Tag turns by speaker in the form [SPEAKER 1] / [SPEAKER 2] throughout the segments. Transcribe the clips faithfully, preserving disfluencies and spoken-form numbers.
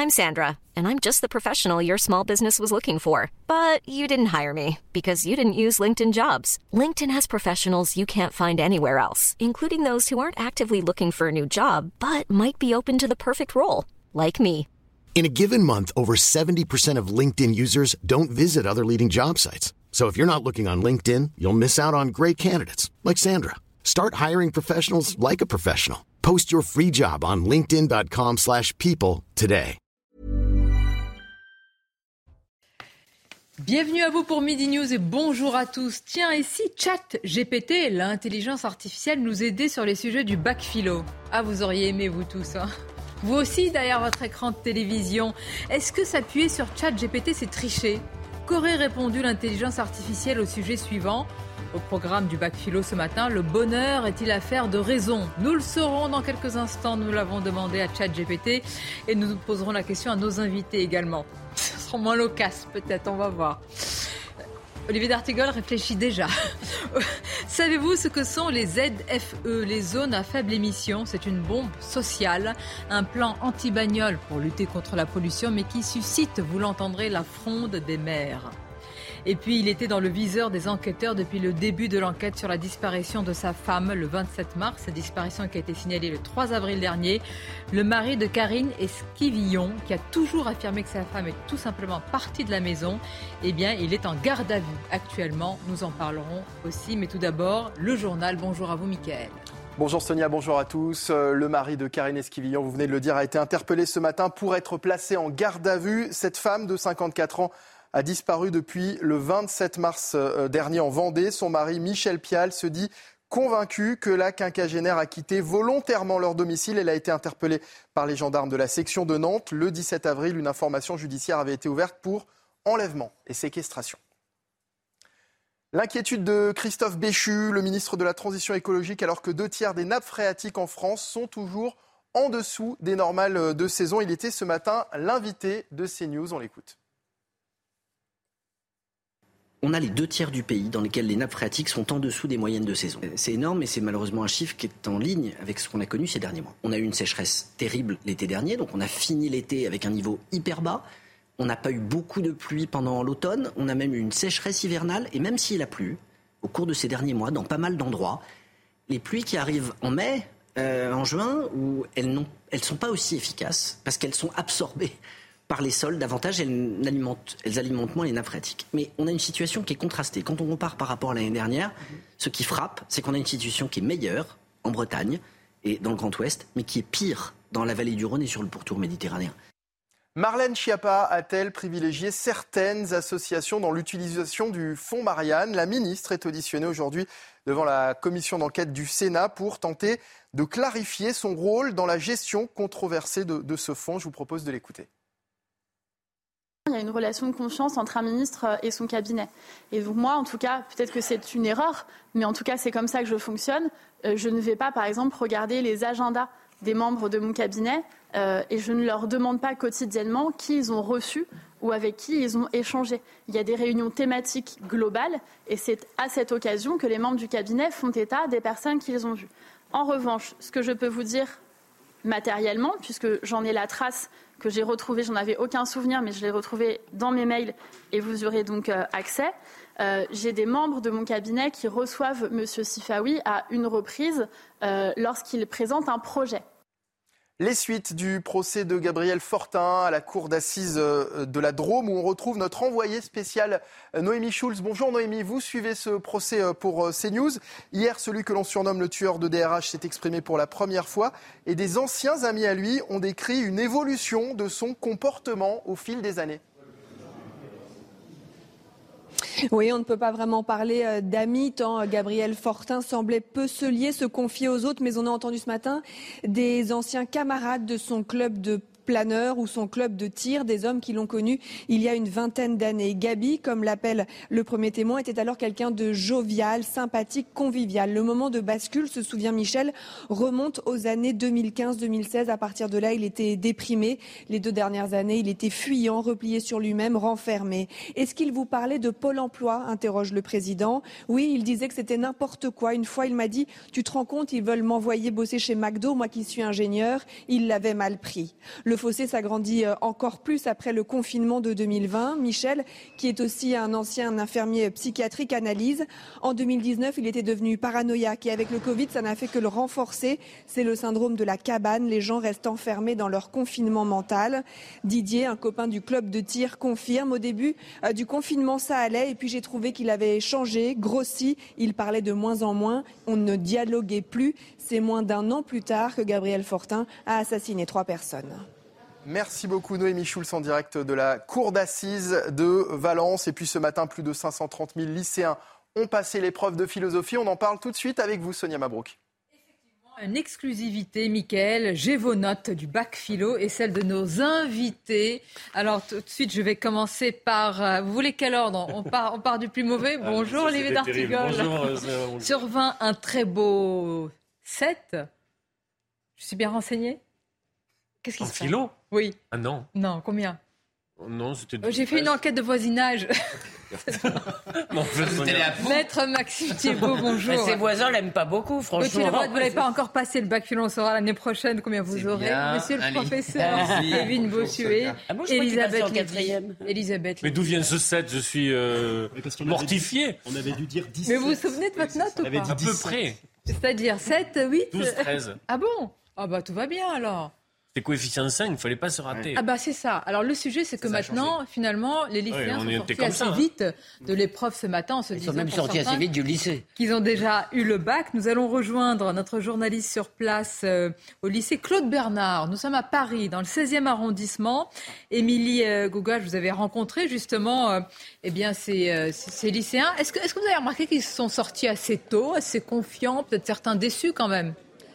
[SPEAKER 1] I'm Sandra, and I'm just the professional your small business was looking for. But you didn't hire me because you didn't use LinkedIn Jobs. LinkedIn has professionals you can't find anywhere else, including those who aren't actively looking for a new job, but might be open to the perfect role, like me.
[SPEAKER 2] In a given month, over seventy percent of LinkedIn users don't visit other leading job sites. So if you're not looking on LinkedIn, you'll miss out on great candidates like Sandra. Start hiring professionals like a professional. Post your free job on linkedin dot com slash people today.
[SPEAKER 3] Bienvenue à vous pour Midi News et bonjour à tous. Tiens, et si ChatGPT, l'intelligence artificielle, nous aidait sur les sujets du bac philo? Ah, vous auriez aimé, vous tous, hein? Vous aussi, derrière votre écran de télévision. Est-ce que s'appuyer sur ChatGPT, c'est tricher? Qu'aurait répondu l'intelligence artificielle au sujet suivant? Au programme du bac philo ce matin, le bonheur est-il affaire de raison? Nous le saurons dans quelques instants. Nous l'avons demandé à ChatGPT et nous poserons la question à nos invités également. Ce sera moins loquace peut-être, on va voir. Olivier d'Artigol réfléchit déjà. Savez-vous ce que sont les Z F E, les zones à faible émission? C'est une bombe sociale, un plan anti-bagnole pour lutter contre la pollution, mais qui suscite, vous l'entendrez, la fronde des maires. Et puis, il était dans le viseur des enquêteurs depuis le début de l'enquête sur la disparition de sa femme le vingt-sept mars. Cette disparition qui a été signalée le trois avril dernier. Le mari de Karine Esquivillon, qui a toujours affirmé que sa femme est tout simplement partie de la maison, eh bien, il est en garde à vue actuellement. Nous en parlerons aussi. Mais tout d'abord, le journal. Bonjour à vous, Mickaël.
[SPEAKER 4] Bonjour Sonia, bonjour à tous. Le mari de Karine Esquivillon, vous venez de le dire, a été interpellé ce matin pour être placé en garde à vue. Cette femme de cinquante-quatre ans a disparu depuis le vingt-sept mars dernier en Vendée. Son mari, Michel Pial, se dit convaincu que la quinquagénaire a quitté volontairement leur domicile. Elle a été interpellée par les gendarmes de la section de Nantes. Le dix-sept avril, une information judiciaire avait été ouverte pour enlèvement et séquestration. L'inquiétude de Christophe Béchu, le ministre de la Transition écologique, alors que deux tiers des nappes phréatiques en France sont toujours en dessous des normales de saison. Il était ce matin l'invité de CNews. On l'écoute.
[SPEAKER 5] On a les deux tiers du pays dans lesquels les nappes phréatiques sont en dessous des moyennes de saison. C'est énorme et c'est malheureusement un chiffre qui est en ligne avec ce qu'on a connu ces derniers mois. On a eu une sécheresse terrible l'été dernier, donc on a fini l'été avec un niveau hyper bas. On n'a pas eu beaucoup de pluie pendant l'automne, on a même eu une sécheresse hivernale et même s'il a plu, au cours de ces derniers mois, dans pas mal d'endroits, les pluies qui arrivent en mai, euh, en juin, où elles ne elles sont pas aussi efficaces parce qu'elles sont absorbées par les sols, davantage, elles alimentent, elles alimentent moins les nappes phréatiques. Mais on a une situation qui est contrastée. Quand on compare par rapport à l'année dernière, ce qui frappe, c'est qu'on a une situation qui est meilleure en Bretagne et dans le Grand Ouest, mais qui est pire dans la vallée du Rhône et sur le pourtour méditerranéen.
[SPEAKER 4] Marlène Schiappa a-t-elle privilégié certaines associations dans l'utilisation du fonds Marianne? La ministre est auditionnée aujourd'hui devant la commission d'enquête du Sénat pour tenter de clarifier son rôle dans la gestion controversée de, de ce fonds. Je vous propose de l'écouter.
[SPEAKER 6] Il y a une relation de confiance entre un ministre et son cabinet. Et donc moi, en tout cas, peut-être que c'est une erreur, mais en tout cas, c'est comme ça que je fonctionne. Je ne vais pas, par exemple, regarder les agendas des membres de mon cabinet euh, et je ne leur demande pas quotidiennement qui ils ont reçu ou avec qui ils ont échangé. Il y a des réunions thématiques globales et c'est à cette occasion que les membres du cabinet font état des personnes qu'ils ont vues. En revanche, ce que je peux vous dire matériellement, puisque j'en ai la trace que j'ai retrouvée, j'en avais aucun souvenir, mais je l'ai retrouvée dans mes mails et vous aurez donc euh, accès. Euh, j'ai des membres de mon cabinet qui reçoivent M. Sifaoui à une reprise euh, lorsqu'il présente un projet.
[SPEAKER 4] Les suites du procès de Gabriel Fortin à la cour d'assises de la Drôme où on retrouve notre envoyée spéciale Noémie Schulz. Bonjour Noémie, vous suivez ce procès pour CNews. Hier, celui que l'on surnomme le tueur de D R H s'est exprimé pour la première fois et des anciens amis à lui ont décrit une évolution de son comportement au fil des années.
[SPEAKER 7] Oui, on ne peut pas vraiment parler d'amis, tant Gabriel Fortin semblait peu se lier, se confier aux autres, mais on a entendu ce matin des anciens camarades de son club de planeur ou son club de tir, des hommes qui l'ont connu il y a une vingtaine d'années. Gabi, comme l'appelle le premier témoin, était alors quelqu'un de jovial, sympathique, convivial. Le moment de bascule, se souvient Michel, remonte aux années deux mille quinze deux mille seize. À partir de là, il était déprimé. Les deux dernières années, il était fuyant, replié sur lui-même, renfermé. Est-ce qu'il vous parlait de Pôle emploi ? Interroge le président. Oui, il disait que c'était n'importe quoi. Une fois, il m'a dit « Tu te rends compte, ils veulent m'envoyer bosser chez McDo, moi qui suis ingénieur ». Il l'avait mal pris. Le fossé s'agrandit encore plus après le confinement de deux mille vingt. Michel, qui est aussi un ancien infirmier psychiatrique, analyse. En deux mille dix-neuf, il était devenu paranoïaque et avec le Covid, ça n'a fait que le renforcer. C'est le syndrome de la cabane. Les gens restent enfermés dans leur confinement mental. Didier, un copain du club de tir, confirme. Au début euh, du confinement, ça allait et puis j'ai trouvé qu'il avait changé, grossi. Il parlait de moins en moins. On ne dialoguait plus. C'est moins d'un an plus tard que Gabriel Fortin a assassiné trois personnes.
[SPEAKER 4] Merci beaucoup Noémie Schulz en direct de la cour d'assises de Valence. Et puis ce matin, plus de cinq cent trente mille lycéens ont passé l'épreuve de philosophie. On en parle tout de suite avec vous, Sonia Mabrouk.
[SPEAKER 3] Une exclusivité, Mickaël. J'ai vos notes du bac philo et celles de nos invités. Alors tout de suite, je vais commencer par... Euh, vous voulez quel ordre ? On part, on part du plus mauvais. Bonjour, ah, Olivier d'Artigol.
[SPEAKER 8] Bonjour. Euh,
[SPEAKER 3] Sur vingt, un très beau sept. Je suis bien renseignée ? Qu'est-ce qui
[SPEAKER 8] en
[SPEAKER 3] se passe ?
[SPEAKER 8] philo ?
[SPEAKER 3] Oui.
[SPEAKER 8] Ah non.
[SPEAKER 3] Non, combien ?
[SPEAKER 8] Non, c'était...
[SPEAKER 3] Euh, J'ai fait une enquête de voisinage.
[SPEAKER 8] non,
[SPEAKER 3] Maître Maxime Thiebaud, bonjour.
[SPEAKER 9] Ses voisins l'aiment pas beaucoup, franchement.
[SPEAKER 3] Vous n'avez pas encore passé le bac philo, on saura l'année prochaine combien vous aurez.
[SPEAKER 9] Bien.
[SPEAKER 3] Monsieur le
[SPEAKER 9] Allez.
[SPEAKER 3] professeur, Kevin Bossuet,
[SPEAKER 9] Ah bon,
[SPEAKER 3] Elisabeth
[SPEAKER 9] en quatrième.
[SPEAKER 3] Elisabeth.
[SPEAKER 8] Mais d'où vient ce sept ? Je suis euh, mortifié.
[SPEAKER 10] On avait dû dire dix.
[SPEAKER 3] Mais vous vous souvenez de votre note ou pas ?
[SPEAKER 8] À peu près.
[SPEAKER 3] C'est-à-dire sept, huit
[SPEAKER 8] douze, treize.
[SPEAKER 3] Ah bon ? Ah bah tout va bien alors.
[SPEAKER 8] C'est coefficient cinq, il ne fallait pas se rater.
[SPEAKER 3] Ah bah c'est ça. Alors le sujet c'est que
[SPEAKER 8] ça
[SPEAKER 3] maintenant, finalement, les lycéens
[SPEAKER 8] ouais,
[SPEAKER 3] sont sortis assez
[SPEAKER 8] ça, hein.
[SPEAKER 3] vite de l'épreuve ce matin en se
[SPEAKER 9] Ils
[SPEAKER 3] disant
[SPEAKER 9] sont même
[SPEAKER 3] pour
[SPEAKER 9] sortis
[SPEAKER 3] certains
[SPEAKER 9] assez vite du lycée.
[SPEAKER 3] qu'ils ont déjà eu le bac. Nous allons rejoindre notre journaliste sur place euh, au lycée Claude Bernard. Nous sommes à Paris, dans le seizième arrondissement. Émilie euh, Gougache, vous avez rencontré justement euh, eh bien, ces, euh, ces lycéens. Est-ce que, est-ce que vous avez remarqué qu'ils se sont sortis assez tôt, assez confiants, peut-être certains déçus quand même ?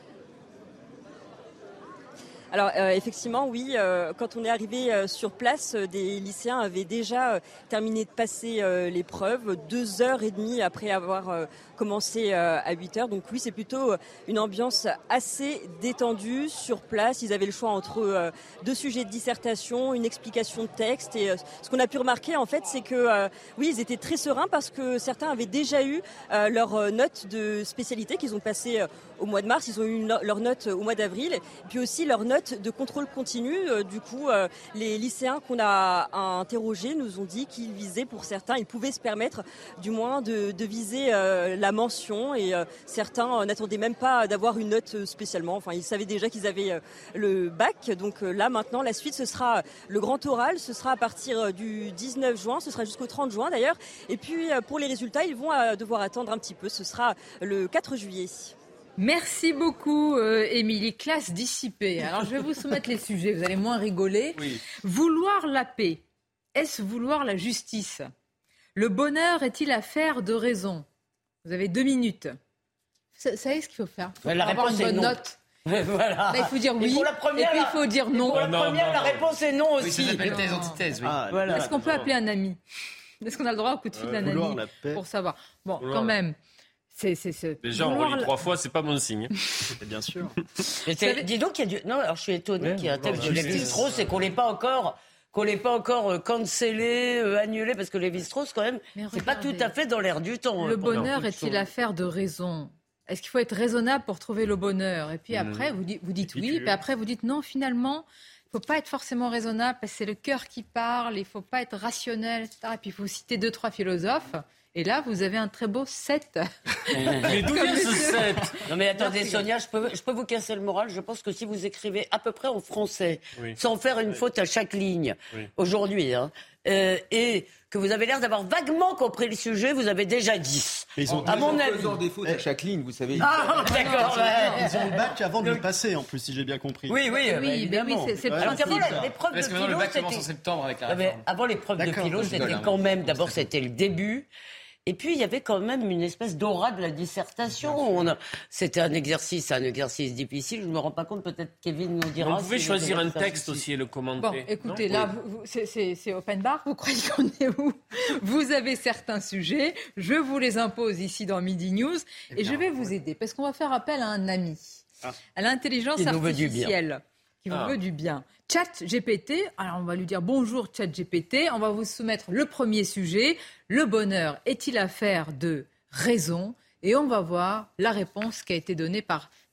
[SPEAKER 11] Alors euh, effectivement, oui, euh, quand on est arrivé euh, sur place, euh, des lycéens avaient déjà euh, terminé de passer euh, l'épreuve deux heures et demie après avoir euh, commencé euh, à huit heures. Donc oui, c'est plutôt euh, une ambiance assez détendue sur place. Ils avaient le choix entre euh, deux sujets de dissertation, une explication de texte. Et euh, ce qu'on a pu remarquer en fait, c'est que euh, oui, ils étaient très sereins parce que certains avaient déjà eu euh, leur euh, note de spécialité qu'ils ont passée euh, au mois de mars. Ils ont eu no- leur note au mois d'avril, et puis aussi leur note de contrôle continu. Euh, du coup, euh, les lycéens qu'on a interrogés nous ont dit qu'ils visaient, pour certains, ils pouvaient se permettre du moins de, de viser euh, la mention, et euh, certains euh, n'attendaient même pas d'avoir une note euh, spécialement. Enfin, ils savaient déjà qu'ils avaient euh, le bac. Donc euh, là, maintenant, la suite, ce sera le grand oral. Ce sera à partir du dix-neuf juin. Ce sera jusqu'au trente juin d'ailleurs. Et puis, euh, pour les résultats, ils vont euh, devoir attendre un petit peu. Ce sera le quatre juillet.
[SPEAKER 3] Merci beaucoup, euh, Émilie. Classe dissipée. Alors, je vais vous soumettre les sujets. Vous allez moins rigoler. Oui. Vouloir la paix, est-ce vouloir la justice ? Le bonheur est-il affaire de raison ? Vous avez deux minutes. Vous savez ce qu'il faut faire ? Il faut
[SPEAKER 9] La
[SPEAKER 3] avoir une bonne
[SPEAKER 9] non.
[SPEAKER 3] note.
[SPEAKER 9] Voilà.
[SPEAKER 3] Là, il faut dire oui.
[SPEAKER 9] Et, pour la première,
[SPEAKER 3] et puis, il faut dire non.
[SPEAKER 9] Pour la
[SPEAKER 8] non,
[SPEAKER 9] première,
[SPEAKER 8] non,
[SPEAKER 9] la
[SPEAKER 8] non.
[SPEAKER 9] réponse est non aussi.
[SPEAKER 12] Oui, ça s'appelle thèse, antithèse. Oui.
[SPEAKER 10] Ah,
[SPEAKER 9] Voilà.
[SPEAKER 3] Est-ce qu'on peut appeler un ami ? Est-ce qu'on a le droit au coup de fil
[SPEAKER 10] euh,
[SPEAKER 3] d'un ami
[SPEAKER 10] la paix.
[SPEAKER 3] pour savoir ? Bon,
[SPEAKER 8] Vouloir
[SPEAKER 3] quand
[SPEAKER 8] la-
[SPEAKER 3] même. C'est, c'est, c'est...
[SPEAKER 8] Déjà, on
[SPEAKER 3] vouloir
[SPEAKER 8] relit
[SPEAKER 3] la-
[SPEAKER 8] trois fois, c'est pas bon signe.
[SPEAKER 10] Bien sûr.
[SPEAKER 9] Mais c'est-
[SPEAKER 3] savez-
[SPEAKER 9] Dis donc qu'il y a du... Non, alors je suis étonnée
[SPEAKER 8] Ouais,
[SPEAKER 9] qu'il y ait un texte de
[SPEAKER 8] vouloir la
[SPEAKER 9] Lévi-Strauss et qu'on l'ait pas encore... qu'on l'ait pas encore euh, cancellé, euh, annulé, parce que Lévi-Strauss, quand même,
[SPEAKER 3] Mais
[SPEAKER 9] c'est pas tout
[SPEAKER 3] regardez.
[SPEAKER 9] à fait dans l'air du temps.
[SPEAKER 3] Le
[SPEAKER 9] hein, pour
[SPEAKER 3] bonheur
[SPEAKER 9] beaucoup de
[SPEAKER 3] est-il
[SPEAKER 9] choses.
[SPEAKER 3] affaire de raison ? Est-ce qu'il faut être raisonnable pour trouver le bonheur ? Et puis après, vous dites, vous dites
[SPEAKER 10] puis
[SPEAKER 3] oui,
[SPEAKER 10] tu-
[SPEAKER 3] puis après, vous dites non, finalement, il ne faut pas être forcément raisonnable parce que c'est le cœur qui parle, il ne faut pas être rationnel, et cetera. Et puis il faut citer deux, trois philosophes. Et là, vous avez un très beau sept.
[SPEAKER 8] Mais d'où vient ce sept ?
[SPEAKER 9] Non mais attendez, Sonia, je peux, je peux vous casser le moral. Je pense que si vous écrivez à peu près en français,
[SPEAKER 8] Oui.
[SPEAKER 9] sans faire une faute à chaque ligne,
[SPEAKER 8] Oui.
[SPEAKER 9] aujourd'hui, hein, euh, et que vous avez l'air d'avoir vaguement compris le sujet, vous avez déjà dix.
[SPEAKER 10] Mais ils ont,
[SPEAKER 9] À mon avis.
[SPEAKER 12] faisant des fautes à chaque ligne, vous savez.
[SPEAKER 9] Ah, d'accord. ouais.
[SPEAKER 10] ils ont le bac avant de le passer, en plus, si j'ai bien compris.
[SPEAKER 9] Oui, oui, bah,
[SPEAKER 3] Oui, mais
[SPEAKER 9] évidemment.
[SPEAKER 3] oui, c'est, c'est le
[SPEAKER 10] Ouais.
[SPEAKER 9] Alors
[SPEAKER 3] principe.
[SPEAKER 9] qu'avant, la- l'épreuve de
[SPEAKER 12] Parce que maintenant,
[SPEAKER 9] philo,
[SPEAKER 12] le bac commence en
[SPEAKER 9] c'était...
[SPEAKER 12] septembre avec la
[SPEAKER 9] Ah, mais
[SPEAKER 12] réforme.
[SPEAKER 9] avant l'épreuve de
[SPEAKER 10] D'accord,
[SPEAKER 9] philo,
[SPEAKER 10] je
[SPEAKER 9] c'était
[SPEAKER 12] rigole, hein.
[SPEAKER 9] quand même, d'abord c'était le début, et puis il y avait quand même une espèce d'aura de la dissertation. On a- C'était un exercice, un exercice difficile, je ne me rends pas compte, peut-être Kevin nous dira.
[SPEAKER 8] Vous pouvez
[SPEAKER 9] si
[SPEAKER 8] choisir un
[SPEAKER 9] ça
[SPEAKER 8] texte
[SPEAKER 9] suffit.
[SPEAKER 8] aussi et le
[SPEAKER 3] Bon,
[SPEAKER 8] commenter.
[SPEAKER 3] écoutez,
[SPEAKER 8] non
[SPEAKER 3] là, vous- vous- c'est, c'est, c'est open bar. Vous croyez qu'on est où ? Vous avez certains sujets. Je vous les impose ici dans Midi News. Et je vais vous aider parce qu'on va faire appel à un ami,
[SPEAKER 10] Ah.
[SPEAKER 3] à l'intelligence
[SPEAKER 9] Qui nous veut du bien.
[SPEAKER 3] artificielle, qui vous
[SPEAKER 8] Ah.
[SPEAKER 3] veut du bien. ChatGPT. Alors, on va lui dire bonjour ChatGPT. On va vous soumettre le premier sujet. Le bonheur est-il affaire de raison ? Et on va voir la réponse qui a été donnée par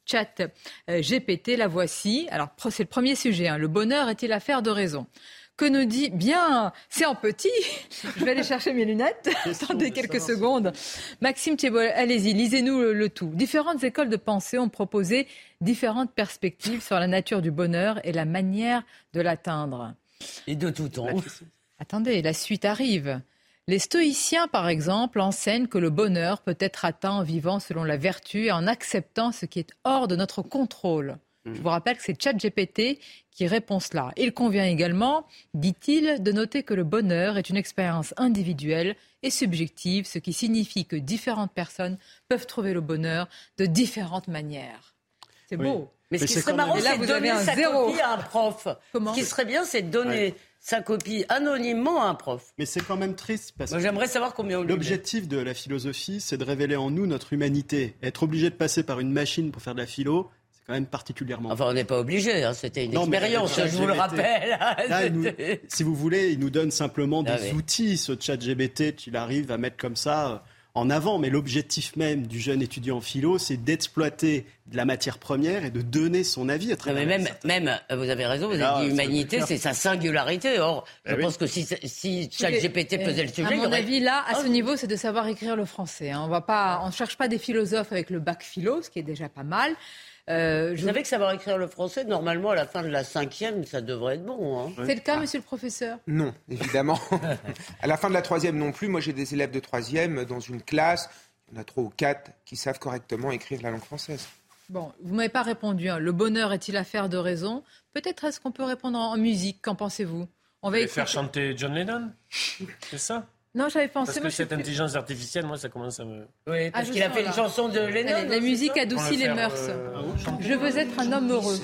[SPEAKER 3] Chat euh, G P T, la voici. Alors, c'est le premier sujet. Hein. Le bonheur est-il affaire de raison ? Que nous dit bien, c'est en petit. Je vais aller chercher mes lunettes. Attendez quelques secondes. Maxime Thiébaut, allez-y, lisez-nous le, le tout. Différentes écoles de pensée ont proposé différentes perspectives sur la nature du bonheur et la manière de l'atteindre.
[SPEAKER 9] Et de tout temps.
[SPEAKER 3] Attendez, la suite arrive. Les stoïciens, par exemple, enseignent que le bonheur peut être atteint en vivant selon la vertu et en acceptant ce qui est hors de notre contrôle. Je vous rappelle que c'est ChatGPT qui répond cela. Il convient également, dit-il, de noter que le bonheur est une expérience individuelle et subjective, ce qui signifie que différentes personnes peuvent trouver le bonheur de différentes manières. C'est beau.
[SPEAKER 9] Oui. Mais, Mais ce qui serait marrant, c'est de donner sa zéro. copie à un prof. Comment ? Ce qui serait bien, c'est de donner ouais. sa copie anonymement à un prof.
[SPEAKER 10] Mais c'est quand même triste parce
[SPEAKER 9] Moi,
[SPEAKER 10] que
[SPEAKER 9] j'aimerais savoir combien on
[SPEAKER 10] l'objectif de la philosophie, c'est de révéler en nous notre humanité. Être obligé de passer par une machine pour faire de la philo, c'est quand même particulièrement...
[SPEAKER 9] Enfin, on n'est pas obligé, hein. C'était une non, expérience, je vous le rappelle.
[SPEAKER 10] Là, nous, si vous voulez, il nous donne simplement des
[SPEAKER 9] ah, oui.
[SPEAKER 10] outils, ce chat G P T, qu'il arrive à mettre comme ça en avant. Mais l'objectif même du jeune étudiant en philo, c'est d'exploiter de la matière première et de donner son avis à travers...
[SPEAKER 9] Non, mais même, même, vous avez raison, vous avez dit humanité, c'est sa singularité. Or, je ben pense oui. que si, si ChatGPT
[SPEAKER 3] euh,
[SPEAKER 9] faisait le sujet...
[SPEAKER 3] À mon
[SPEAKER 9] aurait...
[SPEAKER 3] avis, là, à ce niveau, c'est de savoir écrire le français. Hein. On va pas, on ne cherche pas des philosophes avec le bac philo, ce qui est déjà pas mal.
[SPEAKER 9] Euh, je... Vous savez que savoir écrire le français, normalement, à la fin de la cinquième, ça devrait être bon. Hein.
[SPEAKER 3] C'est le cas, ah. monsieur le professeur ?
[SPEAKER 13] Non, évidemment. À la fin de la troisième non plus. Moi, j'ai des élèves de troisième dans une classe. Il y en a trois ou quatre qui savent correctement écrire la langue française.
[SPEAKER 3] Bon, vous ne m'avez pas répondu. Hein. Le bonheur est-il affaire de raison ? Peut-être est-ce qu'on peut répondre en musique ? Qu'en pensez-vous ?
[SPEAKER 8] On va écouter... faire chanter John Lennon ? C'est ça ?
[SPEAKER 3] Non, j'avais pensé...
[SPEAKER 8] Parce que
[SPEAKER 3] moi,
[SPEAKER 8] cette
[SPEAKER 3] je...
[SPEAKER 8] intelligence artificielle, moi, ça commence à me...
[SPEAKER 9] Oui, parce ah, qu'il a fait là. une chanson de Lennon.
[SPEAKER 3] Allez, la musique adoucit les mœurs. Euh, je veux être un homme heureux.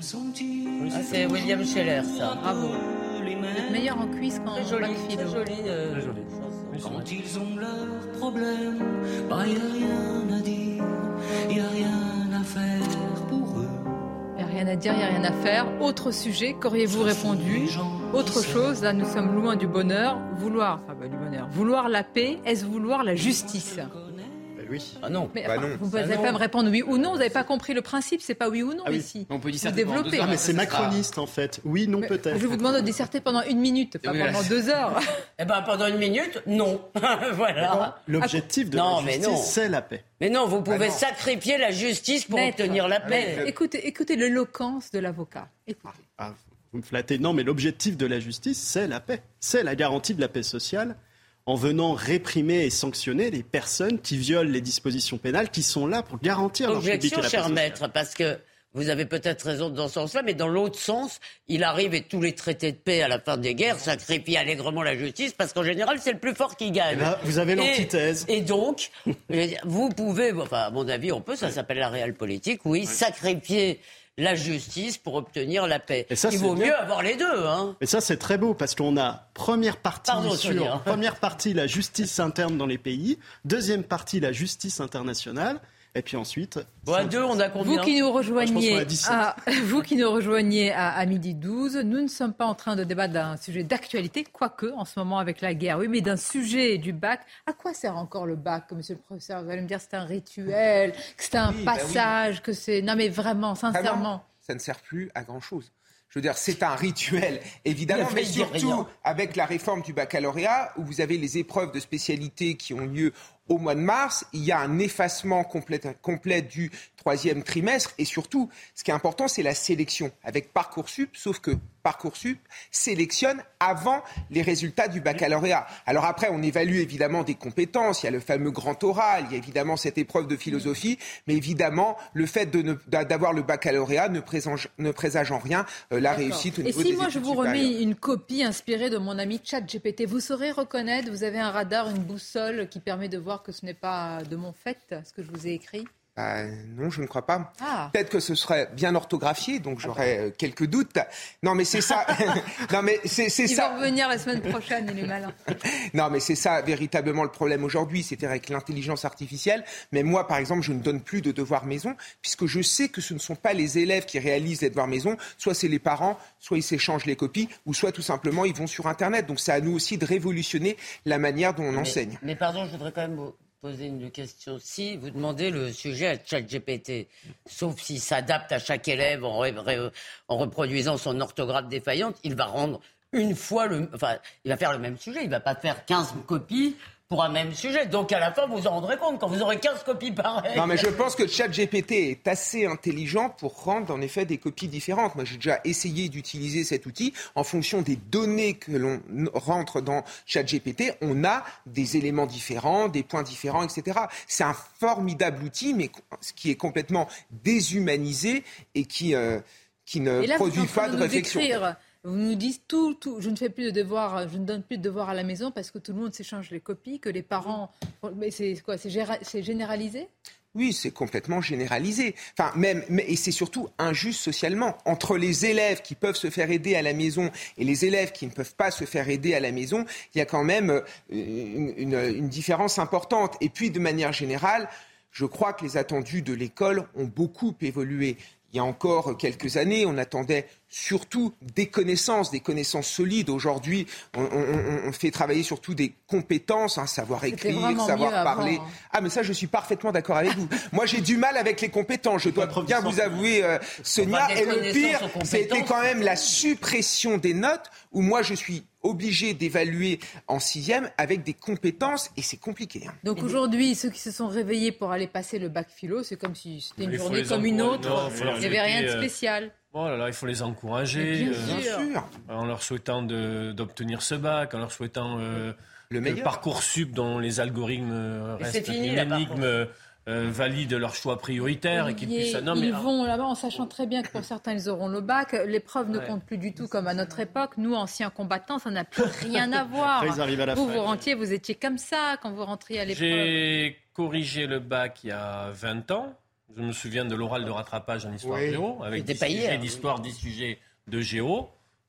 [SPEAKER 9] Ah, c'est William Scheller, ça.
[SPEAKER 3] Bravo. Vous êtes meilleur en cuisse qu'en bac philo.
[SPEAKER 9] Très joli. Euh...
[SPEAKER 8] Très joli.
[SPEAKER 14] Quand ils ont leurs problèmes, bah, il n'y a rien à dire, il n'y a rien à faire pour eux.
[SPEAKER 3] Il n'y a rien à dire, il n'y a rien à faire. Autre sujet, qu'auriez-vous répondu ? Autre chose, là nous sommes loin du bonheur. Vouloir, enfin bah, du bonheur. Vouloir la paix, est-ce vouloir la justice ?
[SPEAKER 10] Ben oui.
[SPEAKER 9] Ah non.
[SPEAKER 3] Mais,
[SPEAKER 13] bah
[SPEAKER 3] enfin,
[SPEAKER 13] non.
[SPEAKER 3] Vous n'allez pas me répondre oui ou non. Vous n'avez pas compris le principe. C'est pas oui ou non ah oui. ici.
[SPEAKER 12] On peut
[SPEAKER 3] vous développer.
[SPEAKER 10] Ah mais c'est macroniste en fait. Oui, non, mais peut-être.
[SPEAKER 3] Je vous demande de disserter pendant une minute, pas oui, pendant deux heures.
[SPEAKER 9] Eh ben pendant une minute, non. Voilà.
[SPEAKER 10] L'objectif de
[SPEAKER 9] non,
[SPEAKER 10] la justice, c'est la paix.
[SPEAKER 9] Mais non, vous pouvez ah non. sacrifier la justice pour Maître. obtenir la paix.
[SPEAKER 3] Mais, écoutez, écoutez l'éloquence de l'avocat. Écoutez.
[SPEAKER 10] Ah, vous me flattez. Non, mais l'objectif de la justice, c'est la paix. C'est la garantie de la paix sociale en venant réprimer et sanctionner les personnes qui violent les dispositions pénales qui sont là pour garantir leur public et la paix sociale.
[SPEAKER 9] Objection, cher maître, parce que vous avez peut-être raison dans ce sens-là, mais dans l'autre sens, il arrive et tous les traités de paix à la fin des guerres sacrifient allègrement la justice parce qu'en général, c'est le plus fort qui gagne.
[SPEAKER 10] Là, vous avez l'antithèse.
[SPEAKER 9] Et, et donc, vous pouvez, enfin, à mon avis, on peut, ça s'appelle la réelle politique, oui, oui. sacrifier la justice pour obtenir la paix. Ça, il vaut bien. mieux avoir les deux. Hein.
[SPEAKER 10] Et ça, c'est très beau parce qu'on a première partie,
[SPEAKER 9] Pardon,
[SPEAKER 10] sur, première partie la justice interne dans les pays, deuxième partie la justice internationale. Et puis ensuite...
[SPEAKER 9] Bon, à deux, on a combien ?
[SPEAKER 3] Vous qui nous rejoignez,
[SPEAKER 10] à,
[SPEAKER 3] vous qui nous rejoignez à, à midi douze, nous ne sommes pas en train de débattre d'un sujet d'actualité, quoique en ce moment avec la guerre, oui, mais d'un sujet du bac. À quoi sert encore le bac, monsieur le professeur ? Vous allez me dire que c'est un rituel, que c'est un oui, passage, ben oui. que c'est... Non mais vraiment, sincèrement... Vraiment,
[SPEAKER 13] ça ne sert plus à grand-chose. Je veux dire, c'est un rituel, évidemment, mais surtout avec la réforme du baccalauréat, où vous avez les épreuves de spécialité qui ont lieu au mois de mars, il y a un effacement complet, complet du troisième trimestre. Et surtout, ce qui est important, c'est la sélection avec Parcoursup, sauf que Parcoursup sélectionne avant les résultats du baccalauréat. Alors après, on évalue évidemment des compétences. Il y a le fameux grand oral, il y a évidemment cette épreuve de philosophie. Mais évidemment, le fait de ne, d'avoir le baccalauréat ne présage, ne présage en rien euh, la D'accord. réussite au niveau des
[SPEAKER 3] Et si
[SPEAKER 13] des
[SPEAKER 3] moi je vous
[SPEAKER 13] supérieures.
[SPEAKER 3] remets une copie inspirée de mon ami ChatGPT, vous saurez reconnaître, vous avez un radar, une boussole qui permet de voir que ce n'est pas de mon fait, ce que je vous ai écrit ?
[SPEAKER 13] Euh, non, je ne crois pas.
[SPEAKER 3] Ah.
[SPEAKER 13] Peut-être que ce serait bien orthographié, donc j'aurais euh, quelques doutes. Non, mais c'est ça. non, mais c'est, c'est
[SPEAKER 3] il
[SPEAKER 13] ça.
[SPEAKER 3] Il va revenir la semaine prochaine, il est malin.
[SPEAKER 13] non, mais c'est ça véritablement le problème aujourd'hui, c'est-à-dire avec l'intelligence artificielle. Mais moi, par exemple, je ne donne plus de devoirs maison, puisque je sais que ce ne sont pas les élèves qui réalisent les devoirs maison. Soit c'est les parents, soit ils s'échangent les copies, ou soit tout simplement ils vont sur Internet. Donc c'est à nous aussi de révolutionner la manière dont on
[SPEAKER 9] mais,
[SPEAKER 13] enseigne.
[SPEAKER 9] Mais pardon, je voudrais quand même... poser une question. Si vous demandez le sujet à ChatGPT, sauf s'il s'adapte à chaque élève en, ré- ré- en reproduisant son orthographe défaillante, il va rendre une fois le... Enfin, il va faire le même sujet. Il ne va pas faire quinze copies pour un même sujet. Donc, à la fin, vous vous en rendrez compte quand vous aurez quinze copies pareilles.
[SPEAKER 13] Non, mais je pense que ChatGPT est assez intelligent pour rendre, en effet, des copies différentes. Moi, j'ai déjà essayé d'utiliser cet outil. En fonction des données que l'on rentre dans ChatGPT, on a des éléments différents, des points différents, et cetera. C'est un formidable outil, mais qui est complètement déshumanisé et qui, euh, qui ne
[SPEAKER 3] et là,
[SPEAKER 13] produit pas de,
[SPEAKER 3] de
[SPEAKER 13] réflexion.
[SPEAKER 3] Décrire. Vous nous dites tout, tout, je ne fais plus de devoirs, je ne donne plus de devoirs à la maison parce que tout le monde s'échange les copies, que les parents... Mais c'est quoi, c'est, géra... c'est généralisé ?
[SPEAKER 13] Oui, c'est complètement généralisé. Enfin, même, mais, et c'est surtout injuste socialement. Entre les élèves qui peuvent se faire aider à la maison et les élèves qui ne peuvent pas se faire aider à la maison, il y a quand même une, une, une différence importante. Et puis, de manière générale, je crois que les attendus de l'école ont beaucoup évolué. Il y a encore quelques années, on attendait surtout des connaissances, des connaissances solides. Aujourd'hui, on, on, on fait travailler surtout des compétences, hein, savoir écrire, savoir parler.
[SPEAKER 3] Avant, hein.
[SPEAKER 13] Ah, mais ça, je suis parfaitement d'accord avec vous. Moi, j'ai du mal avec les compétences. Je dois bien vous avouer, euh, Sonia. Et le pire, c'était quand même la suppression des notes où moi, je suis obligé d'évaluer en sixième avec des compétences et c'est compliqué. Hein.
[SPEAKER 3] Donc aujourd'hui, ceux qui se sont réveillés pour aller passer le bac philo, c'est comme si c'était une journée comme une autre.
[SPEAKER 8] Non,
[SPEAKER 3] il n'y avait rien de spécial.
[SPEAKER 8] Oh là là, il faut les encourager.
[SPEAKER 3] Bien
[SPEAKER 8] euh,
[SPEAKER 3] sûr.
[SPEAKER 13] sûr.
[SPEAKER 8] En leur souhaitant de, d'obtenir ce bac, en leur souhaitant euh,
[SPEAKER 13] le meilleur.
[SPEAKER 8] Parcoursup dont les algorithmes euh, restent
[SPEAKER 9] fini,
[SPEAKER 8] une
[SPEAKER 9] là,
[SPEAKER 8] énigme euh, valide leur choix prioritaire et qu'ils puissent... Non,
[SPEAKER 3] ils
[SPEAKER 8] mais...
[SPEAKER 3] vont là-bas en sachant très bien que pour certains, ils auront le bac. L'épreuve ne
[SPEAKER 8] Ouais.
[SPEAKER 3] compte plus du tout comme à notre époque. Nous, anciens combattants, ça n'a plus rien à voir.
[SPEAKER 10] Après, ils arrivent à la
[SPEAKER 3] vous,
[SPEAKER 10] fin.
[SPEAKER 3] vous rentriez, vous étiez comme ça quand vous rentriez à l'épreuve.
[SPEAKER 8] J'ai corrigé le bac il y a vingt ans. Je me souviens de l'oral de rattrapage en histoire
[SPEAKER 13] Oui.
[SPEAKER 8] géo, avec
[SPEAKER 9] C'était
[SPEAKER 8] dix
[SPEAKER 9] pas
[SPEAKER 8] sujets
[SPEAKER 9] hier.
[SPEAKER 8] d'histoire, dix sujets de géo.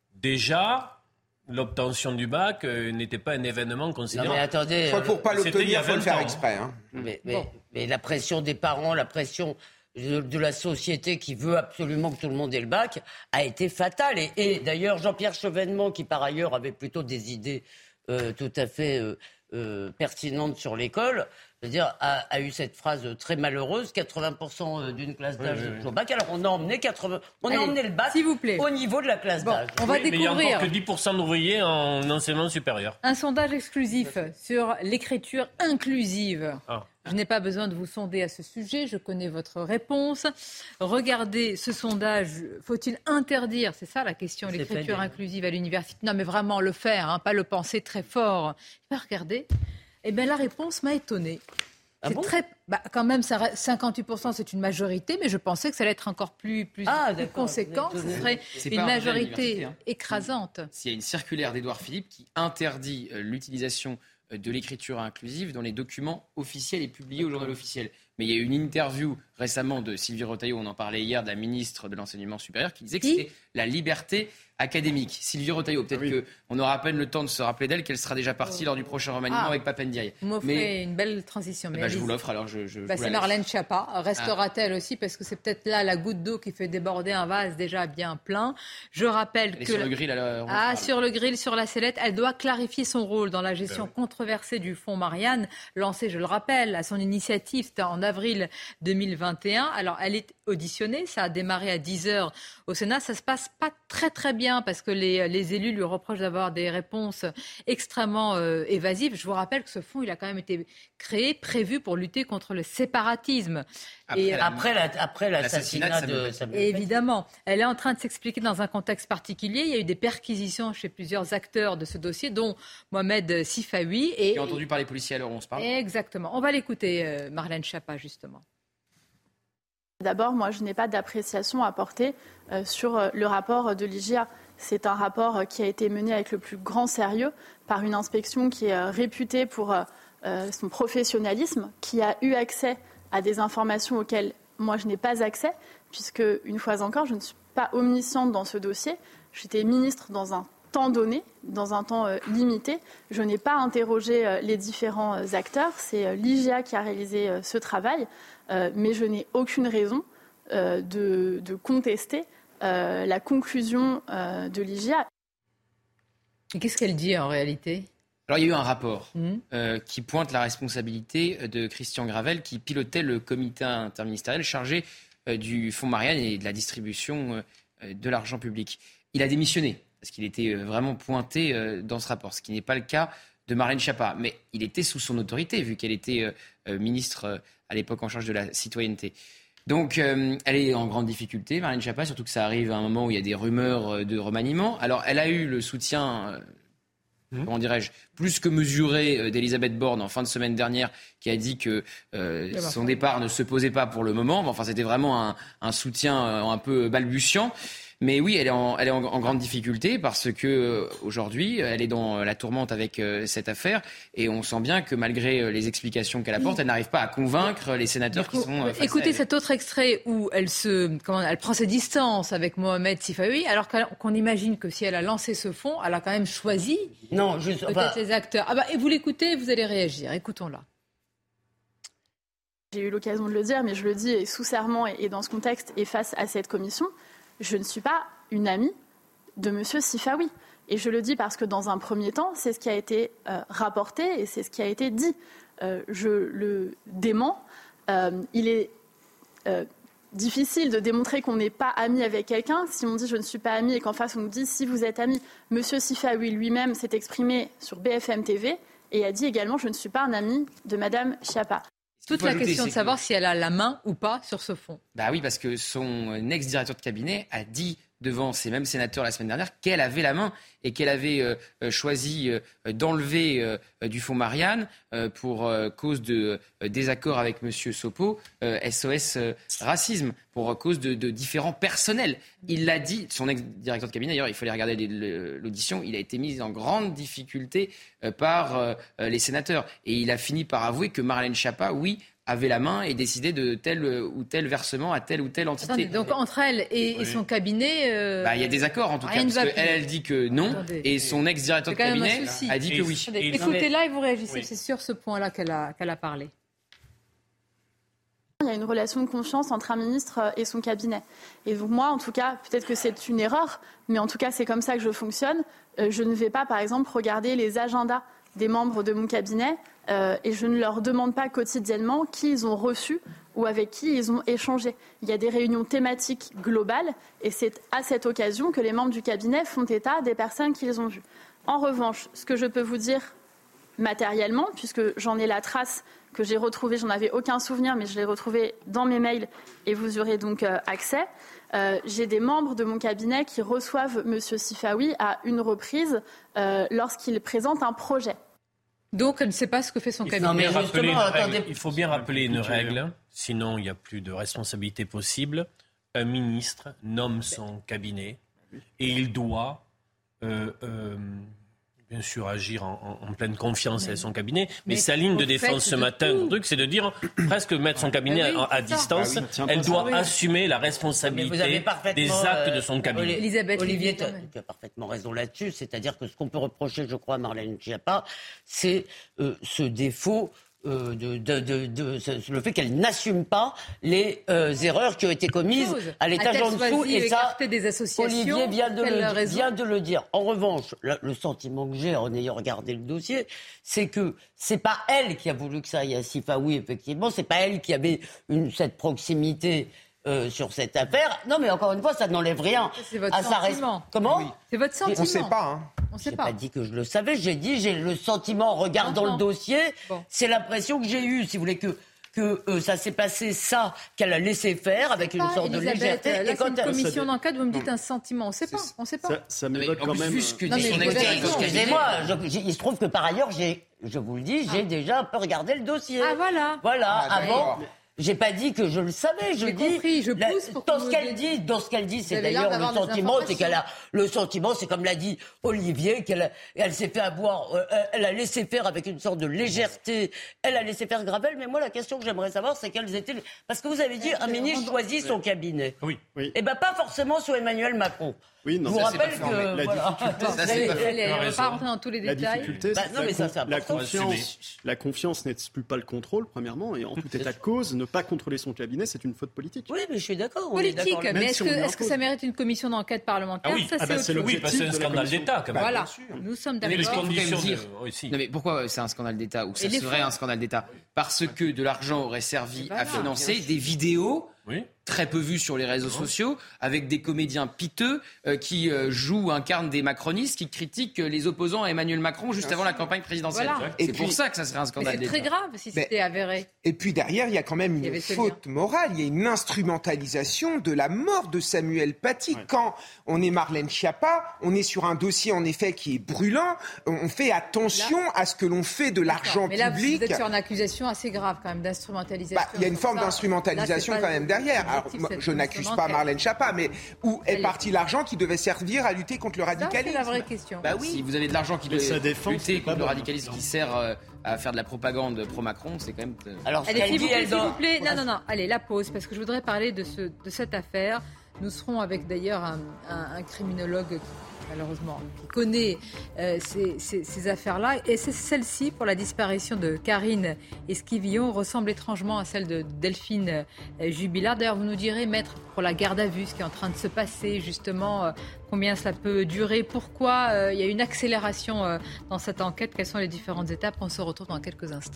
[SPEAKER 8] Déjà, l'obtention du bac euh, n'était pas un événement
[SPEAKER 9] Non, mais
[SPEAKER 8] considérable.
[SPEAKER 9] attendez,
[SPEAKER 13] Je crois que pour pas
[SPEAKER 8] C'était il y a
[SPEAKER 13] l'obtenir, il faut le
[SPEAKER 8] vingt
[SPEAKER 13] faire
[SPEAKER 8] ans.
[SPEAKER 13] exprès. Hein.
[SPEAKER 9] mais, mais,
[SPEAKER 3] Bon.
[SPEAKER 9] mais la pression des parents, la pression de, de la société qui veut absolument que tout le monde ait le bac a été fatale. Et, et d'ailleurs, Jean-Pierre Chevènement, qui par ailleurs avait plutôt des idées euh, tout à fait euh, euh, pertinentes sur l'école, c'est-à-dire a, a eu cette phrase très malheureuse, quatre-vingts pour cent d'une classe d'âge
[SPEAKER 8] Oui, oui, oui.
[SPEAKER 9] au bac. Alors on a emmené quatre-vingts, on
[SPEAKER 3] Allez,
[SPEAKER 9] a emmené le bac
[SPEAKER 3] s'il vous plaît.
[SPEAKER 9] au niveau de la classe
[SPEAKER 3] Bon,
[SPEAKER 9] d'âge.
[SPEAKER 3] on va
[SPEAKER 8] Oui, mais il n'y a
[SPEAKER 3] découvrir
[SPEAKER 8] encore que dix pour cent d'ouvriers en enseignement supérieur.
[SPEAKER 3] un sondage exclusif sur l'écriture inclusive.
[SPEAKER 8] Ah.
[SPEAKER 3] Je n'ai pas besoin de vous sonder à ce sujet, je connais votre réponse. Regardez ce sondage, faut-il interdire, c'est ça la question,
[SPEAKER 9] C'est
[SPEAKER 3] l'écriture
[SPEAKER 9] fait,
[SPEAKER 3] inclusive à l'université? Non mais vraiment le faire, hein, pas le penser très fort. Bah, regardez, eh bien la réponse m'a étonnée.
[SPEAKER 9] Ah
[SPEAKER 3] C'est
[SPEAKER 9] bon
[SPEAKER 3] très, bah, quand même, ça reste- cinquante-huit pour cent c'est une majorité, mais je pensais que ça allait être encore plus, plus,
[SPEAKER 9] Ah,
[SPEAKER 3] plus
[SPEAKER 9] d'accord,
[SPEAKER 3] conséquent.
[SPEAKER 9] vous êtes
[SPEAKER 3] Ce
[SPEAKER 9] étonné.
[SPEAKER 3] serait
[SPEAKER 12] C'est
[SPEAKER 3] une
[SPEAKER 12] pas interdit à
[SPEAKER 3] majorité
[SPEAKER 12] l'université, hein.
[SPEAKER 3] écrasante.
[SPEAKER 12] S'il y a une circulaire d'Édouard Philippe qui interdit euh, l'utilisation euh, de l'écriture inclusive dans les documents officiels et publiés au journal officiel. Mais il y a eu une interview récemment de Sylvie Retailleau, on en parlait hier, de la ministre de l'Enseignement supérieur, qui disait que
[SPEAKER 3] Qui
[SPEAKER 12] c'était la liberté académique. Sylvie Retailleau, peut-être
[SPEAKER 10] Ah oui.
[SPEAKER 12] qu'on aura à peine le temps de se rappeler d'elle, qu'elle sera déjà partie lors du prochain remaniement
[SPEAKER 3] Ah.
[SPEAKER 12] avec Papendiaï.
[SPEAKER 3] Vous m'offrez
[SPEAKER 12] Mais
[SPEAKER 3] une belle transition.
[SPEAKER 12] bah,
[SPEAKER 3] mais
[SPEAKER 12] je vous
[SPEAKER 3] allez-y.
[SPEAKER 12] l'offre, alors je, je, je
[SPEAKER 3] Bah,
[SPEAKER 12] vous
[SPEAKER 3] c'est
[SPEAKER 12] la laisse.
[SPEAKER 3] Marlène Schiappa. Restera-t-elle aussi parce que c'est peut-être là la goutte d'eau qui fait déborder un vase déjà bien plein. Je rappelle
[SPEAKER 12] Elle est
[SPEAKER 3] que
[SPEAKER 12] sur le grill, alors, on
[SPEAKER 3] ah,
[SPEAKER 12] parle.
[SPEAKER 3] sur le grill, sur la sellette, elle doit clarifier son rôle dans la gestion controversée du fonds Marianne, lancé, je le rappelle, à son initiative, c'était en avril deux mille vingt et un. Alors, elle est auditionnée, ça a démarré à dix heures au Sénat. Ça se passe pas très très bien parce que les, les élus lui reprochent d'avoir des réponses extrêmement euh, évasives. Je vous rappelle que ce fonds, il a quand même été créé, prévu pour lutter contre le séparatisme.
[SPEAKER 12] Après
[SPEAKER 3] Et
[SPEAKER 12] la-
[SPEAKER 9] Après, la- après l'assassinat
[SPEAKER 12] L'assassinat de
[SPEAKER 9] de
[SPEAKER 12] Samuel Paty.
[SPEAKER 9] Samuel
[SPEAKER 3] et
[SPEAKER 9] Paty.
[SPEAKER 3] évidemment, elle est en train de s'expliquer dans un contexte particulier. Il y a eu des perquisitions chez plusieurs acteurs de ce dossier, dont Mohamed Sifawi. Et
[SPEAKER 12] J'ai entendu par les policiers à l'heure où on se parle.
[SPEAKER 3] exactement. On va l'écouter, euh, Marlène Schiappa, justement.
[SPEAKER 6] D'abord, moi, je n'ai pas d'appréciation à porter euh, sur euh, le rapport de l'I G A. C'est un rapport euh, qui a été mené avec le plus grand sérieux par une inspection qui est euh, réputée pour euh, euh, son professionnalisme, qui a eu accès à des informations auxquelles moi, je n'ai pas accès, puisque, une fois encore, je ne suis pas omnisciente dans ce dossier. J'étais ministre dans un temps donné, dans un temps euh, limité. Je n'ai pas interrogé euh, les différents euh, acteurs. C'est euh, l'I G A qui a réalisé euh, ce travail. Euh, mais je n'ai aucune raison euh, de, de contester euh, la conclusion euh, de l'I G A.
[SPEAKER 3] Et qu'est-ce qu'elle dit en réalité?
[SPEAKER 12] Alors, il y a eu un rapport
[SPEAKER 3] Mmh.
[SPEAKER 12] euh, qui pointe la responsabilité de Christian Gravel, qui pilotait le comité interministériel chargé euh, du fonds Marianne et de la distribution euh, de l'argent public. Il a démissionné, parce qu'il était euh, vraiment pointé euh, dans ce rapport, ce qui n'est pas le cas de Marlène Schiappa. Mais il était sous son autorité, vu qu'elle était euh, euh, ministre euh, à l'époque en charge de la citoyenneté. Donc, euh, elle est en grande difficulté, Marlène Schiappa, surtout que ça arrive à un moment où il y a des rumeurs de remaniement. Alors, elle a eu le soutien... Euh, comment dirais-je, plus que mesuré d'Elisabeth Borne en fin de semaine dernière, qui a dit que euh, son départ ne se posait pas pour le moment. Enfin, c'était vraiment un, un soutien euh, un peu balbutiant. Mais oui, elle est en, elle est en, en grande difficulté parce que euh, aujourd'hui, elle est dans la tourmente avec euh, cette affaire et on sent bien que malgré euh, les explications qu'elle apporte, elle n'arrive pas à convaincre les sénateurs qui sont euh, face
[SPEAKER 3] Écoutez
[SPEAKER 12] à elle.
[SPEAKER 3] cet autre extrait où elle se, comment, elle prend ses distances avec Mohamed Sifawi, alors qu'on imagine que si elle a lancé ce fonds, elle a quand même choisi.
[SPEAKER 9] Non, juste,
[SPEAKER 3] peut-être
[SPEAKER 9] enfin...
[SPEAKER 3] les acteurs. Ah bah, et vous l'écoutez, vous allez réagir. Écoutons-la.
[SPEAKER 6] J'ai eu l'occasion de le dire, mais je le dis sous serment et dans ce contexte et face à cette commission. Je ne suis pas une amie de M. Sifawi. Et je le dis parce que dans un premier temps, c'est ce qui a été euh, rapporté et c'est ce qui a été dit. Euh, je le dément. Euh, il est euh, difficile de démontrer qu'on n'est pas ami avec quelqu'un. Si on dit je ne suis pas ami et qu'en face on nous dit si vous êtes ami, M. Sifawi lui-même s'est exprimé sur B F M T V et a dit également je ne suis pas un ami de Mme Schiappa.
[SPEAKER 3] Toute la question de savoir si elle a la main ou pas sur ce fonds.
[SPEAKER 12] Bah oui, parce que son ex-directeur de cabinet a dit devant ces mêmes sénateurs la semaine dernière qu'elle avait la main et qu'elle avait euh, choisi euh, d'enlever euh, du fonds Marianne euh, pour euh, cause de euh, désaccord avec M. Sopo, euh, S O S euh, Racisme, pour cause de, de différends personnels. Il l'a dit, son ex-directeur de cabinet, d'ailleurs, il fallait regarder l'audition, il a été mis en grande difficulté euh, par euh, les sénateurs. Et il a fini par avouer que Marlène Schiappa, oui, avait la main et décidait de tel ou tel versement à telle ou telle entité.
[SPEAKER 3] Attendez, donc entre elle et, oui. et son cabinet... Euh...
[SPEAKER 12] Bah, il y a des accords en tout cas, parce qu'elle, elle dit que non, Attendez. et son ex-directeur de cabinet a dit que oui.
[SPEAKER 3] Et écoutez-là et vous réagissez, oui. c'est sur ce point-là qu'elle a, qu'elle a parlé.
[SPEAKER 6] Il y a une relation de confiance entre un ministre et son cabinet. Et donc moi, en tout cas, peut-être que c'est une erreur, mais en tout cas, c'est comme ça que je fonctionne. Je ne vais pas, par exemple, regarder les agendas des membres de mon cabinet euh, et je ne leur demande pas quotidiennement qui ils ont reçu ou avec qui ils ont échangé. Il y a des réunions thématiques globales et c'est à cette occasion que les membres du cabinet font état des personnes qu'ils ont vues. En revanche, ce que je peux vous dire matériellement, puisque j'en ai la trace que j'ai retrouvée, j'en avais aucun souvenir, mais je l'ai retrouvée dans mes mails et vous aurez donc euh, accès. Euh, j'ai des membres de mon cabinet qui reçoivent M. Sifawi à une reprise euh, lorsqu'il présente un projet.
[SPEAKER 3] Donc, elle ne sait pas ce que fait son
[SPEAKER 8] il
[SPEAKER 3] cabinet.
[SPEAKER 8] Faut règle, attendez... Il faut bien rappeler une règle, sinon il n'y a plus de responsabilité possible. Un ministre nomme son cabinet et il doit... Euh, euh, bien sûr, agir en, en, en pleine confiance avec son cabinet. Mais, mais sa ligne de défense ce matin, le truc, c'est de dire presque mettre son cabinet oui, à, à distance. Ah oui, elle doit oui. assumer la responsabilité des actes de son cabinet.
[SPEAKER 9] Elisabeth Olivier, tu as, tu as parfaitement raison là-dessus. C'est-à-dire que ce qu'on peut reprocher, je crois, à Marlène Schiappa, c'est euh, ce défaut. Euh, de, de, de, de, de le fait qu'elle n'assume pas les euh, erreurs qui ont été commises à l'étage en dessous.
[SPEAKER 3] Et ça, des associations,
[SPEAKER 9] Olivier vient de, le, vient de le dire. En revanche, le, le sentiment que j'ai en ayant regardé le dossier, c'est que c'est pas elle qui a voulu que ça aille à Sifawi, effectivement. C'est pas elle qui avait une, cette proximité Euh, sur cette affaire. Non, mais encore une fois, ça n'enlève rien
[SPEAKER 3] c'est votre
[SPEAKER 9] à sa
[SPEAKER 3] sentiment.
[SPEAKER 9] Comment
[SPEAKER 3] oui. C'est votre sentiment.
[SPEAKER 13] On ne sait pas. Hein.
[SPEAKER 3] On sait
[SPEAKER 9] j'ai
[SPEAKER 3] pas.
[SPEAKER 9] pas dit que je le savais. J'ai dit, j'ai le sentiment, en regardant le dossier, bon. c'est l'impression que j'ai eue, si vous voulez, que que euh, ça s'est passé ça, qu'elle a laissé faire avec une
[SPEAKER 3] pas,
[SPEAKER 9] sorte
[SPEAKER 3] Elisabeth,
[SPEAKER 9] de légèreté.
[SPEAKER 3] Là,
[SPEAKER 9] et quand
[SPEAKER 3] c'est une
[SPEAKER 9] elle...
[SPEAKER 3] commission d'enquête, vous me dites un sentiment. On ne sait pas. On sait pas.
[SPEAKER 10] Ça, ça m'évoque quand même.
[SPEAKER 12] Que
[SPEAKER 9] non, mais excusez-moi, je, je, il se trouve que par ailleurs, j'ai, je vous le dis, j'ai ah. déjà un peu regardé le dossier.
[SPEAKER 3] Ah voilà.
[SPEAKER 9] Voilà.
[SPEAKER 13] Ah,
[SPEAKER 9] avant. J'ai pas dit que je le savais, je
[SPEAKER 3] J'ai
[SPEAKER 9] dis.
[SPEAKER 3] compris, je pousse pour
[SPEAKER 9] dans ce qu'elle dit, dans ce qu'elle dit, c'est d'ailleurs le sentiment, c'est qu'elle a le sentiment, c'est comme l'a dit Olivier, qu'elle elle s'est fait avoir, euh, elle a laissé faire avec une sorte de légèreté, elle a laissé faire Gravel. Mais moi, la question que j'aimerais savoir, c'est quelles étaient, les... parce que vous avez dit un ministre choisit son cabinet.
[SPEAKER 8] Oui. oui.
[SPEAKER 9] Eh ben pas forcément sous Emmanuel Macron.
[SPEAKER 10] Oui, non,
[SPEAKER 9] je vous
[SPEAKER 10] ça,
[SPEAKER 9] rappelle
[SPEAKER 10] c'est
[SPEAKER 9] que...
[SPEAKER 10] pas la
[SPEAKER 9] voilà.
[SPEAKER 10] difficulté,
[SPEAKER 3] ça,
[SPEAKER 10] c'est
[SPEAKER 3] pas
[SPEAKER 10] allez,
[SPEAKER 3] on ne va pas rentrer dans tous les
[SPEAKER 10] la
[SPEAKER 3] détails.
[SPEAKER 10] difficulté,
[SPEAKER 9] Bah,
[SPEAKER 10] c'est
[SPEAKER 9] non,
[SPEAKER 10] la,
[SPEAKER 9] mais ça,
[SPEAKER 10] con-
[SPEAKER 9] c'est
[SPEAKER 10] la
[SPEAKER 9] important.
[SPEAKER 10] confiance, la confiance n'exclut pas le contrôle, premièrement, et en tout état de cause, ne pas contrôler son cabinet, c'est une faute politique.
[SPEAKER 9] Oui, mais je suis d'accord. on est
[SPEAKER 3] Politique,
[SPEAKER 9] d'accord.
[SPEAKER 3] mais
[SPEAKER 10] Même
[SPEAKER 3] est-ce
[SPEAKER 10] si
[SPEAKER 3] que,
[SPEAKER 10] on lui
[SPEAKER 3] est-ce que
[SPEAKER 10] impose.
[SPEAKER 3] ça mérite une commission d'enquête parlementaire?
[SPEAKER 8] Ah oui,
[SPEAKER 3] Ça,
[SPEAKER 10] ah bah,
[SPEAKER 3] c'est
[SPEAKER 10] c'est
[SPEAKER 3] autre
[SPEAKER 8] Oui,
[SPEAKER 3] chose.
[SPEAKER 8] parce que c'est un
[SPEAKER 10] de la
[SPEAKER 8] scandale
[SPEAKER 10] commission.
[SPEAKER 8] d'État, quand même.
[SPEAKER 3] Voilà,
[SPEAKER 6] sûr.
[SPEAKER 3] nous sommes
[SPEAKER 8] Mais les
[SPEAKER 3] d'accord.
[SPEAKER 8] conditions
[SPEAKER 12] dire-
[SPEAKER 8] de- aussi.
[SPEAKER 12] Non mais pourquoi c'est un scandale d'État ou que ça
[SPEAKER 3] Et les
[SPEAKER 12] serait
[SPEAKER 3] fonds.
[SPEAKER 12] un scandale d'État? Parce que de l'argent aurait servi
[SPEAKER 3] Voilà.
[SPEAKER 12] à financer des vidéos
[SPEAKER 8] Oui.
[SPEAKER 12] très peu vues sur les réseaux sociaux avec des comédiens piteux euh, qui euh, jouent, incarnent des macronistes qui critiquent les opposants à Emmanuel Macron juste avant la campagne présidentielle.
[SPEAKER 3] Voilà.
[SPEAKER 12] C'est
[SPEAKER 13] Et
[SPEAKER 12] pour
[SPEAKER 13] puis-
[SPEAKER 12] ça que ça serait un
[SPEAKER 3] Mais
[SPEAKER 12] scandale
[SPEAKER 3] c'est
[SPEAKER 12] d'État.
[SPEAKER 3] très grave si
[SPEAKER 13] Mais-
[SPEAKER 3] c'était avéré.
[SPEAKER 13] Et puis derrière, il y a quand même
[SPEAKER 3] Il y
[SPEAKER 13] une
[SPEAKER 3] avait ce
[SPEAKER 13] faute morale, il y a une instrumentalisation de la mort de Samuel Paty.
[SPEAKER 10] Ouais.
[SPEAKER 13] Quand on est Marlène Schiappa, on est sur un dossier en effet qui est brûlant, on fait attention à ce que l'on fait de l'argent
[SPEAKER 3] Mais là,
[SPEAKER 13] public.
[SPEAKER 3] vous êtes sur une accusation assez grave quand même d'instrumentalisation.
[SPEAKER 13] Bah, il y a une forme
[SPEAKER 3] Ça,
[SPEAKER 13] d'instrumentalisation
[SPEAKER 3] là, c'est
[SPEAKER 13] quand
[SPEAKER 3] pas
[SPEAKER 13] même derrière. Alors,
[SPEAKER 3] l'objectif,
[SPEAKER 13] moi,
[SPEAKER 3] cette
[SPEAKER 13] je
[SPEAKER 3] commission
[SPEAKER 13] n'accuse pas
[SPEAKER 3] d'enquête.
[SPEAKER 13] Marlène Schiappa, mais où est
[SPEAKER 3] Elle est-
[SPEAKER 13] parti l'argent qui devait servir à lutter contre le
[SPEAKER 3] Ça, c'est
[SPEAKER 13] radicalisme?
[SPEAKER 3] la vraie question.
[SPEAKER 12] Bah oui. Si vous avez de l'argent qui
[SPEAKER 10] Mais
[SPEAKER 12] doit
[SPEAKER 10] sa défense,
[SPEAKER 12] lutter
[SPEAKER 10] c'est pas
[SPEAKER 12] contre le
[SPEAKER 10] bon.
[SPEAKER 12] radicalisme qui sert euh, à faire de la propagande pro-Macron, c'est quand même... euh,
[SPEAKER 9] Alors, ce
[SPEAKER 3] Allez,
[SPEAKER 9] qu'elle
[SPEAKER 3] s'il vous
[SPEAKER 9] dit,
[SPEAKER 3] plaît,
[SPEAKER 9] elle
[SPEAKER 3] s'il
[SPEAKER 9] doit-
[SPEAKER 3] vous plaît. Non, non, non. Allez, la pause, parce que je voudrais parler de, ce, de cette affaire. Nous serons avec d'ailleurs un, un- un criminologue qui, malheureusement, qui connaît euh, ces, ces- ces affaires-là. Et c'est celle-ci, pour la disparition de Karine Esquivillon, ressemble étrangement à celle de Delphine euh, Jubilard. D'ailleurs, vous nous direz, maître, pour la garde à vue, ce qui est en train de se passer, justement, euh, combien ça peut durer, pourquoi euh, il y a une accélération euh, dans cette enquête, quelles sont les différentes étapes. On se retrouve dans quelques instants.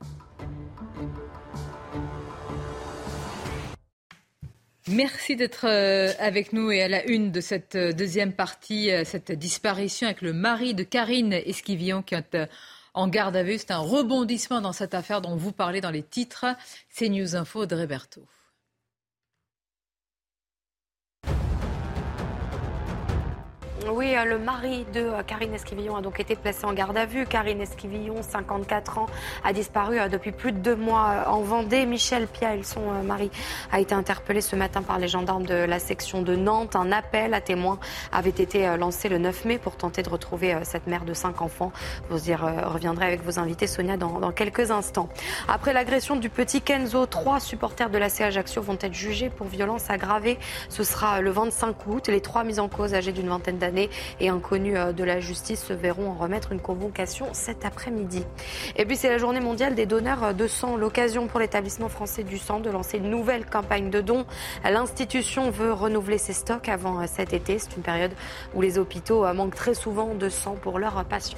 [SPEAKER 3] Merci d'être euh, avec nous et à la une de cette euh, deuxième partie, euh, cette disparition avec le mari de Karine Esquivillon qui est euh, en garde à vue. C'est un rebondissement dans cette affaire dont vous parlez dans les titres. C'est News Info, Audrey Berthaud.
[SPEAKER 15] Oui, le mari de Karine Esquivillon a donc été placé en garde à vue. Karine Esquivillon, cinquante-quatre ans, a disparu depuis plus de deux mois en Vendée. Michel Pial, son mari, a été interpellé ce matin par les gendarmes de la section de Nantes. Un appel à témoins avait été lancé le neuf mai pour tenter de retrouver cette mère de cinq enfants. Vous y reviendrez avec vos invités, Sonia, dans, dans quelques instants. Après l'agression du petit Kenzo, trois supporters de l'A C Ajaccio vont être jugés pour violence aggravée. Ce sera le vingt-cinq août. Les trois mis en cause, âgés d'une vingtaine d'années et inconnus de la justice, se verront en remettre une convocation cet après-midi. Et puis c'est la journée mondiale des donneurs de sang, l'occasion pour l'établissement français du sang de lancer une nouvelle campagne de dons. L'institution veut renouveler ses stocks avant cet été. C'est une période où les hôpitaux manquent très souvent de sang pour leurs patients.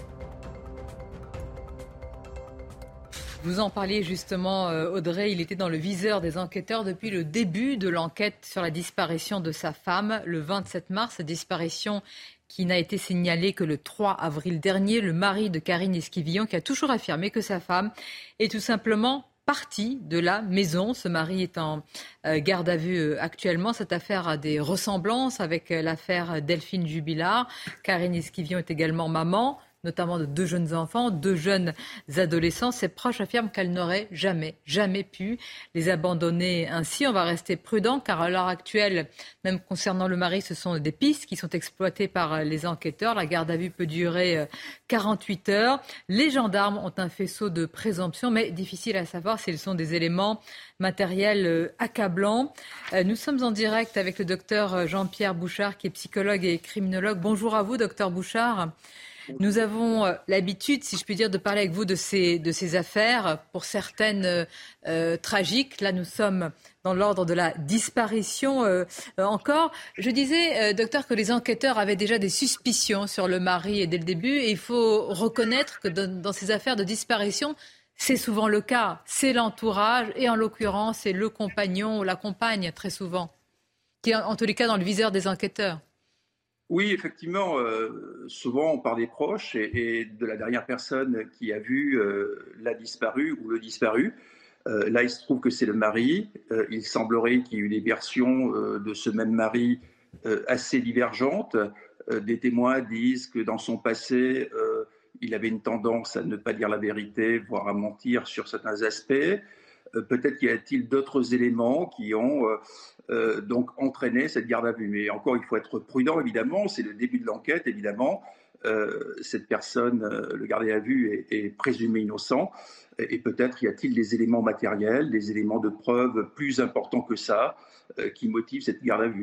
[SPEAKER 3] Vous en parliez justement, Audrey, il était dans le viseur des enquêteurs depuis le début de l'enquête sur la disparition de sa femme, le vingt-sept mars, disparition qui n'a été signalée que le trois avril dernier. Le mari de Karine Esquivillon qui a toujours affirmé que sa femme est tout simplement partie de la maison. Ce mari est en garde à vue actuellement. Cette affaire a des ressemblances avec l'affaire Delphine Jubilard. Karine Esquivillon est également maman, notamment de deux jeunes enfants, deux jeunes adolescents. Ses proches affirment qu'elle n'aurait jamais, jamais pu les abandonner ainsi. On va rester prudent car à l'heure actuelle, même concernant le mari, ce sont des pistes qui sont exploitées par les enquêteurs. La garde à vue peut durer quarante-huit heures. Les gendarmes ont un faisceau de présomption, mais difficile à savoir s'ils sont des éléments matériels accablants. Nous sommes en direct avec le docteur Jean-Pierre Bouchard, qui est psychologue et criminologue. Bonjour à vous, docteur Bouchard. Nous avons l'habitude, si je puis dire, de parler avec vous de ces, de ces affaires, pour certaines euh, tragiques. Là, nous sommes dans l'ordre de la disparition euh, encore. Je disais, euh, docteur, que les enquêteurs avaient déjà des suspicions sur le mari dès le début. Et il faut reconnaître que dans, dans ces affaires de disparition, c'est souvent le cas. C'est l'entourage et en l'occurrence, c'est le compagnon ou la compagne très souvent, qui est en tous les cas dans le viseur des enquêteurs.
[SPEAKER 16] Oui, effectivement, euh, souvent on parle des proches et, et de la dernière personne qui a vu euh, la disparue ou le disparu. Euh, là, il se trouve que c'est le mari. Euh, il semblerait qu'il y ait eu des versions euh, de ce même mari euh, assez divergentes. Euh, des témoins disent que dans son passé, euh, il avait une tendance à ne pas dire la vérité, voire à mentir sur certains aspects. Euh, peut-être y a-t-il d'autres éléments qui ont... Euh, Euh, donc entraîner cette garde à vue. Mais encore, il faut être prudent, évidemment. C'est le début de l'enquête, évidemment. Euh, cette personne, euh, le gardé à vue, est, est présumé innocent. Et, et peut-être y a-t-il des éléments matériels, des éléments de preuve plus importants que ça, euh, qui motivent cette garde à vue.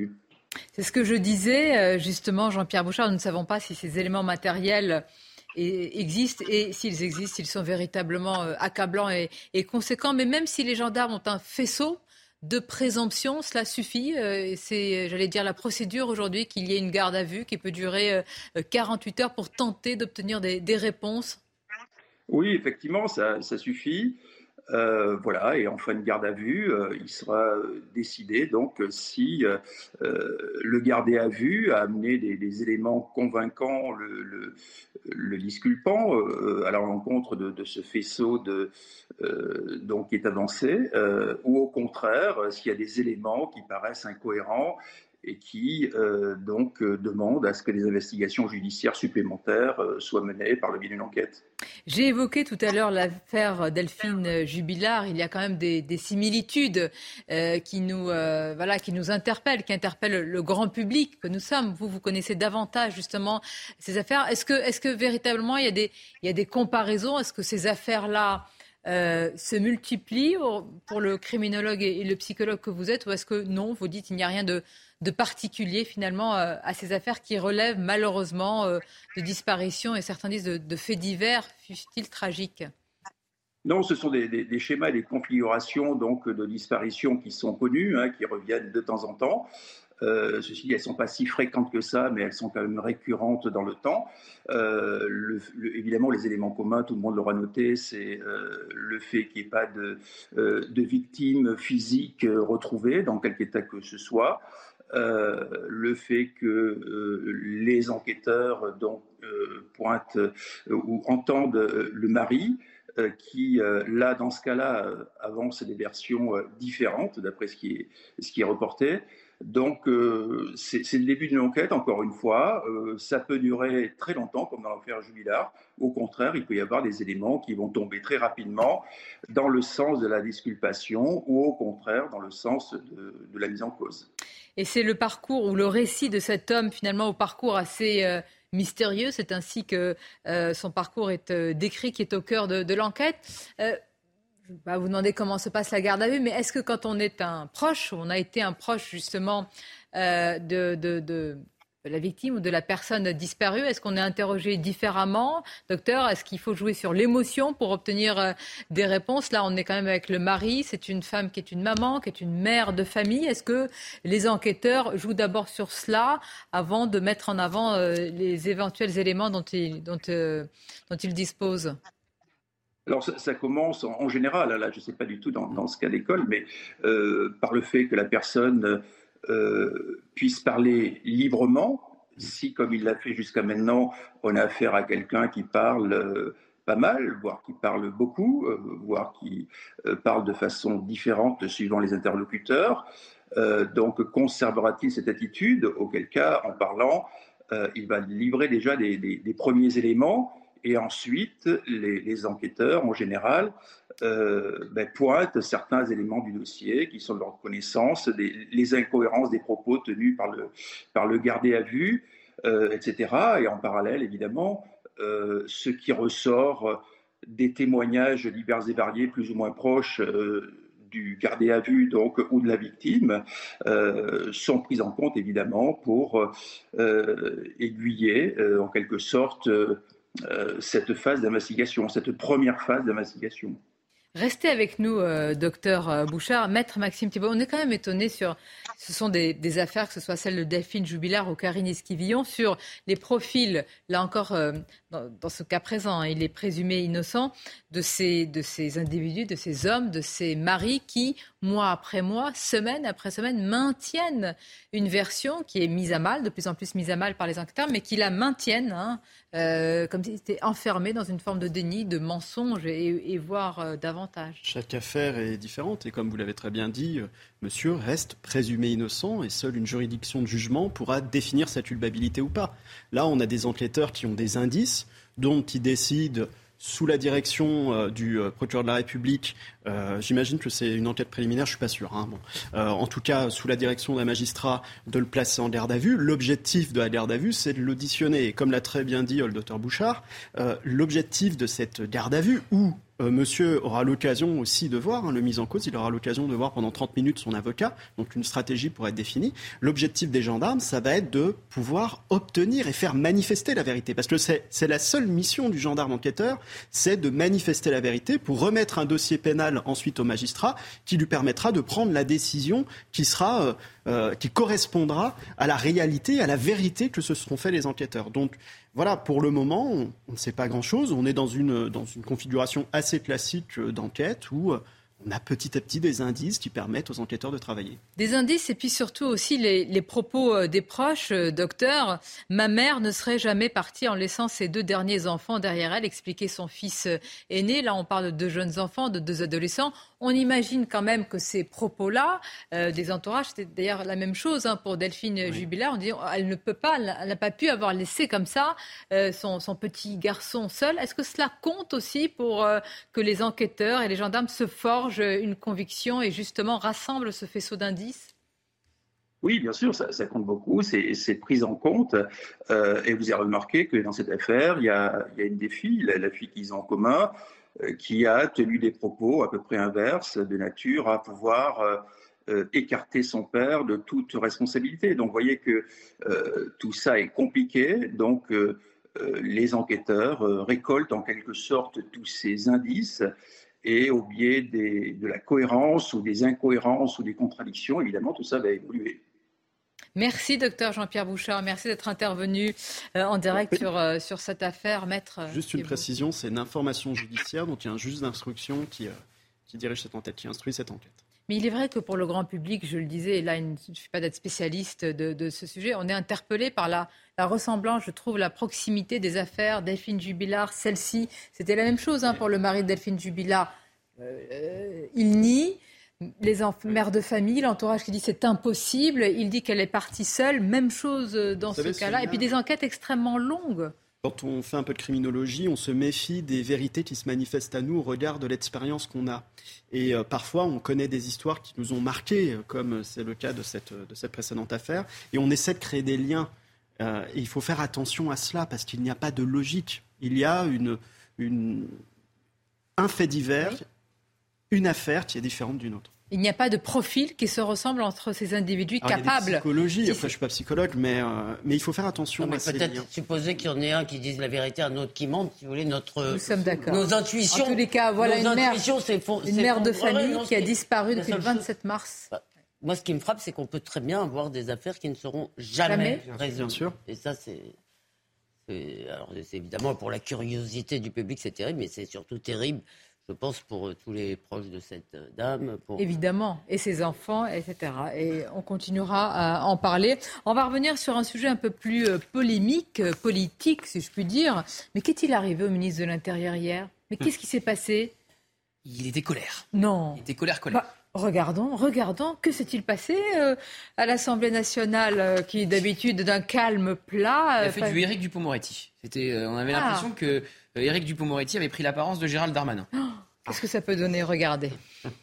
[SPEAKER 3] C'est ce que je disais, justement, Jean-Pierre Bouchard. Nous ne savons pas si ces éléments matériels existent et s'ils existent, ils sont véritablement accablants et, et conséquents. Mais même si les gendarmes ont un faisceau de présomption, cela suffit. C'est, j'allais dire, la procédure aujourd'hui qu'il y ait une garde à vue qui peut durer quarante-huit heures pour tenter d'obtenir des, des réponses.
[SPEAKER 16] Oui, effectivement, ça, ça suffit. Euh, voilà, et en fin de garde à vue, euh, il sera décidé donc si euh, le gardé à vue a amené des, des éléments convaincants le, le, le disculpant euh, à la rencontre de, de ce faisceau de, euh, donc, qui est avancé, euh, ou au contraire, s'il y a des éléments qui paraissent incohérents et qui euh, donc euh, demandent à ce que des investigations judiciaires supplémentaires euh, soient menées par le biais d'une enquête.
[SPEAKER 3] J'ai évoqué tout à l'heure l'affaire Delphine Jubilard. Il y a quand même des, des similitudes euh, qui nous, euh, voilà, qui nous interpellent, qui interpellent le grand public que nous sommes. Vous, vous connaissez davantage justement ces affaires. Est-ce que, est-ce que véritablement il y a des, il y a des comparaisons ? Est-ce que ces affaires-là Euh, se multiplient pour le criminologue et le psychologue que vous êtes, ou est-ce que non, vous dites qu'il n'y a rien de, de particulier finalement euh, à ces affaires qui relèvent malheureusement euh, de disparitions et certains disent de, de faits divers, fussent-ils tragiques ?
[SPEAKER 16] Non, ce sont des, des, des schémas et des configurations donc, de disparitions qui sont connues, hein, qui reviennent de temps en temps. Euh, ceci dit, elles ne sont pas si fréquentes que ça, mais elles sont quand même récurrentes dans le temps. Euh, le, le, évidemment, les éléments communs, tout le monde l'aura noté, c'est euh, le fait qu'il n'y ait pas de, euh, de victimes physiques euh, retrouvées, dans quelque état que ce soit. Euh, le fait que euh, les enquêteurs donc, euh, pointent euh, ou entendent euh, le mari, euh, qui, euh, là, dans ce cas-là, euh, avance des versions euh, différentes, d'après ce qui est, ce qui est reporté. Donc, euh, c'est, c'est le début d'une enquête, encore une fois. Euh, ça peut durer très longtemps, comme dans l'affaire Jubilard. Au contraire, il peut y avoir des éléments qui vont tomber très rapidement dans le sens de la disculpation ou au contraire dans le sens de, de la mise en cause.
[SPEAKER 3] Et c'est le parcours ou le récit de cet homme, finalement, au parcours assez euh, mystérieux. C'est ainsi que euh, son parcours est euh, décrit, qui est au cœur de, de l'enquête. Euh, Je ne vais pas vous demander comment se passe la garde à vue, mais est-ce que quand on est un proche, on a été un proche justement euh, de, de, de, de la victime ou de la personne disparue, est-ce qu'on est interrogé différemment ? Docteur, est-ce qu'il faut jouer sur l'émotion pour obtenir euh, des réponses ? Là, on est quand même avec le mari, c'est une femme qui est une maman, qui est une mère de famille. Est-ce que les enquêteurs jouent d'abord sur cela avant de mettre en avant euh, les éventuels éléments dont ils, dont, euh, dont ils disposent ?
[SPEAKER 16] Alors ça, ça commence en, en général, là je ne sais pas du tout dans, dans ce cas d'école, mais euh, par le fait que la personne euh, puisse parler librement, si comme il l'a fait jusqu'à maintenant, on a affaire à quelqu'un qui parle euh, pas mal, voire qui parle beaucoup, euh, voire qui euh, parle de façon différente suivant les interlocuteurs. Euh, donc conservera-t-il cette attitude ? Auquel cas, en parlant, euh, il va livrer déjà des, des, des premiers éléments. Et ensuite, les, les enquêteurs, en général, euh, ben, pointent certains éléments du dossier qui sont de leur connaissance, des, les incohérences des propos tenus par le, par le gardé à vue, euh, et cetera. Et en parallèle, évidemment, euh, ce qui ressort des témoignages divers et variés, plus ou moins proches, euh, du gardé à vue donc, ou de la victime euh, sont prises en compte, évidemment, pour euh, aiguiller, euh, en quelque sorte, euh, Euh, cette phase d'investigation, cette première phase d'investigation.
[SPEAKER 3] Restez avec nous, euh, docteur Bouchard. Maître Maxime Thibault, on est quand même étonné sur... Ce sont des, des affaires, que ce soit celle de Delphine Jubilard ou Karine Esquivillon, sur les profils, là encore, euh, dans, dans ce cas présent, hein, il est présumé innocent, de ces, de ces individus, de ces hommes, de ces maris qui, mois après mois, semaine après semaine, maintiennent une version qui est mise à mal, de plus en plus mise à mal par les enquêteurs, mais qui la maintiennent, hein, euh, comme s'ils étaient enfermés dans une forme de déni, de mensonge et, et voire euh, davantage.
[SPEAKER 10] Chaque affaire est différente et comme vous l'avez très bien dit, euh, monsieur reste présumé innocent et seule une juridiction de jugement pourra définir sa culpabilité ou pas. Là, on a des enquêteurs qui ont des indices dont ils décident sous la direction euh, du euh, procureur de la République, euh, j'imagine que c'est une enquête préliminaire, je ne suis pas sûr. Hein, bon. euh, en tout cas, sous la direction d'un magistrat, de le placer en garde à vue. L'objectif de la garde à vue, c'est de l'auditionner. Et comme l'a très bien dit euh, le docteur Bouchard, euh, l'objectif de cette garde à vue, ou Euh, monsieur aura l'occasion aussi de voir, hein, le mis en cause, il aura l'occasion de voir pendant trente minutes son avocat, donc une stratégie pourrait être définie. L'objectif des gendarmes, ça va être de pouvoir obtenir et faire manifester la vérité, parce que c'est, c'est la seule mission du gendarme enquêteur, c'est de manifester la vérité pour remettre un dossier pénal ensuite au magistrat qui lui permettra de prendre la décision qui sera, euh, euh, qui correspondra à la réalité, à la vérité que se seront fait les enquêteurs. Donc, voilà, pour le moment, on, on ne sait pas grand-chose. On est dans une, dans une configuration assez classique d'enquête où on a petit à petit des indices qui permettent aux enquêteurs de travailler.
[SPEAKER 3] Des indices et puis surtout aussi les, les propos des proches. Docteur, ma mère ne serait jamais partie en laissant ses deux derniers enfants derrière elle, expliquait son fils aîné. Là, on parle de deux jeunes enfants, de deux adolescents. On imagine quand même que ces propos-là, euh, des entourages, c'était d'ailleurs la même chose hein, pour Delphine oui. Jubilard. On dit elle ne peut pas, elle n'a pas pu avoir laissé comme ça euh, son, son petit garçon seul. Est-ce que cela compte aussi pour euh, que les enquêteurs et les gendarmes se forgent une conviction et justement rassemblent ce faisceau d'indices ?
[SPEAKER 16] Oui, bien sûr, ça, ça compte beaucoup, c'est, c'est pris en compte. Euh, et vous avez remarqué que dans cette affaire, il y a, il y a une des filles, la, la fille qu'ils ont en commun, euh, qui a tenu des propos à peu près inverses, de nature à pouvoir euh, euh, écarter son père de toute responsabilité. Donc vous voyez que euh, tout ça est compliqué, donc euh, euh, les enquêteurs euh, récoltent en quelque sorte tous ces indices. Et au biais des, de la cohérence ou des incohérences ou des contradictions, évidemment, tout ça va évoluer.
[SPEAKER 3] Merci, docteur Jean-Pierre Bouchard. Merci d'être intervenu euh, en direct sur, euh, sur cette affaire. Maître.
[SPEAKER 10] Juste une précision, c'est une information judiciaire, donc il y a un juge d'instruction qui, euh, qui dirige cette enquête, qui instruit cette enquête.
[SPEAKER 3] Mais il est vrai que pour le grand public, je le disais, et là il ne suffit pas d'être spécialiste de, de ce sujet, on est interpellé par la, la ressemblance, je trouve, la proximité des affaires. Delphine Jubilard, celle-ci, c'était la même chose hein, pour le mari de Delphine Jubilard. Euh, il nie. Les enf- mères de famille, l'entourage qui dit c'est impossible, il dit qu'elle est partie seule, même chose dans ce cas-là, et puis des enquêtes extrêmement longues.
[SPEAKER 10] Quand on fait un peu de criminologie, on se méfie des vérités qui se manifestent à nous au regard de l'expérience qu'on a. Et euh, parfois, on connaît des histoires qui nous ont marqués, comme c'est le cas de cette, de cette précédente affaire, et on essaie de créer des liens. Euh, et il faut faire attention à cela, parce qu'il n'y a pas de logique. Il y a une, une, un fait divers, oui. Une affaire qui est différente d'une autre.
[SPEAKER 3] Il n'y a pas de profil qui se ressemble entre ces individus
[SPEAKER 10] Alors,
[SPEAKER 3] capables.
[SPEAKER 10] Il y a des psychologies, si, après je ne suis pas psychologue, mais, euh, mais il faut faire attention
[SPEAKER 9] non, mais
[SPEAKER 10] à ces
[SPEAKER 9] peut-être
[SPEAKER 10] liens.
[SPEAKER 9] supposer qu'il y en ait un qui dise la vérité, un autre qui mente, si vous voulez, notre,
[SPEAKER 3] Nous sommes d'accord.
[SPEAKER 9] Nos intuitions.
[SPEAKER 3] En tous les cas, voilà une mère,
[SPEAKER 9] fond,
[SPEAKER 3] une mère de
[SPEAKER 9] fond,
[SPEAKER 3] famille
[SPEAKER 9] non,
[SPEAKER 3] qui a disparu depuis le vingt-sept mars.
[SPEAKER 9] Bah, moi, ce qui me frappe, c'est qu'on peut très bien avoir des affaires qui ne seront jamais, jamais. résolues. Bien sûr. Et ça, c'est... c'est... Alors, c'est évidemment pour la curiosité du public, c'est terrible, mais c'est surtout terrible. Je pense pour tous les proches de cette dame. Pour...
[SPEAKER 3] Évidemment, et ses enfants, et cetera. Et on continuera à en parler. On va revenir sur un sujet un peu plus polémique, politique, si je puis dire. Mais qu'est-il arrivé au ministre de l'Intérieur hier ? Mais qu'est-ce qui s'est passé ?
[SPEAKER 12] Il était colère.
[SPEAKER 3] Non.
[SPEAKER 12] Il était colère, colère.
[SPEAKER 3] Bah, regardons, regardons. Que s'est-il passé euh, à l'Assemblée nationale, euh, qui d'habitude d'un calme plat euh,
[SPEAKER 12] Il a fait pas... du Éric Dupond-Moretti. C'était, euh, on avait ah. l'impression que euh, Éric Dupond-Moretti avait pris l'apparence de Gérald Darmanin.
[SPEAKER 3] Oh, qu'est-ce que ça peut donner ? Regardez.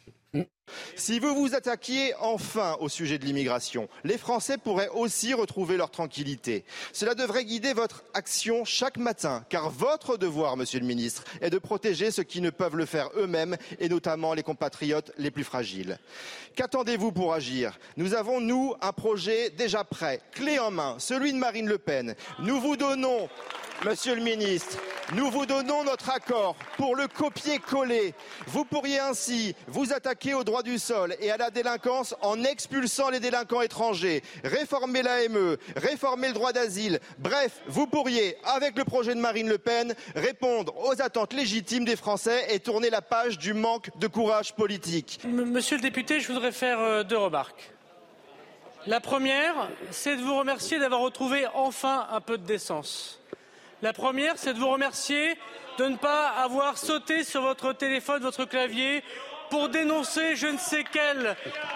[SPEAKER 17] Si vous vous attaquiez enfin au sujet de l'immigration, les Français pourraient aussi retrouver leur tranquillité. Cela devrait guider votre action chaque matin, car votre devoir, monsieur le ministre, est de protéger ceux qui ne peuvent le faire eux-mêmes, et notamment les compatriotes les plus fragiles. Qu'attendez-vous pour agir ? Nous avons, nous, un projet déjà prêt, clé en main, celui de Marine Le Pen. Nous vous donnons... Monsieur le ministre, nous vous donnons notre accord pour le copier-coller. Vous pourriez ainsi vous attaquer au droit du sol et à la délinquance en expulsant les délinquants étrangers, réformer l'A M E, réformer le droit d'asile. Bref, vous pourriez, avec le projet de Marine Le Pen, répondre aux attentes légitimes des Français et tourner la page du manque de courage politique.
[SPEAKER 18] Monsieur le député, je voudrais faire deux remarques. La première, c'est de vous remercier d'avoir retrouvé enfin un peu de décence. La première, c'est de vous remercier de ne pas avoir sauté sur votre téléphone, votre clavier, pour dénoncer je ne sais quel,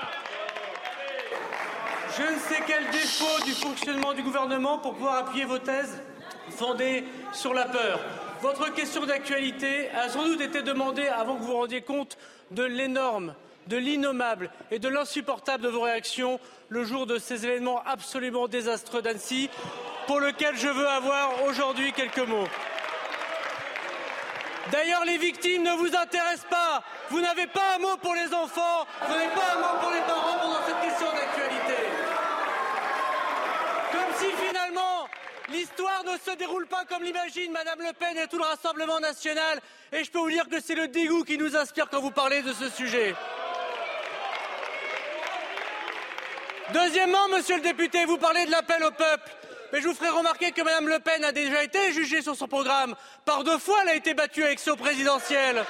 [SPEAKER 18] je ne sais quel défaut du fonctionnement du gouvernement pour pouvoir appuyer vos thèses fondées sur la peur. Votre question d'actualité a sans doute été demandée avant que vous vous rendiez compte de l'énorme, de l'innommable et de l'insupportable de vos réactions le jour de ces événements absolument désastreux d'Annecy, pour lequel je veux avoir aujourd'hui quelques mots. D'ailleurs, les victimes ne vous intéressent pas. Vous n'avez pas un mot pour les enfants, vous n'avez pas un mot pour les parents pendant cette question d'actualité. Comme si finalement, l'histoire ne se déroule pas comme l'imagine Madame Le Pen et tout le Rassemblement national. Et je peux vous dire que c'est le dégoût qui nous inspire quand vous parlez de ce sujet. Deuxièmement, monsieur le député, vous parlez de l'appel au peuple. Mais je vous ferai remarquer que Mme Le Pen a déjà été jugée sur son programme. Par deux fois, elle a été battue à l'élection présidentielle.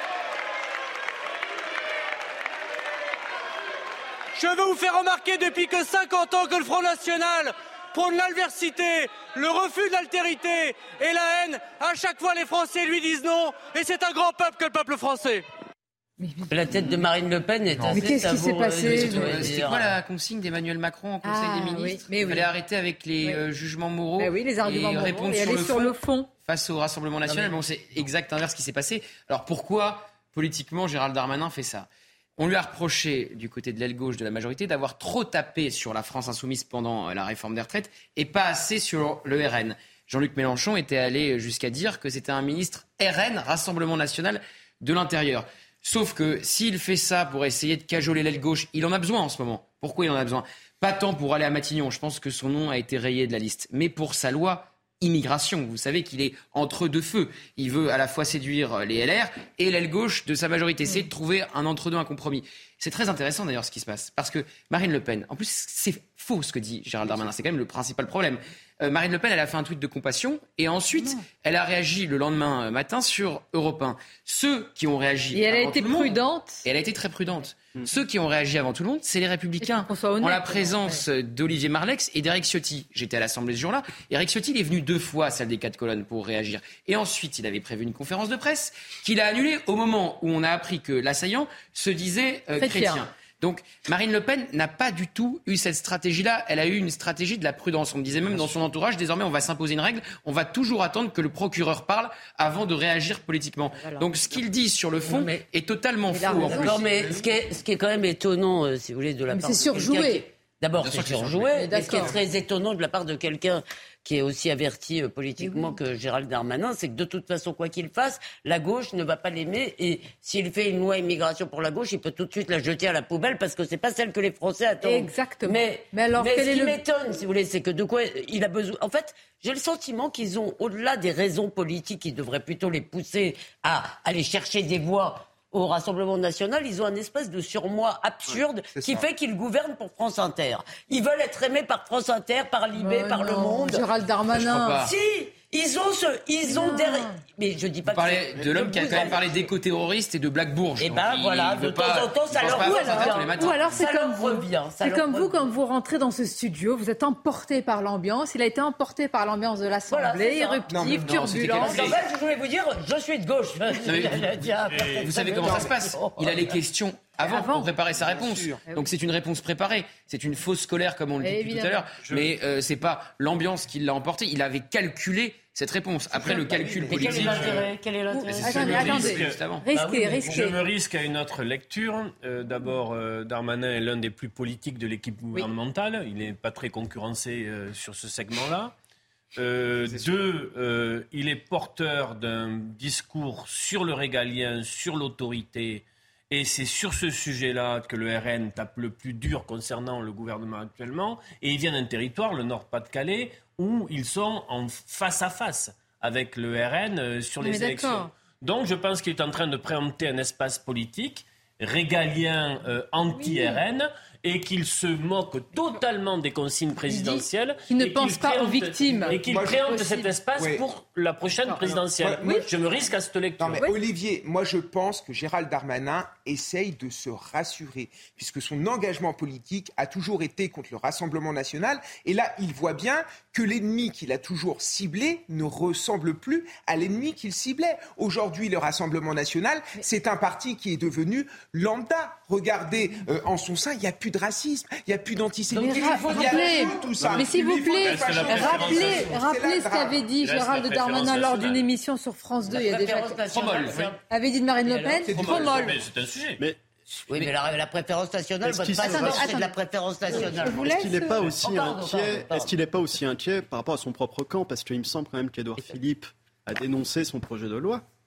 [SPEAKER 18] Je veux vous faire remarquer depuis que cinquante ans que le Front National prône l'adversité, le refus de l'altérité et la haine. À chaque fois, les Français lui disent non. Et c'est un grand peuple que le peuple français.
[SPEAKER 9] La tête de Marine Le Pen est assez
[SPEAKER 3] Mais qu'est-ce qui s'est passé?
[SPEAKER 12] C'était quoi la consigne d'Emmanuel Macron en Conseil
[SPEAKER 3] ah,
[SPEAKER 12] des ministres?
[SPEAKER 3] Oui, mais oui.
[SPEAKER 12] Il fallait arrêter avec les oui. euh, jugements moraux
[SPEAKER 3] bah oui, les arguments
[SPEAKER 12] et
[SPEAKER 3] moraux,
[SPEAKER 12] répondre
[SPEAKER 3] et
[SPEAKER 12] sur,
[SPEAKER 3] aller
[SPEAKER 12] le,
[SPEAKER 3] sur
[SPEAKER 12] fond,
[SPEAKER 3] le fond
[SPEAKER 12] face au Rassemblement national.
[SPEAKER 3] mais...
[SPEAKER 12] Bon, c'est exact inverse qui s'est passé. Alors pourquoi, politiquement, Gérald Darmanin fait ça? On lui a reproché, du côté de l'aile gauche de la majorité, d'avoir trop tapé sur la France insoumise pendant la réforme des retraites et pas assez sur le R N. Jean-Luc Mélenchon était allé jusqu'à dire que c'était un ministre R N, Rassemblement national de l'intérieur. Sauf que s'il fait ça pour essayer de cajoler l'aile gauche, il en a besoin en ce moment. Pourquoi il en a besoin? Pas tant pour aller à Matignon, je pense que son nom a été rayé de la liste, mais pour sa loi immigration. Vous savez qu'il est entre deux feux. Il veut à la fois séduire les L R et l'aile gauche de sa majorité. C'est de trouver un entre-deux, un compromis. C'est très intéressant d'ailleurs ce qui se passe. Parce que Marine Le Pen, en plus c'est faux ce que dit Gérald Darmanin, c'est quand même le principal problème. Euh, Marine Le Pen, elle a fait un tweet de compassion et ensuite, non. elle a réagi le lendemain matin sur Europe un. Ceux qui ont réagi...
[SPEAKER 3] Et elle a été prudente.
[SPEAKER 12] Monde, et elle a été très prudente. Mmh. Ceux qui ont réagi avant tout le monde, c'est les Républicains. Honnête, en la présence ouais. d'Olivier Marleix et d'Éric Ciotti. J'étais à l'Assemblée ce jour-là. Éric Ciotti, il est venu deux fois à Salle des Quatre Colonnes pour réagir. Et ensuite, il avait prévu une conférence de presse qu'il a annulée au moment où on a appris que l'assaillant se disait euh, chrétien. chrétien. Donc Marine Le Pen n'a pas du tout eu cette stratégie-là. Elle a eu une stratégie de la prudence. On me disait même dans son entourage, désormais on va s'imposer une règle. On va toujours attendre que le procureur parle avant de réagir politiquement. Alors, donc ce qu'il dit sur le fond mais, est totalement faux. En plus.
[SPEAKER 9] Non mais ce qui, est, ce qui est quand même étonnant, euh, si vous voulez, de la
[SPEAKER 3] mais
[SPEAKER 9] part
[SPEAKER 3] c'est
[SPEAKER 9] de
[SPEAKER 3] surjoué.
[SPEAKER 9] Qui... D'abord, c'est surjoué. Et ce qui est très étonnant de la part de quelqu'un qui est aussi averti euh, politiquement oui. que Gérald Darmanin, c'est que de toute façon, quoi qu'il fasse, la gauche ne va pas l'aimer. Et s'il fait une loi immigration pour la gauche, il peut tout de suite la jeter à la poubelle parce que c'est pas celle que les Français attendent.
[SPEAKER 3] Exactement.
[SPEAKER 9] Mais,
[SPEAKER 3] mais alors,
[SPEAKER 9] mais
[SPEAKER 3] quel
[SPEAKER 9] ce
[SPEAKER 3] est
[SPEAKER 9] qui
[SPEAKER 3] le...
[SPEAKER 9] m'étonne, si vous voulez, c'est que de quoi il a besoin. En fait, j'ai le sentiment qu'ils ont, au-delà des raisons politiques, qui devraient plutôt les pousser à aller chercher des voix au Rassemblement national, ils ont un espèce de surmoi absurde ouais, qui ça. fait qu'ils gouvernent pour France Inter. Ils veulent être aimés par France Inter, par Libé, oh par non, Le Monde.
[SPEAKER 3] Gérald Darmanin.
[SPEAKER 9] Si, ils ont ce, ils ont des... Mais je dis pas.
[SPEAKER 12] Vous parlez de l'homme qui a quand même parlé d'éco-terroristes et de Black Bourge.
[SPEAKER 9] Et ben voilà, de temps en temps, ça leur
[SPEAKER 3] revient. Ou alors c'est comme vous, c'est comme vous quand vous rentrez dans ce studio, vous êtes emporté par l'ambiance. Il a été emporté par l'ambiance de l'Assemblée, éruptive, turbulente.
[SPEAKER 9] En fait, je voulais vous dire, je suis de gauche.
[SPEAKER 12] Vous savez comment ça se passe? Il a les questions avant, avant pour préparer sa réponse. Donc c'est une réponse préparée. C'est une fausse colère comme on le dit depuis tout à l'heure. Je... Mais euh, c'est pas l'ambiance qui l'a emporté. Il avait calculé cette réponse. Après le calcul politique.
[SPEAKER 9] Quel est l'intérêt, quel est l'intérêt
[SPEAKER 3] Attendez, attendez. Risquez, risquez.
[SPEAKER 8] Je me risque à une autre lecture. Euh, d'abord, euh, Darmanin est l'un des plus politiques de l'équipe gouvernementale. Oui. Il n'est pas très concurrencé euh, sur ce segment-là. Euh, deux, euh, il est porteur d'un discours sur le régalien, sur l'autorité. Et c'est sur ce sujet-là que le R N tape le plus dur concernant le gouvernement actuellement. Et il vient d'un territoire, le Nord-Pas-de-Calais, où ils sont en face à face avec le R N sur les élections. Donc je pense qu'il est en train de préempter un espace politique régalien euh, anti-R N oui. et qu'il se moque totalement des consignes présidentielles.
[SPEAKER 3] Il ne pense pas aux victimes.
[SPEAKER 8] Et qu'il préempte cet espace oui. pour la prochaine non, présidentielle. Non, oui. Je me risque à cette lecture.
[SPEAKER 13] Non, mais oui. Olivier, moi je pense que Gérald Darmanin essaye de se rassurer, puisque son engagement politique a toujours été contre le Rassemblement national. Et là, il voit bien que l'ennemi qu'il a toujours ciblé ne ressemble plus à l'ennemi qu'il ciblait. Aujourd'hui, le Rassemblement national, mais... c'est un parti qui est devenu lambda. Regardez, euh, en son sein, il n'y a plus de racisme, il n'y a plus d'antisémitisme, il n'y a plus tout ça.
[SPEAKER 3] Mais s'il vous plaît, rappelez, rappelez ce qu'avait dit Gérald Darmanin lors d'une émission sur France deux. Il y a déjà
[SPEAKER 8] trop molle.
[SPEAKER 3] Avait dit de Marine Le Pen, trop molle.
[SPEAKER 8] C'est un sujet.
[SPEAKER 9] Mais oui, mais la, la préférence nationale, votre façon, c'est de la préférence nationale.
[SPEAKER 10] Est-ce qu'il n'est pas aussi inquiet Est-ce qu'il n'est pas aussi inquiet par rapport à son propre camp? Parce qu'il me semble quand même qu'Édouard Philippe a dénoncé son projet de loi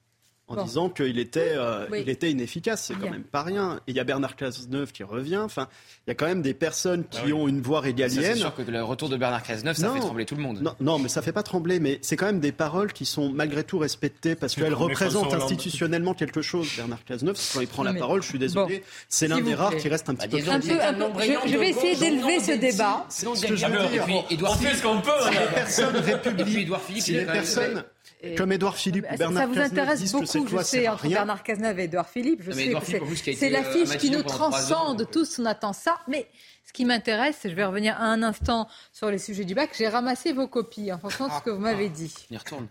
[SPEAKER 10] en
[SPEAKER 3] bon.
[SPEAKER 10] disant qu'il était, euh,
[SPEAKER 3] oui.
[SPEAKER 10] il était inefficace. C'est quand
[SPEAKER 3] Bien.
[SPEAKER 10] même pas rien. Et il y a Bernard Cazeneuve qui revient. Enfin, il y a quand même des personnes qui
[SPEAKER 12] Ah oui.
[SPEAKER 10] ont une voix régalienne.
[SPEAKER 12] Ça, c'est sûr que le retour de Bernard Cazeneuve, ça
[SPEAKER 10] Non.
[SPEAKER 12] fait trembler tout le monde.
[SPEAKER 10] Non, non, mais ça fait pas trembler. Mais c'est quand même des paroles qui sont malgré tout respectées parce
[SPEAKER 8] C'est
[SPEAKER 10] qu'elles
[SPEAKER 8] comme les
[SPEAKER 10] représentent
[SPEAKER 8] François Hollande.
[SPEAKER 10] institutionnellement quelque chose. Bernard Cazeneuve, quand il prend la
[SPEAKER 3] Mais-
[SPEAKER 10] parole, je suis désolé,
[SPEAKER 3] Bon.
[SPEAKER 10] c'est l'un
[SPEAKER 3] S'il
[SPEAKER 10] des
[SPEAKER 3] vous
[SPEAKER 10] rares
[SPEAKER 3] plaît.
[SPEAKER 10] qui reste un petit
[SPEAKER 12] Bah,
[SPEAKER 10] peu.
[SPEAKER 12] disons
[SPEAKER 3] Un
[SPEAKER 12] qu'il
[SPEAKER 3] peu,
[SPEAKER 12] est
[SPEAKER 3] un
[SPEAKER 12] un
[SPEAKER 3] peu.
[SPEAKER 12] nombril
[SPEAKER 3] Je, je vais
[SPEAKER 12] de
[SPEAKER 3] essayer
[SPEAKER 12] gauche,
[SPEAKER 3] d'élever
[SPEAKER 12] non,
[SPEAKER 3] ce
[SPEAKER 12] des
[SPEAKER 3] débat.
[SPEAKER 12] Sinon,
[SPEAKER 10] Ce que je
[SPEAKER 12] il y a-
[SPEAKER 10] veux dire,
[SPEAKER 12] et puis, Édouard
[SPEAKER 8] On fait
[SPEAKER 12] Philippe.
[SPEAKER 8] ce qu'on peut.
[SPEAKER 10] Si
[SPEAKER 8] hein.
[SPEAKER 10] les personnes
[SPEAKER 12] Et puis
[SPEAKER 10] républiques,
[SPEAKER 12] Édouard Philippe,
[SPEAKER 10] si
[SPEAKER 12] il est
[SPEAKER 10] les
[SPEAKER 12] quand même-
[SPEAKER 10] personnes
[SPEAKER 3] Et-
[SPEAKER 10] comme Édouard Philippe ou
[SPEAKER 3] Ça,
[SPEAKER 10] Bernard
[SPEAKER 3] ça vous
[SPEAKER 10] Cazeneuve
[SPEAKER 3] intéresse
[SPEAKER 10] disent que cette
[SPEAKER 3] beaucoup, je
[SPEAKER 10] loi
[SPEAKER 3] sais,
[SPEAKER 10] sert à
[SPEAKER 3] entre
[SPEAKER 10] rien.
[SPEAKER 3] Bernard Cazeneuve et Édouard Philippe. Je
[SPEAKER 12] Non, mais
[SPEAKER 3] sais
[SPEAKER 12] Édouard
[SPEAKER 3] que
[SPEAKER 12] Philippe,
[SPEAKER 3] c'est-
[SPEAKER 12] en plus, qui a
[SPEAKER 3] c'est
[SPEAKER 12] été, euh,
[SPEAKER 3] l'affiche
[SPEAKER 12] à
[SPEAKER 3] qui nous
[SPEAKER 12] Matignon pendant trois ans,
[SPEAKER 3] transcende
[SPEAKER 12] donc,
[SPEAKER 3] tous, on attend ça. Mais ce qui m'intéresse, je vais revenir un instant sur les sujets du bac. J'ai ramassé vos copies en fonction de ce que vous m'avez dit.
[SPEAKER 12] On y retourne.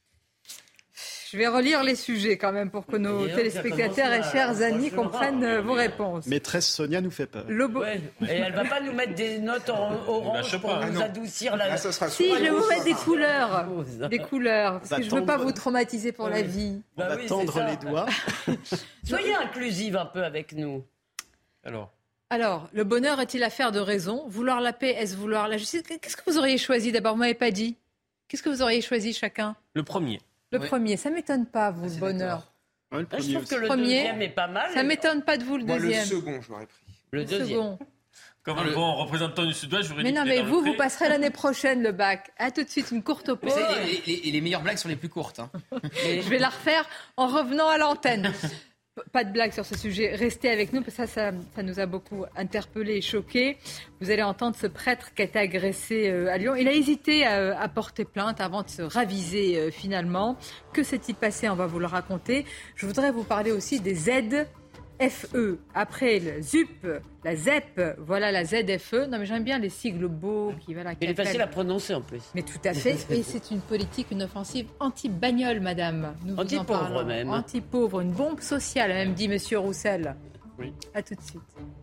[SPEAKER 3] Je vais relire les sujets quand même pour que nos
[SPEAKER 9] D'ailleurs,
[SPEAKER 3] téléspectateurs et
[SPEAKER 9] ça commence à-
[SPEAKER 3] chers amis
[SPEAKER 9] franchement,
[SPEAKER 3] comprennent euh, vos réponses.
[SPEAKER 10] Maîtresse Sonia nous fait peur.
[SPEAKER 3] Le beau-
[SPEAKER 9] Ouais. Et elle va pas nous mettre des notes en orange
[SPEAKER 8] lâche
[SPEAKER 9] pour
[SPEAKER 8] pas.
[SPEAKER 9] nous
[SPEAKER 13] Ah non.
[SPEAKER 9] adoucir la...
[SPEAKER 13] Là, ça sera
[SPEAKER 3] Si, je vais vous mettre des couleurs.
[SPEAKER 9] Rose.
[SPEAKER 3] Des couleurs. Parce
[SPEAKER 10] va
[SPEAKER 3] que je ne veux pas
[SPEAKER 10] tendre-
[SPEAKER 3] vous traumatiser pour la
[SPEAKER 9] Oui.
[SPEAKER 3] vie.
[SPEAKER 10] On
[SPEAKER 9] Bah
[SPEAKER 10] va
[SPEAKER 9] oui, c'est
[SPEAKER 10] tendre
[SPEAKER 9] ça.
[SPEAKER 10] les doigts.
[SPEAKER 9] Soyez inclusive un peu avec nous.
[SPEAKER 8] Alors,
[SPEAKER 3] Alors, le bonheur est-il affaire de raison? Vouloir la paix, est-ce vouloir la justice? Qu'est-ce que vous auriez choisi d'abord? Vous ne m'avez pas dit. Qu'est-ce que vous auriez choisi chacun?
[SPEAKER 8] le premier.
[SPEAKER 3] Le
[SPEAKER 12] Oui.
[SPEAKER 3] premier, ça ne m'étonne pas, vous, le
[SPEAKER 12] c'est
[SPEAKER 3] bonheur.
[SPEAKER 10] Ouais, le
[SPEAKER 9] Là, je
[SPEAKER 10] premier
[SPEAKER 9] trouve
[SPEAKER 10] aussi.
[SPEAKER 9] que le
[SPEAKER 3] Premier.
[SPEAKER 9] deuxième est pas mal.
[SPEAKER 3] Ça ne m'étonne pas de vous, le
[SPEAKER 13] Moi, le
[SPEAKER 3] deuxième.
[SPEAKER 13] second, je l'aurais pris.
[SPEAKER 9] Le
[SPEAKER 3] Le
[SPEAKER 9] deuxième.
[SPEAKER 3] second.
[SPEAKER 8] Comme
[SPEAKER 12] Le-
[SPEAKER 8] un bon représentant du Sud-Ouest, j'aurais
[SPEAKER 3] Mais
[SPEAKER 8] dit
[SPEAKER 3] non,
[SPEAKER 8] qu'il
[SPEAKER 3] mais
[SPEAKER 8] est dans
[SPEAKER 3] vous,
[SPEAKER 8] le
[SPEAKER 3] vous
[SPEAKER 8] pré.
[SPEAKER 3] passerez l'année prochaine le bac. À tout de suite, une courte
[SPEAKER 12] Mais
[SPEAKER 3] pause.
[SPEAKER 12] c'est- les, les- les- les meilleures blagues sont les plus courtes. Hein.
[SPEAKER 3] Et je vais la refaire en revenant à l'antenne. P- Pas de blague sur ce sujet. Restez avec nous, parce que ça, ça, ça nous a beaucoup interpellés et choqués. Vous allez entendre ce prêtre qui a été agressé euh, à Lyon. Il a hésité à, à porter plainte avant de se raviser euh, finalement. Que s'est-il passé? On va vous le raconter. Je voudrais vous parler aussi des Z F E. Après le Z U P, la Z E P, voilà la Z F E. Non, mais j'aime bien les sigles beaux qui voilà, qui
[SPEAKER 9] Il est
[SPEAKER 3] appellent-
[SPEAKER 9] facile à prononcer en plus.
[SPEAKER 3] Mais tout à fait. Et c'est une politique, une offensive anti-bagnole, madame. Nous vous en
[SPEAKER 9] Anti-pauvre
[SPEAKER 3] parlons.
[SPEAKER 9] même.
[SPEAKER 3] Anti-pauvre, une bombe sociale, a même dit monsieur Roussel.
[SPEAKER 8] Oui.
[SPEAKER 3] À tout de suite.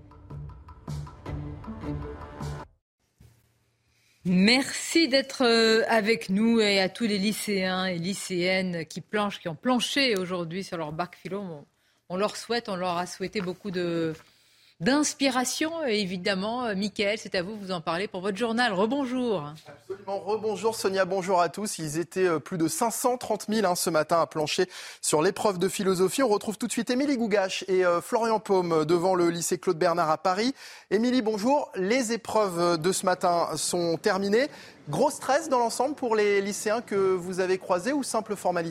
[SPEAKER 3] Merci d'être euh, avec nous et à tous les lycéens et lycéennes qui planchent, qui ont planché aujourd'hui sur leur bac philo. On, on leur souhaite, on leur a souhaité beaucoup de d'inspiration. Et évidemment, euh, Mickaël, c'est à vous, vous en parlez pour votre journal. Rebonjour.
[SPEAKER 4] Absolument. Rebonjour Sonia, bonjour à tous. Ils étaient euh, plus de cinq cent trente mille hein, ce matin à plancher sur l'épreuve de philosophie. On retrouve tout de suite Émilie Gougache et euh, Florian Paume euh, devant le lycée Claude Bernard à Paris. Émilie, bonjour. Les épreuves de ce matin sont terminées. Gros stress dans l'ensemble pour les lycéens que vous avez croisés ou simple formalité ?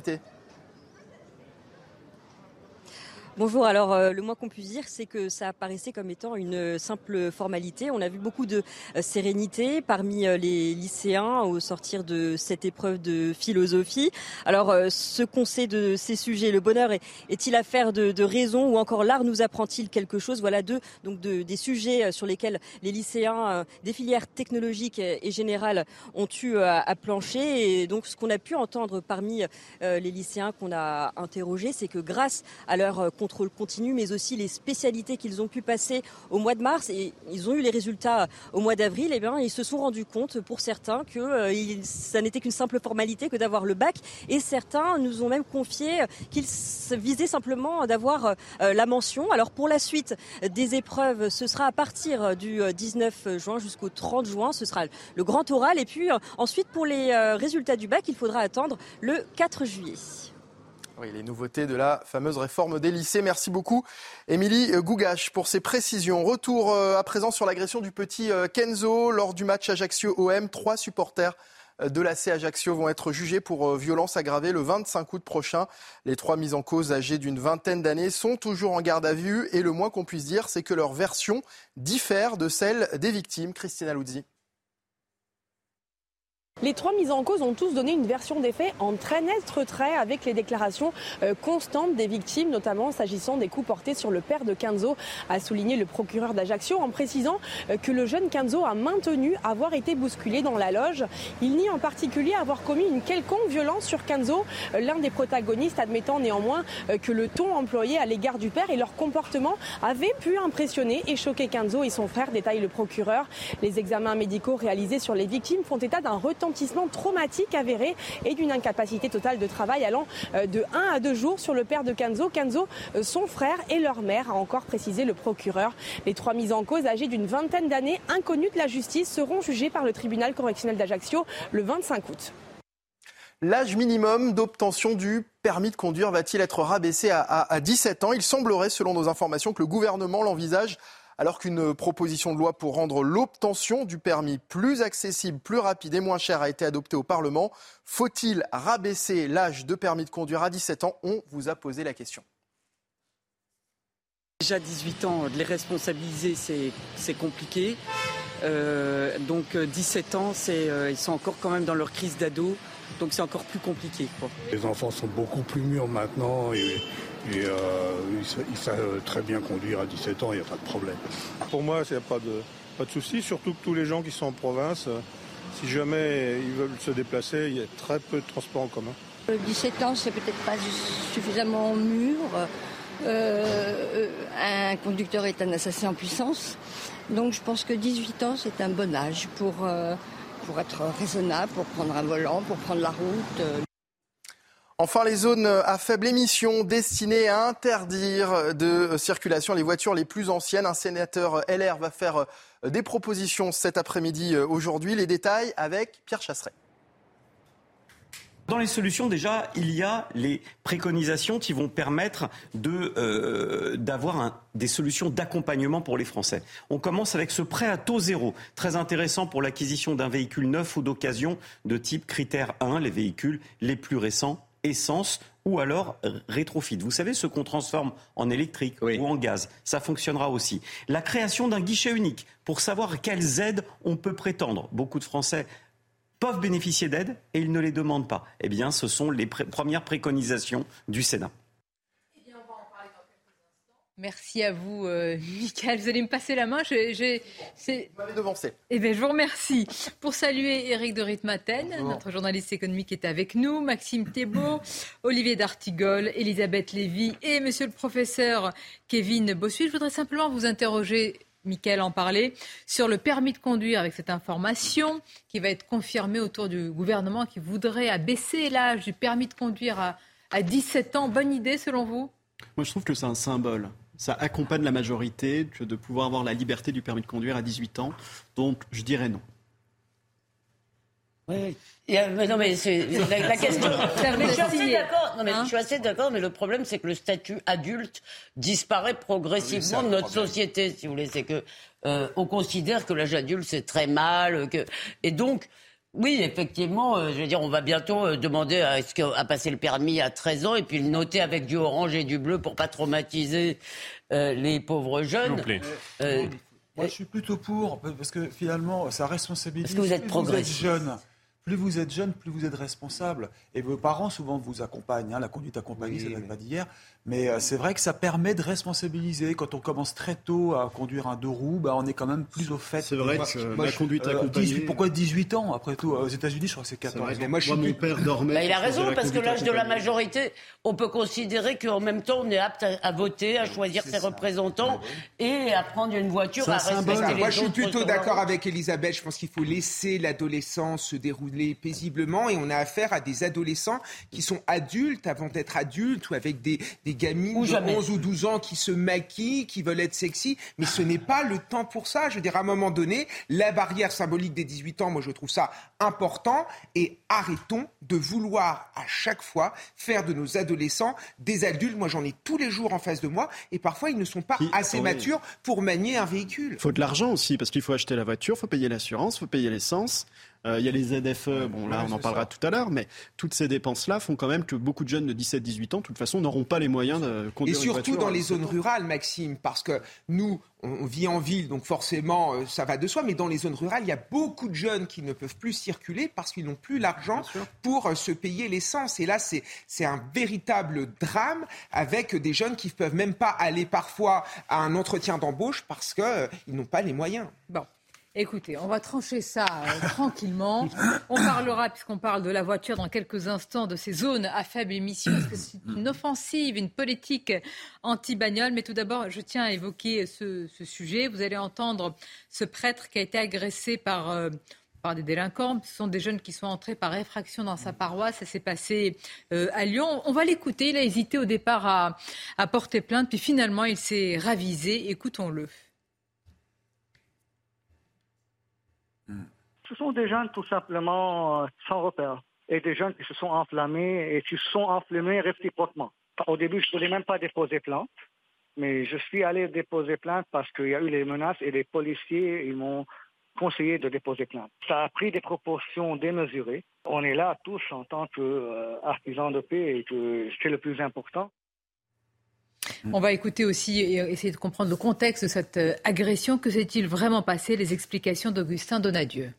[SPEAKER 11] Bonjour, alors euh, le moins qu'on puisse dire, c'est que ça apparaissait comme étant une euh, simple formalité. On a vu beaucoup de euh, sérénité parmi euh, les lycéens au sortir de cette épreuve de philosophie. Alors euh, ce qu'on sait de ces sujets, le bonheur est, est-il affaire de, de raison ou encore l'art nous apprend-il quelque chose? Voilà deux donc de, des sujets sur lesquels les lycéens euh, des filières technologiques et générales ont eu euh, à plancher. Et donc ce qu'on a pu entendre parmi euh, les lycéens qu'on a interrogés, c'est que grâce à leur euh, contrôle continu, mais aussi les spécialités qu'ils ont pu passer au mois de mars, et ils ont eu les résultats au mois d'avril, et bien ils se sont rendus compte pour certains que euh, il, ça n'était qu'une simple formalité que d'avoir le bac, et certains nous ont même confié qu'ils visaient simplement d'avoir euh, la mention. Alors pour la suite des épreuves, ce sera à partir du dix-neuf juin jusqu'au trente juin, ce sera le grand oral, et puis euh, ensuite pour les euh, résultats du bac, il faudra attendre le quatre juillet.
[SPEAKER 4] Oui, les nouveautés de la fameuse réforme des lycées. Merci beaucoup, Émilie Gougache, pour ces précisions. Retour euh, à présent sur l'agression du petit euh, Kenzo lors du match Ajaccio-O M. Trois supporters euh, de l'A C Ajaccio vont être jugés pour euh, violence aggravée le vingt-cinq août prochain. Les trois mis en cause, âgés d'une vingtaine d'années, sont toujours en garde à vue. Et le moins qu'on puisse dire, c'est que leur version diffère de celle des victimes. Christina Luzzi.
[SPEAKER 19] Les trois mis en cause ont tous donné une version des faits en très net retrait avec les déclarations euh, constantes des victimes, notamment s'agissant des coups portés sur le père de Kenzo, a souligné le procureur d'Ajaccio en précisant euh, que le jeune Kenzo a maintenu avoir été bousculé dans la loge. Il nie en particulier avoir commis une quelconque violence sur Kenzo, euh, l'un des protagonistes admettant néanmoins euh, que le ton employé à l'égard du père et leur comportement avait pu impressionner et choquer Kenzo et son frère, détaille le procureur. Les examens médicaux réalisés sur les victimes font état d'un retentissement traumatique avéré et d'une incapacité totale de travail allant de un à deux jours sur le père de Kenzo, Kenzo, son frère et leur mère, a encore précisé le procureur. Les trois mis en cause, âgés d'une vingtaine d'années, inconnus de la justice, seront jugés par le tribunal correctionnel d'Ajaccio le vingt-cinq août.
[SPEAKER 4] L'âge minimum d'obtention du permis de conduire va-t-il être rabaissé à, à, à dix-sept ans ? Il semblerait, selon nos informations, que le gouvernement l'envisage alors qu'une proposition de loi pour rendre l'obtention du permis plus accessible, plus rapide et moins chère a été adoptée au Parlement. Faut-il rabaisser l'âge de permis de conduire à dix-sept ans ? On vous a posé la question.
[SPEAKER 20] Déjà dix-huit ans, de les responsabiliser, c'est, c'est compliqué. Euh, donc dix-sept ans, c'est, euh, ils sont encore quand même dans leur crise d'ado. Donc c'est encore plus compliqué, quoi.
[SPEAKER 21] Les enfants sont beaucoup plus mûrs maintenant et, et euh, ils, ils savent très bien conduire à dix-sept ans, il n'y a pas de problème.
[SPEAKER 22] Pour moi, il n'y a pas de, pas de souci, surtout que tous les gens qui sont en province, si jamais ils veulent se déplacer, il y a très peu de transports en commun.
[SPEAKER 23] dix-sept ans, c'est peut-être pas suffisamment mûr. Euh, un conducteur est un assassin en puissance. Donc je pense que dix-huit ans, c'est un bon âge pour... Euh, pour être raisonnable, pour prendre un volant, pour prendre la route.
[SPEAKER 4] Enfin, les zones à faible émission destinées à interdire de circulation les voitures les plus anciennes. Un sénateur L R va faire des propositions cet après-midi aujourd'hui. Les détails avec Pierre Chasseret.
[SPEAKER 24] Dans les solutions, déjà, il y a les préconisations qui vont permettre de, euh, d'avoir un, des solutions d'accompagnement pour les Français. On commence avec ce prêt à taux zéro, très intéressant pour l'acquisition d'un véhicule neuf ou d'occasion de type critère un, les véhicules les plus récents, essence ou alors rétrofit. Vous savez, ceux qu'on transforme en électrique oui. ou en gaz, ça fonctionnera aussi. La création d'un guichet unique pour savoir à quelles aides on peut prétendre. Beaucoup de Français peuvent bénéficier d'aides et ils ne les demandent pas. Eh bien, ce sont les pré- premières préconisations du Sénat.
[SPEAKER 3] Merci à vous, euh, Mickaël. Vous allez me passer la main. Je, je, c'est...
[SPEAKER 4] Vous m'avez devancé.
[SPEAKER 3] Eh bien, je vous remercie. Pour saluer Éric de Ritmaten, Bonjour. Notre journaliste économique qui est avec nous, Maxime Thébault, Olivier d'Artigol, Elisabeth Lévy et monsieur le professeur Kevin Bossuet. Je voudrais simplement vous interroger, Mickaël en parlait, sur le permis de conduire avec cette information qui va être confirmée autour du gouvernement qui voudrait abaisser l'âge du permis de conduire à, à dix-sept ans. Bonne idée selon vous ?
[SPEAKER 10] Moi je trouve que c'est un symbole. Ça accompagne la majorité que de pouvoir avoir la liberté du permis de conduire à dix-huit ans. Donc je dirais non.
[SPEAKER 9] Oui, mais non, mais c'est la, la question. Mais je suis assez d'accord. Non, mais hein je suis assez d'accord. Mais le problème, c'est que le statut adulte disparaît progressivement oui, de notre problème. société, si vous voulez. C'est que euh, on considère que l'âge adulte c'est très mal, que et donc. Oui, effectivement, euh, je veux dire, on va bientôt euh, demander à, est-ce que, à passer le permis à treize ans et puis le noter avec du orange et du bleu pour pas traumatiser euh, les pauvres jeunes.
[SPEAKER 25] Euh, Moi, je suis plutôt pour, parce que finalement, ça responsabilise.
[SPEAKER 9] Parce que vous êtes progressiste.
[SPEAKER 25] Vous êtes jeune. Plus vous êtes jeune, plus vous êtes responsable. Et vos parents, souvent, vous accompagnent. Hein. La conduite accompagnée, oui, ça ne date pas d'hier. Mais euh, c'est vrai que ça permet de responsabiliser. Quand on commence très tôt à conduire un deux roues, bah, on est quand même plus au fait.
[SPEAKER 10] C'est vrai que euh,
[SPEAKER 25] moi,
[SPEAKER 10] la
[SPEAKER 25] je,
[SPEAKER 10] conduite
[SPEAKER 25] euh,
[SPEAKER 10] accompagnée...
[SPEAKER 25] dix-huit, pourquoi dix-huit ans, après tout ? Aux États-Unis, je crois que c'est quatorze ans.
[SPEAKER 10] Mais moi, je moi, mon père dormait...
[SPEAKER 9] Bah, il a raison, parce que l'âge de la majorité, on peut considérer qu'en même temps, on est apte à, à voter, à choisir c'est ses ça. représentants ouais, ouais. et à prendre une voiture, à respecter les
[SPEAKER 13] Moi, je suis
[SPEAKER 9] autres
[SPEAKER 13] plutôt d'accord avec Elisabeth. Je pense qu'il faut laisser l'adolescence se dérouler paisiblement. Et on a affaire à des adolescents qui sont adultes avant d'être adultes ou avec des, des gamines ou de jamais. onze ou douze ans qui se maquillent, qui veulent être sexy. Mais ce n'est pas le temps pour ça. Je veux dire, à un moment donné, la barrière symbolique des dix-huit ans, moi, je trouve ça important. Et arrêtons de vouloir à chaque fois faire de nos adolescents des adultes. Moi, j'en ai tous les jours en face de moi. Et parfois, ils ne sont pas qui, assez oui. matures pour manier un véhicule.
[SPEAKER 10] Il faut de l'argent aussi, parce qu'il faut acheter la voiture, il faut payer l'assurance, il faut payer l'essence. Il euh, y a les Z F E, bon là on en parlera ça. tout à l'heure, mais toutes ces dépenses-là font quand même que beaucoup de jeunes de dix-sept à dix-huit ans, de toute façon, n'auront pas les moyens de conduire une voiture.
[SPEAKER 13] Et surtout dans les zones rurales, Maxime, parce que nous, on vit en ville, donc forcément ça va de soi, mais dans les zones rurales, il y a beaucoup de jeunes qui ne peuvent plus circuler parce qu'ils n'ont plus l'argent pour se payer l'essence. Et là, c'est, c'est un véritable drame avec des jeunes qui ne peuvent même pas aller parfois à un entretien d'embauche parce qu'ils euh, n'ont pas les moyens.
[SPEAKER 3] Bon. Écoutez, on va trancher ça euh, tranquillement. On parlera, puisqu'on parle de la voiture dans quelques instants, de ces zones à faible émission. Est-ce que c'est une offensive, une politique anti-bagnole ? Mais tout d'abord, je tiens à évoquer ce, ce sujet. Vous allez entendre ce prêtre qui a été agressé par... Euh, par des délinquants. Ce sont des jeunes qui sont entrés par effraction dans sa paroisse. Ça s'est passé euh, à Lyon. On va l'écouter. Il a hésité au départ à, à porter plainte, puis finalement, il s'est ravisé. Écoutons-le.
[SPEAKER 26] Ce sont des jeunes tout simplement sans repère.
[SPEAKER 1] et des jeunes qui se sont enflammés et qui se sont enflammés réciproquement. Au début, je ne voulais même pas déposer plainte, mais je suis allé déposer plainte parce qu'il y a eu les menaces et les policiers ils m'ont conseillé de déposer plainte. Ça a pris des proportions démesurées. On est là tous en tant qu'artisans de paix et que c'est le plus important.
[SPEAKER 3] On va écouter aussi et essayer de comprendre le contexte de cette agression. Que s'est-il vraiment passé? Les explications d'Augustin Donadieu.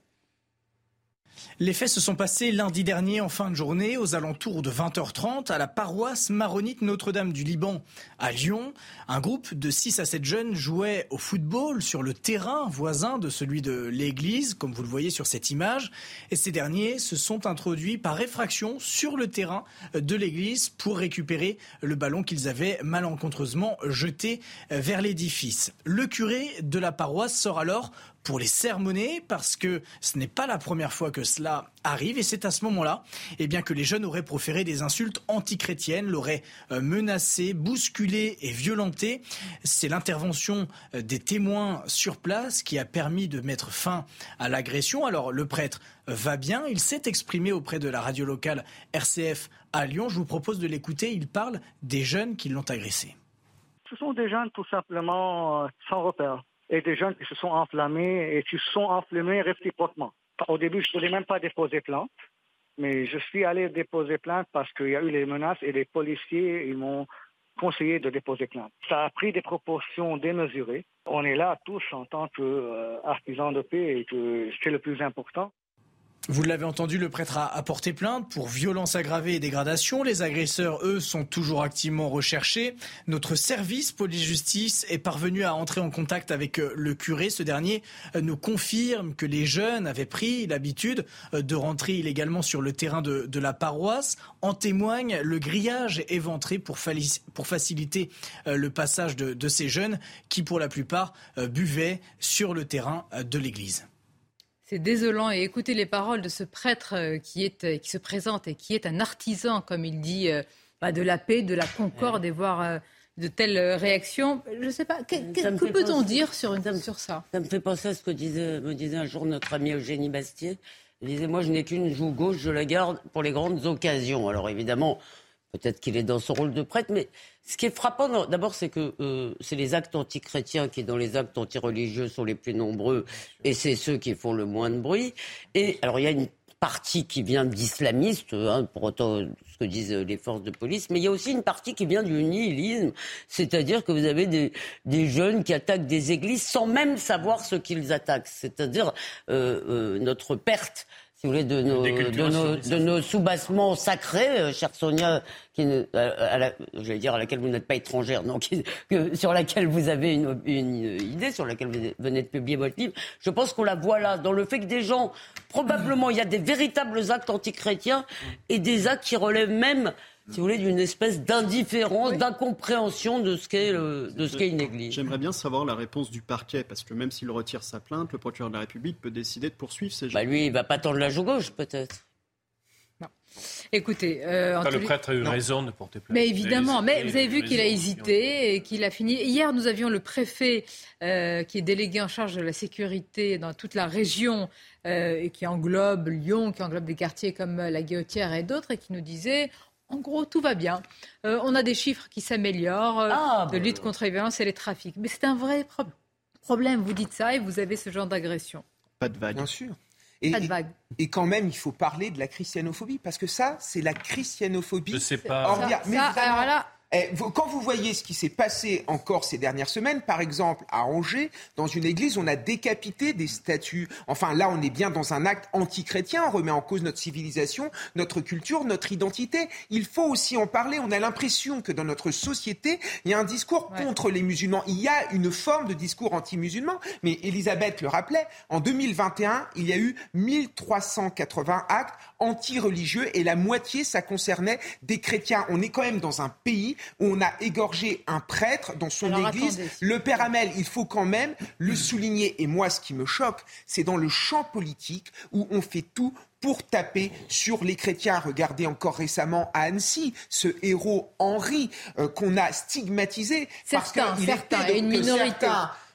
[SPEAKER 2] Les faits se sont passés lundi dernier en fin de journée aux alentours de vingt heures trente à la paroisse maronite Notre-Dame du Liban à Lyon. Un groupe de six à sept jeunes jouait au football sur le terrain voisin de celui de l'église, comme vous le voyez sur cette image. Et ces derniers se sont introduits par effraction sur le terrain de l'église pour récupérer le ballon qu'ils avaient malencontreusement jeté vers l'édifice. Le curé de la paroisse sort alors pour les sermonner, parce que ce n'est pas la première fois que cela arrive. Et c'est à ce moment-là eh bien, que les jeunes auraient proféré des insultes antichrétiennes, l'auraient menacé, bousculé et violenté. C'est l'intervention des témoins sur place qui a permis de mettre fin à l'agression. Alors le prêtre va bien, il s'est exprimé auprès de la radio locale R C F à Lyon. Je vous propose de l'écouter, il parle des jeunes qui l'ont agressé.
[SPEAKER 1] Ce sont des jeunes tout simplement sans repère. Et des jeunes qui se sont enflammés et qui se sont enflammés réciproquement. Au début, je ne voulais même pas déposer plainte, mais je suis allé déposer plainte parce qu'il y a eu les menaces et les policiers ils m'ont conseillé de déposer plainte. Ça a pris des proportions démesurées. On est là tous en tant qu'artisans de paix et que c'est le plus important.
[SPEAKER 2] Vous l'avez entendu, le prêtre a porté plainte pour violence aggravée et dégradation. Les agresseurs, eux, sont toujours activement recherchés. Notre service police-justice est parvenu à entrer en contact avec le curé. Ce dernier nous confirme que les jeunes avaient pris l'habitude de rentrer illégalement sur le terrain de, de la paroisse. En témoigne le grillage éventré pour, fali- pour faciliter le passage de, de ces jeunes qui, pour la plupart, buvaient sur le terrain de l'église.
[SPEAKER 3] C'est désolant. Et écoutez les paroles de ce prêtre qui, est, qui se présente et qui est un artisan, comme il dit, bah, de la paix, de la concorde, et voir de telles réactions. Je ne sais pas, que, que, que peut-on penser, dire sur, une,
[SPEAKER 9] ça me,
[SPEAKER 3] sur ça?
[SPEAKER 9] Ça me fait penser à ce que disait, me disait un jour notre ami Eugénie Bastier. Il disait, moi je n'ai qu'une joue gauche, je la garde pour les grandes occasions. Alors évidemment, peut-être qu'il est dans son rôle de prêtre, mais ce qui est frappant, d'abord, c'est que euh, c'est les actes antichrétiens qui, dans les actes antireligieux, sont les plus nombreux, et c'est ceux qui font le moins de bruit. Et alors, il y a une partie qui vient d'islamistes, hein, pour autant ce que disent les forces de police, mais il y a aussi une partie qui vient du nihilisme, c'est-à-dire que vous avez des, des jeunes qui attaquent des églises sans même savoir ce qu'ils attaquent, c'est-à-dire euh, euh, notre perte, si vous voulez, de nos, de nos, de nos soubassements sacrés, euh, chère Sonia, qui ne, à, à la, j'allais dire à laquelle vous n'êtes pas étrangère, non, qui, que, sur laquelle vous avez une, une idée, sur laquelle vous venez de publier votre livre. Je pense qu'on la voit là, dans le fait que des gens, probablement, il y a des véritables actes antichrétiens et des actes qui relèvent même, si vous voulez, d'une espèce d'indifférence, oui. d'incompréhension de ce qu'est, le, de ce qu'est une église.
[SPEAKER 10] J'aimerais bien savoir la réponse du parquet, parce que même s'il retire sa plainte, le procureur de la République peut décider de poursuivre ces gens.
[SPEAKER 9] Bah lui, il ne va pas tendre la joue gauche, peut-être.
[SPEAKER 3] Non. Écoutez... Euh,
[SPEAKER 8] enfin, le prêtre a eu non. raison de porter plainte.
[SPEAKER 3] Mais évidemment, mais vous avez vu qu'il a hésité et qu'il a fini... Hier, nous avions le préfet euh, qui est délégué en charge de la sécurité dans toute la région euh, et qui englobe Lyon, qui englobe des quartiers comme la Guillotière et d'autres, et qui nous disait... En gros, tout va bien. Euh, on a des chiffres qui s'améliorent euh, ah, de lutte contre les violences et les trafics. Mais c'est un vrai pro- problème. Vous dites ça et vous avez ce genre d'agression.
[SPEAKER 10] Pas de vague.
[SPEAKER 13] Bien sûr. Et,
[SPEAKER 3] pas de vague.
[SPEAKER 13] Et, et quand même, il faut parler de la christianophobie. Parce que ça, c'est la christianophobie.
[SPEAKER 8] Je sais pas.
[SPEAKER 3] Ça, mais ça, alors là...
[SPEAKER 13] Quand vous voyez ce qui s'est passé encore ces dernières semaines, par exemple à Angers, dans une église, on a décapité des statues. Enfin là, on est bien dans un acte antichrétien, on remet en cause notre civilisation, notre culture, notre identité. Il faut aussi en parler. On a l'impression que dans notre société, il y a un discours ouais. contre les musulmans. Il y a une forme de discours anti-musulman. Mais Elisabeth le rappelait, en deux mille vingt et un, il y a eu mille trois cent quatre-vingts actes anti-religieux et la moitié, ça concernait des chrétiens. On est quand même dans un pays où on a égorgé un prêtre dans son Alors, église. Attendez. Le père Hamel, il faut quand même le souligner. Et moi, ce qui me choque, c'est dans le champ politique où on fait tout pour taper sur les chrétiens. Regardez encore récemment à Annecy, ce héros Henri euh, qu'on a stigmatisé.
[SPEAKER 3] Certains,
[SPEAKER 13] parce qu'il
[SPEAKER 3] certains,
[SPEAKER 13] était de,
[SPEAKER 3] une minorité.
[SPEAKER 13] Certains,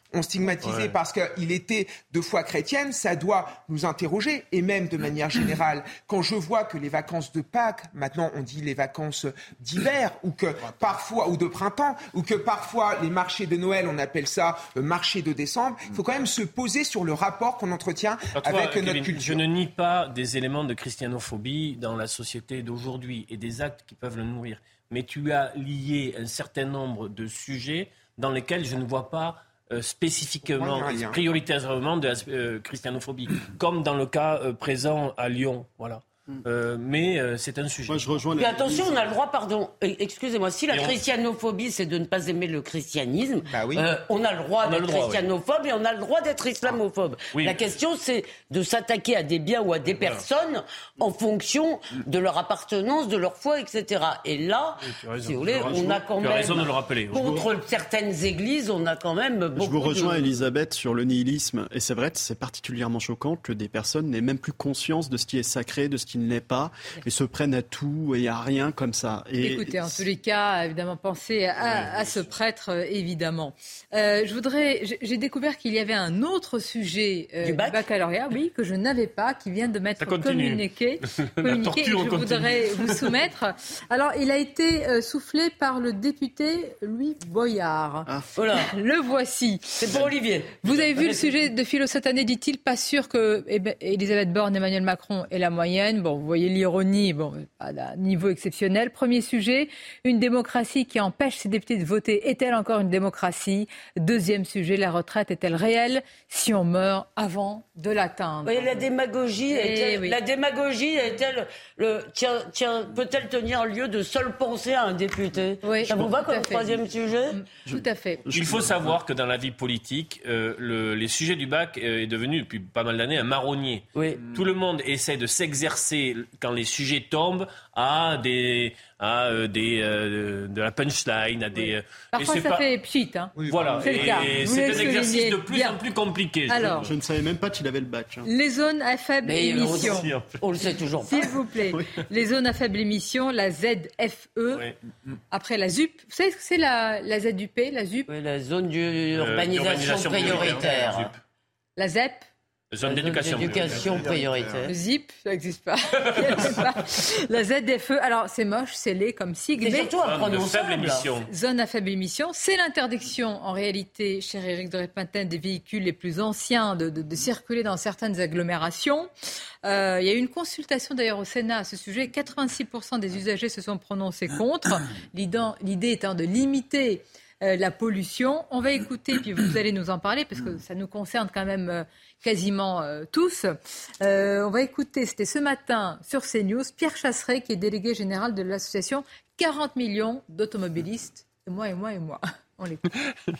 [SPEAKER 13] on stigmatisait
[SPEAKER 8] Ouais.
[SPEAKER 13] parce qu'il était de foi chrétienne, ça doit nous interroger. Et même de manière générale, quand je vois que les vacances de Pâques, maintenant on dit les vacances d'hiver, ou que parfois, ou de printemps, ou que parfois les marchés de Noël, on appelle ça euh, marché de décembre, il faut quand même se poser sur le rapport qu'on entretient
[SPEAKER 8] Alors, toi,
[SPEAKER 13] avec
[SPEAKER 8] Kevin,
[SPEAKER 13] notre culture.
[SPEAKER 8] je ne nie pas des éléments de christianophobie dans la société d'aujourd'hui et des actes qui peuvent le nourrir. Mais tu as lié un certain nombre de sujets dans lesquels je ne vois pas euh, spécifiquement,
[SPEAKER 13] Moi, il y a un lien.
[SPEAKER 8] prioritairement de la euh, christianophobie, comme dans le cas euh, présent à Lyon. Voilà. Euh, mais euh, c'est un sujet.
[SPEAKER 10] Moi, je rejoins
[SPEAKER 9] Mais attention, on a le droit, pardon, euh, excusez-moi, si la
[SPEAKER 8] Et on-
[SPEAKER 9] christianophobie, c'est de ne pas aimer le christianisme,
[SPEAKER 13] Bah oui.
[SPEAKER 9] euh, on a le droit
[SPEAKER 8] On a
[SPEAKER 9] d'être
[SPEAKER 8] le droit,
[SPEAKER 9] christianophobe et on a le droit d'être islamophobe.
[SPEAKER 8] Oui.
[SPEAKER 9] La question, c'est de s'attaquer à des biens ou à des personnes en fonction de leur appartenance, de leur foi, et cetera. Et là,
[SPEAKER 8] tu as raison.
[SPEAKER 9] si vous voulez,
[SPEAKER 8] Tu as
[SPEAKER 9] on a quand
[SPEAKER 8] tu as
[SPEAKER 9] même,
[SPEAKER 8] raison de le rappeler.
[SPEAKER 9] contre certaines églises, on a quand même beaucoup
[SPEAKER 10] Je vous rejoins,
[SPEAKER 9] de...
[SPEAKER 10] Elisabeth, sur le nihilisme. Et c'est vrai que c'est particulièrement choquant que des personnes n'aient même plus conscience de ce qui est sacré, de ce qui ne l'est pas, et se prennent à tout et à rien comme ça. Et
[SPEAKER 3] Écoutez, en tous les cas, évidemment, pensez à, à ce prêtre, euh, évidemment. Euh, je voudrais, j'ai j'ai découvert qu'il y avait un autre sujet euh,
[SPEAKER 9] Du bac
[SPEAKER 3] baccalauréat, oui, que je n'avais pas, qui vient de m'être
[SPEAKER 8] Ça continue.
[SPEAKER 3] communiqué.
[SPEAKER 8] La
[SPEAKER 3] communiqué,
[SPEAKER 8] torture
[SPEAKER 3] et je
[SPEAKER 8] continue.
[SPEAKER 3] voudrais vous soumettre. Alors, il a été euh, soufflé par le député Louis Boyard.
[SPEAKER 10] Ah.
[SPEAKER 9] Voilà.
[SPEAKER 3] Le voici.
[SPEAKER 9] C'est pour Olivier.
[SPEAKER 3] Vous avez vu le sujet de philo cette année, dit-il, pas sûr que eh ben, Elisabeth Borne, Emmanuel Macron est la moyenne. Bon, vous voyez l'ironie, bon, pas d'un niveau exceptionnel. Premier sujet, une démocratie qui empêche ses députés de voter, est-elle encore une démocratie? Deuxième sujet, la retraite est-elle réelle si on meurt avant de l'atteindre?
[SPEAKER 9] Oui, la démagogie,
[SPEAKER 3] Eh
[SPEAKER 9] est-elle,
[SPEAKER 3] oui.
[SPEAKER 9] la démagogie est-elle le, tient, tient, peut-elle tenir lieu de seule pensée à un député?
[SPEAKER 3] Oui,
[SPEAKER 9] Ça vous va
[SPEAKER 3] tout à
[SPEAKER 9] comme
[SPEAKER 3] fait.
[SPEAKER 9] troisième sujet?
[SPEAKER 3] Tout à fait.
[SPEAKER 8] Il faut savoir que dans la vie politique, euh, le, les sujets du bac euh, est devenu depuis pas mal d'années un marronnier.
[SPEAKER 9] Oui.
[SPEAKER 8] Tout le monde essaie de s'exercer quand les sujets tombent à des, à euh, des euh, de la punchline, à des. euh,
[SPEAKER 3] Parfois,
[SPEAKER 8] et c'est
[SPEAKER 3] ça
[SPEAKER 8] pas-
[SPEAKER 3] fait pchit. Hein.
[SPEAKER 8] Voilà.
[SPEAKER 3] C'est le cas.
[SPEAKER 8] Et
[SPEAKER 3] Vous
[SPEAKER 8] c'est
[SPEAKER 3] le
[SPEAKER 8] un exercice
[SPEAKER 3] soulignez
[SPEAKER 8] de plus
[SPEAKER 3] bien.
[SPEAKER 8] en plus compliqué. je
[SPEAKER 3] Alors,
[SPEAKER 10] je ne savais même pas qu'il avait le bac. hein.
[SPEAKER 3] les zones à faible
[SPEAKER 9] Mais on,
[SPEAKER 3] émission.
[SPEAKER 9] on le sait toujours pas.
[SPEAKER 3] S'il vous plaît. Les zones à faible émission, la Z F E.
[SPEAKER 8] Oui.
[SPEAKER 3] Après la Z U P. Vous savez ce que c'est la, la Z U P, la Z U P?
[SPEAKER 9] Oui, la zone
[SPEAKER 8] Euh,
[SPEAKER 9] d'urbanisation
[SPEAKER 8] d'urbanisation
[SPEAKER 9] prioritaire.
[SPEAKER 8] prioritaire.
[SPEAKER 3] La Z E P?
[SPEAKER 8] Zone
[SPEAKER 9] La
[SPEAKER 8] d'éducation.
[SPEAKER 9] d'éducation
[SPEAKER 3] Le
[SPEAKER 9] prioritaire.
[SPEAKER 3] ZIP, ça n'existe pas. Il y en a pas. La Z F E, alors c'est moche, c'est laid comme sigle.
[SPEAKER 9] C'est
[SPEAKER 3] mais
[SPEAKER 9] surtout
[SPEAKER 8] Zone de
[SPEAKER 9] imprononçable.
[SPEAKER 8] faible émission.
[SPEAKER 3] Zone à faible émission, c'est l'interdiction, en réalité, cher Éric de Répintin, des véhicules les plus anciens de, de, de circuler dans certaines agglomérations. Euh, il y a eu une consultation d'ailleurs au Sénat à ce sujet. quatre-vingt-six pour cent des usagers se sont prononcés contre. L'idée l'idée étant de limiter euh, la pollution. On va écouter, puis vous allez nous en parler, parce que ça nous concerne quand même euh, quasiment euh, tous. Euh, on va écouter, c'était ce matin sur CNews, Pierre Chasseret, qui est délégué général de l'association quarante millions d'automobilistes. Et moi, et moi, et moi. On l'écoute.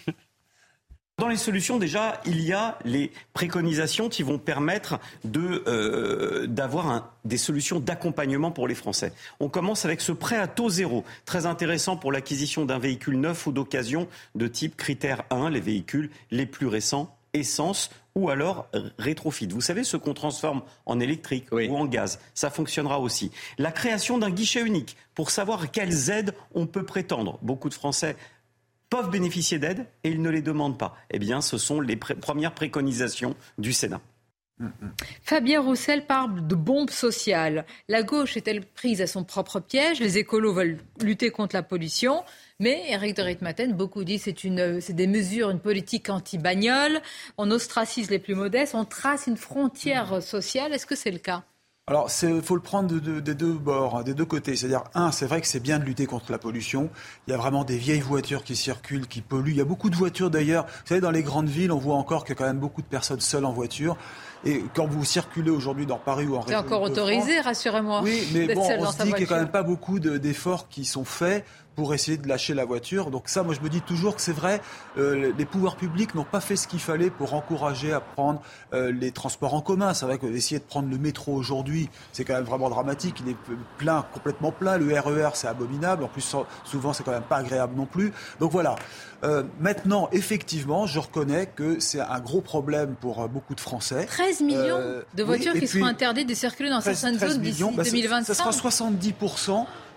[SPEAKER 24] Dans les solutions, déjà, il y a les préconisations qui vont permettre de, euh, d'avoir un, des solutions d'accompagnement pour les Français. On commence avec ce prêt à taux zéro, très intéressant pour l'acquisition d'un véhicule neuf ou d'occasion de type critère un, les véhicules les plus récents, essence ou alors rétrofit. Vous savez, ce qu'on transforme en électrique oui. ou en gaz, ça fonctionnera aussi. La création d'un guichet unique pour savoir quelles aides on peut prétendre. Beaucoup de Français peuvent bénéficier d'aides et ils ne les demandent pas. Eh bien, ce sont les pré- premières préconisations du Sénat.
[SPEAKER 3] Fabien Roussel parle de bombe sociale. La gauche est-elle prise à son propre piège? Les écolos veulent lutter contre la pollution. Mais Éric de Ritmaten, beaucoup disent c'est une, c'est des mesures, une politique anti-bagnole. On ostracise les plus modestes, on trace une frontière sociale. Est-ce que c'est le cas?
[SPEAKER 25] Alors, il faut le prendre de, de, des deux bords, hein, des deux côtés. C'est-à-dire, un, c'est vrai que c'est bien de lutter contre la pollution. Il y a vraiment des vieilles voitures qui circulent, qui polluent. Il y a beaucoup de voitures d'ailleurs. Vous savez, dans les grandes villes, on voit encore qu'il y a quand même beaucoup de personnes seules en voiture. Et quand vous circulez aujourd'hui dans Paris ou en région,
[SPEAKER 3] c'est encore autorisé, rassurez-moi.
[SPEAKER 25] Oui, mais bon, on se dit qu'il n'y a quand même pas beaucoup de, d'efforts qui sont faits pour essayer de lâcher la voiture. Donc ça, moi, je me dis toujours que c'est vrai, euh, les pouvoirs publics n'ont pas fait ce qu'il fallait pour encourager à prendre euh, les transports en commun. C'est vrai qu'essayer de prendre le métro aujourd'hui, c'est quand même vraiment dramatique. Il est plein, complètement plein. Le R E R, c'est abominable. En plus, souvent, c'est quand même pas agréable non plus. Donc voilà. Euh, maintenant, effectivement, je reconnais que c'est un gros problème pour euh, beaucoup de Français.
[SPEAKER 3] treize millions euh, de voitures oui, qui seront interdites de circuler dans certaines zones d'ici
[SPEAKER 25] bah,
[SPEAKER 3] deux mille vingt-cinq.
[SPEAKER 25] Ça sera soixante-dix pour cent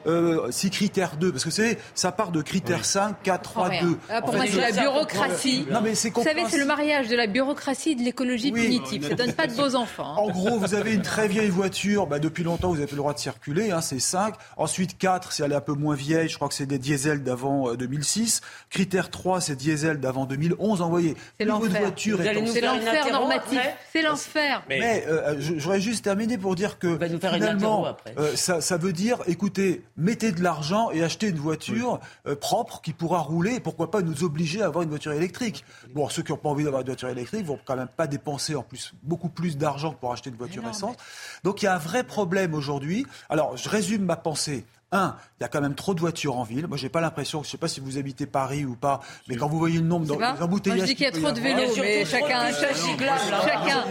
[SPEAKER 25] euh, si critère deux, parce que c'est, ça part de critère oui. cinq, quatre, trois, deux.
[SPEAKER 3] Ah, pour en moi, fait, c'est la bureaucratie.
[SPEAKER 25] Non, mais c'est
[SPEAKER 3] vous savez, c'est le mariage de la bureaucratie et de l'écologie oui. punitive. Ça ne donne pas de beaux enfants. Hein.
[SPEAKER 25] En gros, vous avez une très vieille voiture, bah, depuis longtemps, vous avez le droit de circuler, hein, c'est cinq. Ensuite, quatre, si elle est un peu moins vieille, je crois que c'est des diesels d'avant euh, deux mille six. Critère trois, c'est diesel d'avant deux mille onze. Envoyez.
[SPEAKER 3] C'est l'enfer. C'est l'enfer normatif. C'est l'enfer.
[SPEAKER 25] Mais, mais euh, j'aurais juste terminé pour dire que finalement, euh, ça, ça veut dire, écoutez, mettez de l'argent et achetez une voiture oui. euh, propre qui pourra rouler. Et pourquoi pas nous obliger à avoir une voiture électrique. Bon, ceux qui n'ont pas envie d'avoir une voiture électrique vont quand même pas dépenser en plus beaucoup plus d'argent pour acheter une voiture essence. Mais... Donc il y a un vrai problème aujourd'hui. Alors je résume ma pensée. Un, il y a quand même trop de voitures en ville. Moi, j'ai pas l'impression, je ne sais pas si vous habitez Paris ou pas, mais quand vous voyez le nombre d'embouteillages...
[SPEAKER 3] Moi, je dis qu'il y a trop de vélos, mais chacun... Chacun...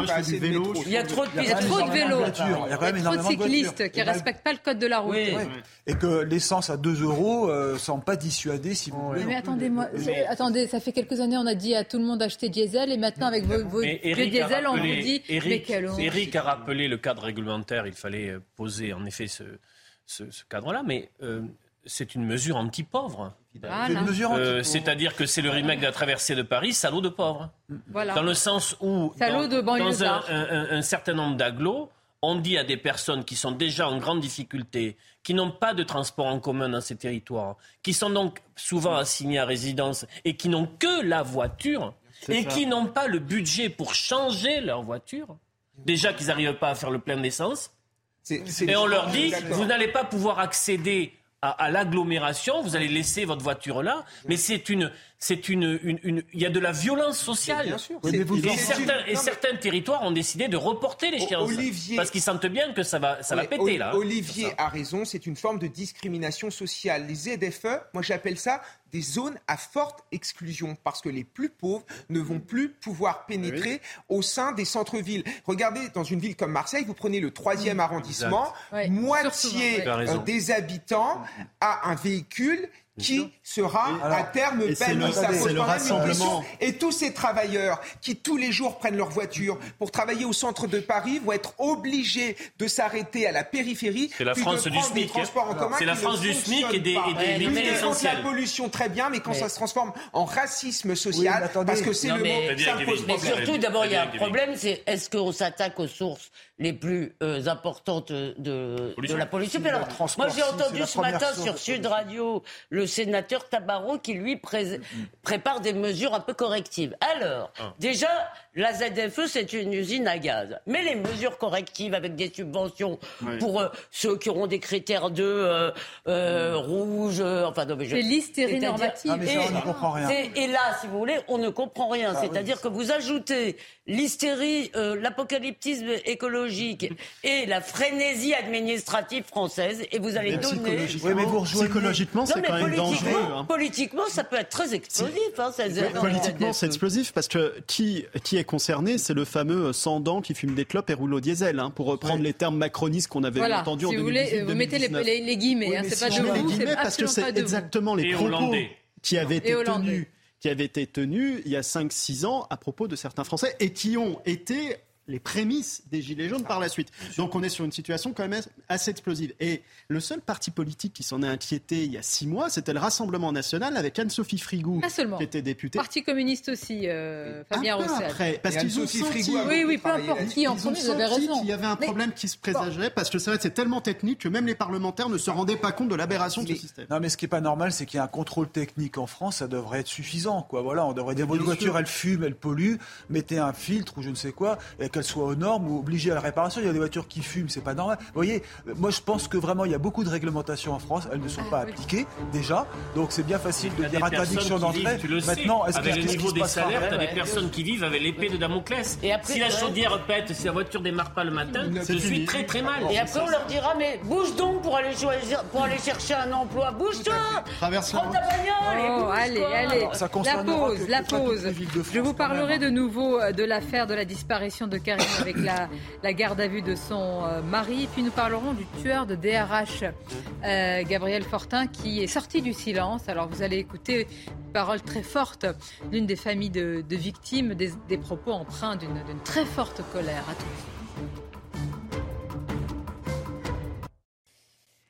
[SPEAKER 9] Il y a trop de
[SPEAKER 25] Il y a trop de
[SPEAKER 3] vélos.
[SPEAKER 25] Il y a quand même
[SPEAKER 3] trop de cyclistes qui ne respectent pas le code de la route.
[SPEAKER 25] Et que l'essence à deux euros ne semble pas dissuader, si vous voulez.
[SPEAKER 3] Mais attendez-moi, attendez, ça fait quelques années, on a dit à tout le monde d'acheter diesel, et maintenant, avec vos vieux diesel, on vous dit...
[SPEAKER 8] Eric a rappelé le cadre réglementaire, il fallait poser en effet ce... Ce, ce cadre-là, mais euh, c'est une mesure anti-pauvre.
[SPEAKER 3] Voilà.
[SPEAKER 8] Euh, c'est-à-dire que c'est le remake de la traversée de Paris, salaud de pauvre.
[SPEAKER 3] Voilà.
[SPEAKER 8] Dans le sens où,
[SPEAKER 3] salaud
[SPEAKER 8] dans,
[SPEAKER 3] de
[SPEAKER 8] dans un, un, un certain nombre d'agglos, on dit à des personnes qui sont déjà en grande difficulté, qui n'ont pas de transport en commun dans ces territoires, qui sont donc souvent assignés à résidence et qui n'ont que la voiture c'est et ça. Qui n'ont pas le budget pour changer leur voiture, déjà qu'ils n'arrivent pas à faire le plein d'essence. C'est, c'est et on leur dit, vous n'allez pas pouvoir accéder à, à l'agglomération, vous allez laisser votre voiture là, mais c'est une, c'est une, une, une, il y a de la violence sociale. Bien sûr. Et, vous et, certains, et certains territoires ont décidé de reporter l'échéance Olivier... parce qu'ils sentent bien que ça va, ça va péter
[SPEAKER 13] Olivier
[SPEAKER 8] là.
[SPEAKER 13] Olivier a raison, c'est une forme de discrimination sociale. Les Z F E, moi j'appelle ça des zones à forte exclusion, parce que les plus pauvres ne vont plus pouvoir pénétrer oui. au sein des centres-villes. Regardez, dans une ville comme Marseille, vous prenez le troisième arrondissement, oui. moitié Surtout, des habitants a un véhicule qui sera
[SPEAKER 25] Alors,
[SPEAKER 13] à terme banni. Ça pose quand même une question. Et tous ces travailleurs qui tous les jours prennent leur voiture pour travailler au centre de Paris vont être obligés de s'arrêter à la périphérie.
[SPEAKER 8] C'est la France du SMIC.
[SPEAKER 13] C'est
[SPEAKER 8] la France du SMIC et des, et des limites essentielles.
[SPEAKER 13] La pollution très bien, mais quand mais... ça se transforme en racisme social, oui, parce que c'est non, le
[SPEAKER 9] mais...
[SPEAKER 13] mot, ça pose
[SPEAKER 9] mais
[SPEAKER 13] problème.
[SPEAKER 9] Surtout, d'abord, il y a un problème, c'est est-ce qu'on s'attaque aux sources les plus euh, importantes de, de la pollution. Alors, moi, j'ai entendu ce matin sur Sud Radio le sénateur Tabarot qui, lui, pré- prépare des mesures un peu correctives. Alors, ah. déjà, la Z F E, c'est une usine à gaz. Mais les mesures correctives avec des subventions oui. pour euh, ceux qui auront des critères de euh, euh, rouge, euh, enfin... Non, mais je,
[SPEAKER 3] c'est l'hystérie normative.
[SPEAKER 25] Ah, mais ça,
[SPEAKER 9] et,
[SPEAKER 25] on ne comprend rien.
[SPEAKER 9] Et là, si vous voulez, on ne comprend rien.
[SPEAKER 25] Ah,
[SPEAKER 9] C'est-à-dire
[SPEAKER 25] oui,
[SPEAKER 9] que vous ajoutez l'hystérie, euh, l'apocalyptisme écologique et la frénésie administrative française et vous allez
[SPEAKER 25] mais
[SPEAKER 9] donner...
[SPEAKER 25] Oui, mais vous
[SPEAKER 5] psychologiquement, c'est
[SPEAKER 9] non,
[SPEAKER 5] quand même dangereux.
[SPEAKER 9] Hein. Politiquement, ça peut être très explosif. Hein, ça,
[SPEAKER 5] oui, politiquement, c'est explosif parce que qui, qui est concerné, c'est le fameux sans-dents qui fume des clopes et roule au diesel, hein, pour reprendre oui. les termes macronistes qu'on avait
[SPEAKER 3] voilà.
[SPEAKER 5] entendus
[SPEAKER 3] si
[SPEAKER 5] en deux mille dix-huit.
[SPEAKER 3] Vous, vous mettez les, les, les guillemets, oui, hein, c'est si pas de vous, c'est
[SPEAKER 5] parce que c'est exactement les
[SPEAKER 8] et
[SPEAKER 5] propos
[SPEAKER 8] hollandais.
[SPEAKER 5] qui avaient été tenus. qui avaient été tenus il y a cinq six ans à propos de certains Français et qui ont été les prémices des Gilets jaunes par la suite. Donc on est sur une situation quand même assez explosive. Et le seul parti politique qui s'en est inquiété il y a six mois, c'était le Rassemblement national avec Anne-Sophie Frigou, qui était députée.
[SPEAKER 3] Parti communiste aussi, euh, Fabien Roussel.
[SPEAKER 5] Après, parce qu'ils ont senti,
[SPEAKER 3] oui, oui, peu importe qui en premier, vous avez raison.
[SPEAKER 5] Il y avait un problème mais... qui se présagerait, parce que c'est vrai que c'est tellement technique que même les parlementaires ne se rendaient pas compte de l'aberration de ce système.
[SPEAKER 25] Non, mais ce qui n'est pas normal, c'est qu'il y a un contrôle technique en France, ça devrait être suffisant, quoi. Voilà, on devrait dire, votre voiture, elle fume, elle pollue, mettez un filtre ou je ne sais quoi, et qu'elle soit aux normes ou obligée à la réparation. Il y a des voitures qui fument, c'est pas normal. Vous voyez, moi je pense que vraiment il y a beaucoup de réglementations en France, elles ne sont pas appliquées déjà, donc c'est bien facile de dire interdiction d'entrée.
[SPEAKER 8] Maintenant, est-ce avec que, le niveau des salaires, tu as des personnes qui vivent avec l'épée de Damoclès. Et après, si la chaudière pète, si la voiture démarre pas le matin, je suis très très mal.
[SPEAKER 9] Et après on leur dira, mais bouge donc pour aller choisir, pour aller chercher un emploi, bouge-toi,
[SPEAKER 5] traverse
[SPEAKER 9] prends ta bagnole.
[SPEAKER 3] Oh, allez, allez, la pause, la pause. Je vous parlerai de nouveau de l'affaire de la disparition de Karine avec la, la garde à vue de son euh, mari. Et puis nous parlerons du tueur de D R H, euh, Gabriel Fortin, qui est sorti du silence. Alors vous allez écouter une parole très forte d'une des familles de, de victimes, des, des propos empreints d'une, d'une très forte colère. À tous.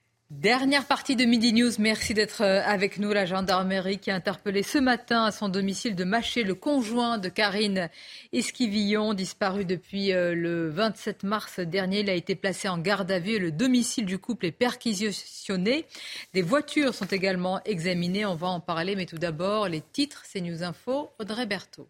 [SPEAKER 3] Dernière partie de Midi News, merci d'être avec nous. La gendarmerie qui a interpellé ce matin à son domicile de Maché le conjoint de Karine Esquivillon, disparu depuis le vingt-sept mars dernier. Il a été placé en garde à vue et le domicile du couple est perquisitionné. Des voitures sont également examinées, on va en parler, mais tout d'abord les titres, c'est News Info, Audrey Berthaud.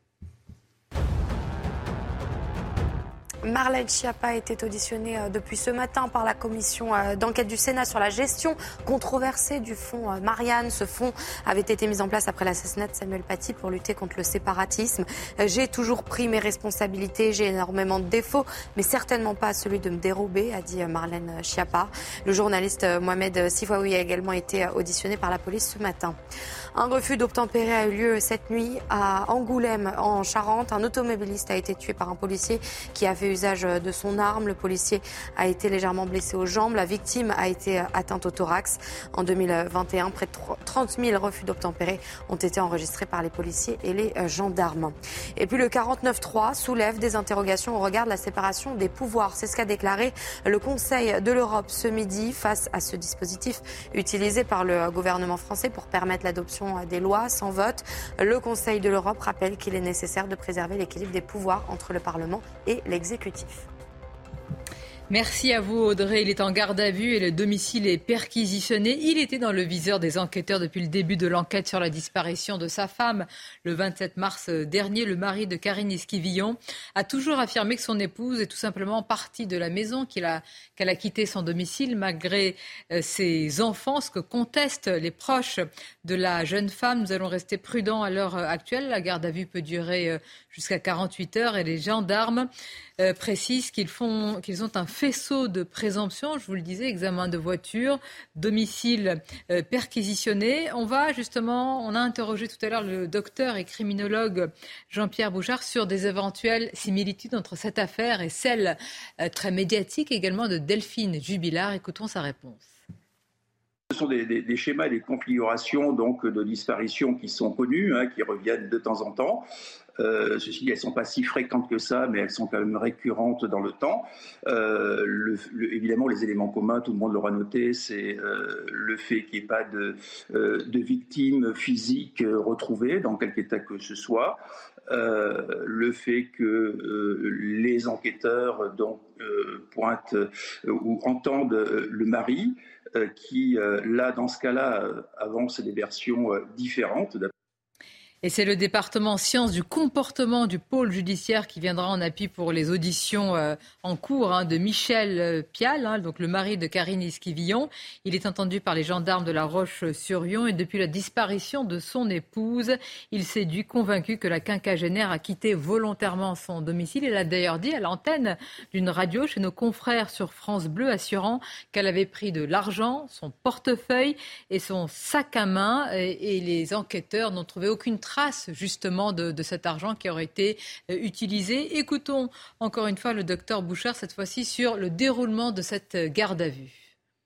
[SPEAKER 6] Marlène Schiappa était auditionnée depuis ce matin par la commission d'enquête du Sénat sur la gestion controversée du fonds Marianne. Ce fonds avait été mis en place après l'assassinat de Samuel Paty pour lutter contre le séparatisme. J'ai toujours pris mes responsabilités, j'ai énormément de défauts, mais certainement pas celui de me dérober, a dit Marlène Schiappa. Le journaliste Mohamed Sifaoui a également été auditionné par la police ce matin. Un refus d'obtempérer a eu lieu cette nuit à Angoulême, en Charente. Un automobiliste a été tué par un policier qui a fait usage de son arme. Le policier a été légèrement blessé aux jambes. La victime a été atteinte au thorax. En deux mille vingt et un, près de trente mille refus d'obtempérer ont été enregistrés par les policiers et les gendarmes. Et puis le quarante-neuf trois soulève des interrogations au regard de la séparation des pouvoirs. C'est ce qu'a déclaré le Conseil de l'Europe ce midi face à ce dispositif utilisé par le gouvernement français pour permettre l'adoption des lois sans vote. Le Conseil de l'Europe rappelle qu'il est nécessaire de préserver l'équilibre des pouvoirs entre le Parlement et l'exécutif.
[SPEAKER 3] Merci à vous Audrey. Il est en garde à vue et le domicile est perquisitionné. Il était dans le viseur des enquêteurs depuis le début de l'enquête sur la disparition de sa femme. Le vingt-sept mars dernier, le mari de Karine Esquivillon a toujours affirmé que son épouse est tout simplement partie de la maison, qu'il a, qu'elle a quitté son domicile malgré euh, ses enfants, ce que contestent les proches de la jeune femme. Nous allons rester prudents à l'heure actuelle. La garde à vue peut durer euh, jusqu'à quarante-huit heures et les gendarmes euh, précisent qu'ils font, qu'ils ont un faisceau de présomption, je vous le disais, examen de voiture, domicile euh, perquisitionné. On va justement, on a interrogé tout à l'heure le docteur et criminologue Jean-Pierre Bouchard sur des éventuelles similitudes entre cette affaire et celle euh, très médiatique également de Delphine Jubilard. Écoutons sa réponse.
[SPEAKER 7] Ce sont des, des, des schémas et des configurations donc, de disparition qui sont connus, hein, qui reviennent de temps en temps. Euh, ceci dit, elles ne sont pas si fréquentes que ça, mais elles sont quand même récurrentes dans le temps. Euh, le, le, évidemment, les éléments communs, tout le monde l'aura noté, c'est euh, le fait qu'il n'y ait pas de, euh, de victimes physiques euh, retrouvées dans quelque état que ce soit. Euh, le fait que euh, les enquêteurs donc, euh, pointent euh, ou entendent euh, le mari, euh, qui, euh, là, dans ce cas-là, euh, avance des versions euh, différentes.
[SPEAKER 3] Et c'est le département sciences du comportement du pôle judiciaire qui viendra en appui pour les auditions euh, en cours hein, de Michel euh, Pial, hein, donc le mari de Karine Esquivillon. Il est entendu par les gendarmes de La Roche-sur-Yon et depuis la disparition de son épouse, il s'est dit convaincu que la quinquagénaire a quitté volontairement son domicile. Il a d'ailleurs dit à l'antenne d'une radio chez nos confrères sur France Bleu, assurant qu'elle avait pris de l'argent, son portefeuille et son sac à main. Et, et les enquêteurs n'ont trouvé aucune trace justement de, de cet argent qui aurait été euh, utilisé. Écoutons encore une fois le docteur Bouchard, cette fois-ci sur le déroulement de cette garde à vue.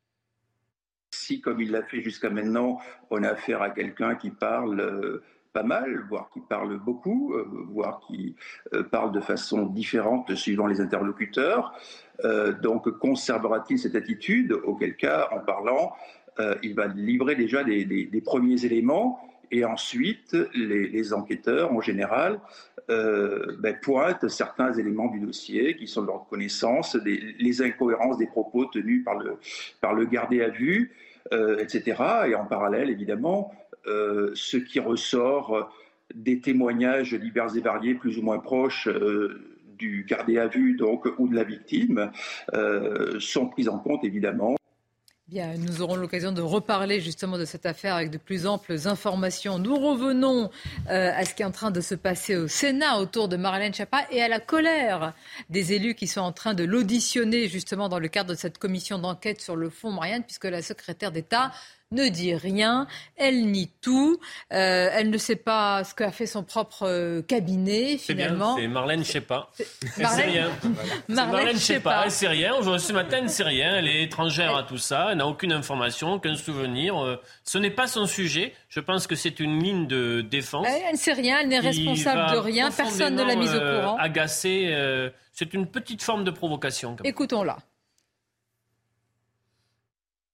[SPEAKER 7] Si, comme il l'a fait jusqu'à maintenant, on a affaire à quelqu'un qui parle euh, pas mal, voire qui parle beaucoup, euh, voire qui euh, parle de façon différente suivant les interlocuteurs, euh, donc conservera-t-il cette attitude? Auquel cas, en parlant, euh, il va livrer déjà des, des, des premiers éléments. Et ensuite, les, les enquêteurs, en général, euh, ben, pointent certains éléments du dossier qui sont de leur connaissance, des, les incohérences des propos tenus par le, par le gardé à vue, euh, et cetera. Et en parallèle, évidemment, euh, ce qui ressort des témoignages divers et variés, plus ou moins proches, euh, du gardé à vue donc, ou de la victime, euh, sont pris en compte, évidemment.
[SPEAKER 3] Bien, nous aurons l'occasion de reparler justement de cette affaire avec de plus amples informations. Nous revenons euh, à ce qui est en train de se passer au Sénat autour de Marlène Schiappa et à la colère des élus qui sont en train de l'auditionner justement dans le cadre de cette commission d'enquête sur le fonds Marianne, puisque la secrétaire d'État ne dit rien, elle nie tout, euh, elle ne sait pas ce qu'a fait son propre euh, cabinet finalement.
[SPEAKER 8] C'est bien, c'est Marlène Schiappa. Elle
[SPEAKER 3] Marlène...
[SPEAKER 8] sait rien. C'est Marlène Schiappa, elle sait rien. Aujourd'hui, ce matin, elle ne sait rien. Elle est étrangère à tout ça. Elle n'a aucune information, aucun souvenir. Ce n'est pas son sujet. Je pense que c'est une ligne de défense.
[SPEAKER 3] Elle ne sait rien, elle n'est responsable de rien. Personne ne l'a mise au courant.
[SPEAKER 8] Euh, agacée. Euh, c'est une petite forme de provocation.
[SPEAKER 3] Écoutons-la.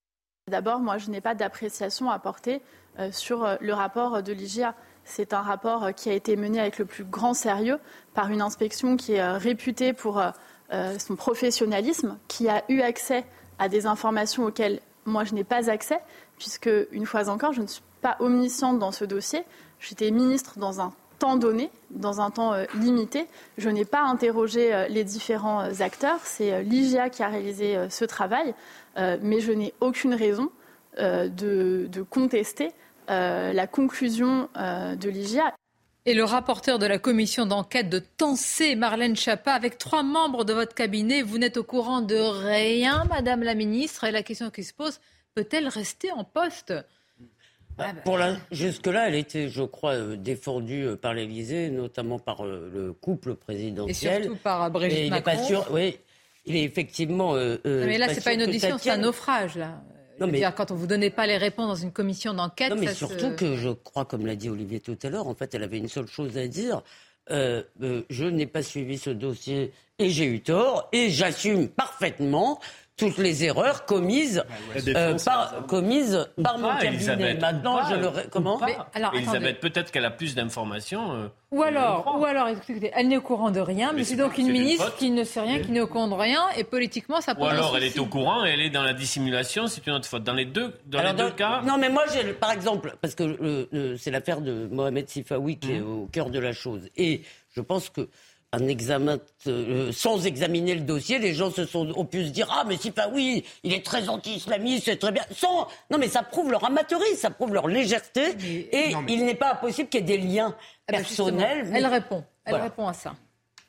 [SPEAKER 14] D'abord, moi, je n'ai pas d'appréciation à porter euh, sur euh, le rapport de l'I G A. C'est un rapport euh, qui a été mené avec le plus grand sérieux par une inspection qui est euh, réputée pour euh, euh, son professionnalisme, qui a eu accès à des informations auxquelles moi, je n'ai pas accès, puisque, une fois encore, je ne suis pas omnisciente dans ce dossier. J'étais ministre dans un temps donné, dans un temps euh, limité. Je n'ai pas interrogé euh, les différents euh, acteurs. C'est euh, l'I G A qui a réalisé euh, ce travail. Euh, mais je n'ai aucune raison euh, de, de contester euh, la conclusion euh, de l'I G A.
[SPEAKER 3] Et le rapporteur de la commission d'enquête de Tancé, Marlène Schiappa, avec trois membres de votre cabinet, vous n'êtes au courant de rien, Madame la Ministre. Et la question qui se pose, peut-elle rester en poste ?
[SPEAKER 9] Bah, pour la, jusque-là, elle était, je crois, euh, défendue euh, par l'Élysée, notamment par euh, le couple présidentiel.
[SPEAKER 3] Et surtout par Brigitte
[SPEAKER 9] Et
[SPEAKER 3] Macron.
[SPEAKER 9] Il n'est pas sûr, oui, il est effectivement... Euh, euh,
[SPEAKER 3] non mais là,
[SPEAKER 9] pas
[SPEAKER 3] c'est pas une audition, c'est un naufrage, là.
[SPEAKER 9] Non, mais...
[SPEAKER 3] dire, quand on vous donnait pas les réponses dans une commission d'enquête...
[SPEAKER 9] Non, mais
[SPEAKER 3] ça
[SPEAKER 9] surtout
[SPEAKER 3] se...
[SPEAKER 9] que je crois, comme l'a dit Olivier tout à l'heure, en fait, elle avait une seule chose à dire. Euh, euh, je n'ai pas suivi ce dossier et j'ai eu tort et j'assume parfaitement toutes les erreurs commises, euh, par, commises par mon cabinet.
[SPEAKER 8] Elisabeth,
[SPEAKER 9] Maintenant,
[SPEAKER 8] pas,
[SPEAKER 9] je le... Comment
[SPEAKER 3] mais, alors,
[SPEAKER 8] Elisabeth, peut-être qu'elle a plus d'informations. Euh,
[SPEAKER 3] ou alors, ou alors, écoutez, elle n'est au courant de rien, mais, mais c'est, c'est donc une ministre qui ne sait rien, qui n'est au courant de rien, et politiquement, ça pose
[SPEAKER 8] Ou alors,
[SPEAKER 3] un
[SPEAKER 8] elle est au courant et elle est dans la dissimulation, c'est une autre faute. Dans les deux, dans
[SPEAKER 9] alors,
[SPEAKER 8] les deux
[SPEAKER 9] dans,
[SPEAKER 8] cas...
[SPEAKER 9] Non, mais moi, j'ai, par exemple, parce que euh, euh, c'est l'affaire de Mohamed Sifawi qui mmh. est au cœur de la chose, et je pense que un examen, euh, sans examiner le dossier, les gens se sont, ont pu se dire « Ah, mais si, pas oui, il est très anti-islamiste, c'est très bien. » Sans, non, mais ça prouve leur amateurisme, ça prouve leur légèreté. Mais, et non, mais... il n'est pas impossible qu'il y ait des liens ah personnels.
[SPEAKER 3] Ben mais... Elle répond. Elle voilà. répond à ça.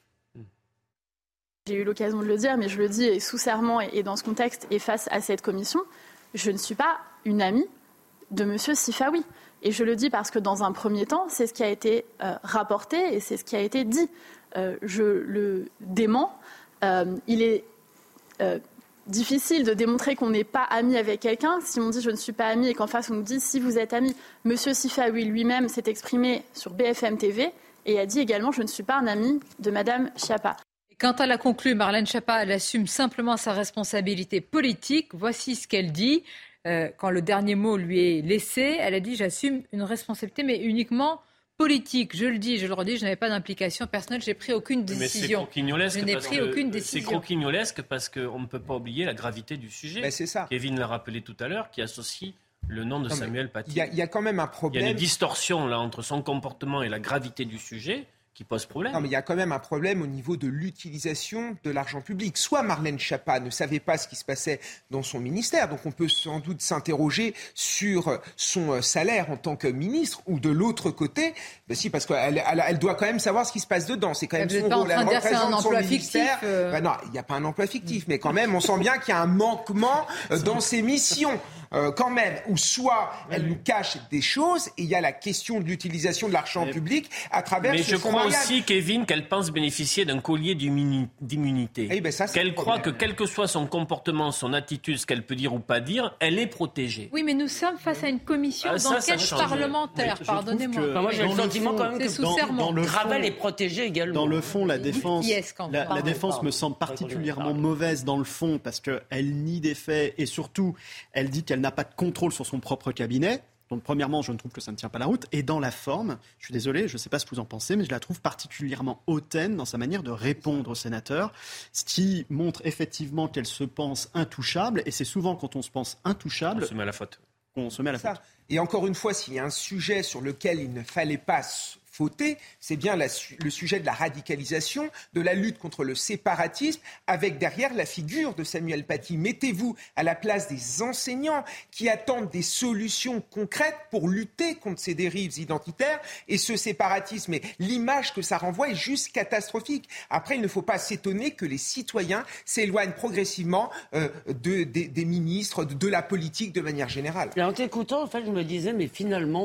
[SPEAKER 14] J'ai eu l'occasion de le dire, mais je le dis sous serment et dans ce contexte et face à cette commission, je ne suis pas une amie de M. Sifawi. Et je le dis parce que dans un premier temps, c'est ce qui a été euh, rapporté et c'est ce qui a été dit. Euh, je le dément. Euh, il est euh, difficile de démontrer qu'on n'est pas ami avec quelqu'un. Si on dit je ne suis pas ami et qu'en face on nous dit si vous êtes ami, M. Sifawi lui-même s'est exprimé sur B F M T V et a dit également je ne suis pas un ami de Mme Schiappa.
[SPEAKER 3] Quand elle a conclu, Marlène Schiappa, elle assume simplement sa responsabilité politique. Voici ce qu'elle dit. Euh, quand le dernier mot lui est laissé, elle a dit « J'assume une responsabilité, mais uniquement politique. Je le dis, je le redis, je n'avais pas d'implication personnelle, j'ai pris aucune décision. »
[SPEAKER 8] Mais c'est croquignolesque.
[SPEAKER 3] Je n'ai pris aucune décision.
[SPEAKER 8] C'est croquignolesque parce qu'on ne peut pas oublier la gravité du sujet.
[SPEAKER 13] Ben c'est ça.
[SPEAKER 8] Kevin l'a rappelé tout à l'heure, qui associe le nom de non, Samuel Paty.
[SPEAKER 13] Il y, y a quand même un problème.
[SPEAKER 8] Il y a une distorsion là, entre son comportement et la gravité du sujet qui pose problème.
[SPEAKER 13] Non, mais il y a quand même un problème au niveau de l'utilisation de l'argent public. Soit Marlène Schiappa ne savait pas ce qui se passait dans son ministère, donc on peut sans doute s'interroger sur son salaire en tant que ministre, ou de l'autre côté, ben si, parce qu'elle elle, elle doit quand même savoir ce qui se passe dedans. C'est quand même
[SPEAKER 3] elle
[SPEAKER 13] son rôle. Elle représente son ministère.
[SPEAKER 3] Fictif, euh...
[SPEAKER 13] ben non, il n'y a pas un emploi fictif, mais quand même, on sent bien qu'il y a un manquement dans ses missions. Euh, quand même, ou soit elle nous cache des choses, et il y a la question de l'utilisation de l'argent mais, public à travers
[SPEAKER 8] mais
[SPEAKER 13] ce
[SPEAKER 8] je
[SPEAKER 13] fonds
[SPEAKER 8] crois
[SPEAKER 13] Marianne.
[SPEAKER 8] Aussi, Kevin, qu'elle pense bénéficier d'un collier d'immunité.
[SPEAKER 13] Eh ben ça,
[SPEAKER 8] qu'elle croit que quel que soit son comportement, son attitude, ce qu'elle peut dire ou pas dire, elle est protégée.
[SPEAKER 3] Oui, mais nous sommes face à une commission ah, d'enquête ça, ça parlementaire, oui, pardonnez-moi.
[SPEAKER 9] Enfin, moi, j'ai le sentiment
[SPEAKER 3] fond,
[SPEAKER 9] quand même que
[SPEAKER 3] sous serment.
[SPEAKER 9] Gravel est protégé également.
[SPEAKER 10] Dans le fond, la défense,
[SPEAKER 3] yes,
[SPEAKER 10] la, la défense me semble particulièrement mauvaise dans le fond parce qu'elle nie des faits et surtout, elle dit qu'elle n'a pas de contrôle sur son propre cabinet. Donc, premièrement, je ne trouve que ça ne tient pas la route. Et dans la forme, je suis désolé, je ne sais pas ce que vous en pensez, mais je la trouve particulièrement hautaine dans sa manière de répondre aux sénateurs, ce qui montre effectivement qu'elle se pense intouchable. Et c'est souvent quand on se pense intouchable...
[SPEAKER 8] On se met à la faute.
[SPEAKER 10] On se met à la faute.
[SPEAKER 13] Et encore une fois, s'il y a un sujet sur lequel il ne fallait pas fauter, c'est bien la, le sujet de la radicalisation, de la lutte contre le séparatisme, avec derrière la figure de Samuel Paty. Mettez-vous à la place des enseignants qui attendent des solutions concrètes pour lutter contre ces dérives identitaires et ce séparatisme. Et l'image que ça renvoie est juste catastrophique. Après, il ne faut pas s'étonner que les citoyens s'éloignent progressivement euh, de, de, des ministres, de, de la politique de manière générale.
[SPEAKER 9] Et en t'écoutant, en fait, je me disais, mais finalement...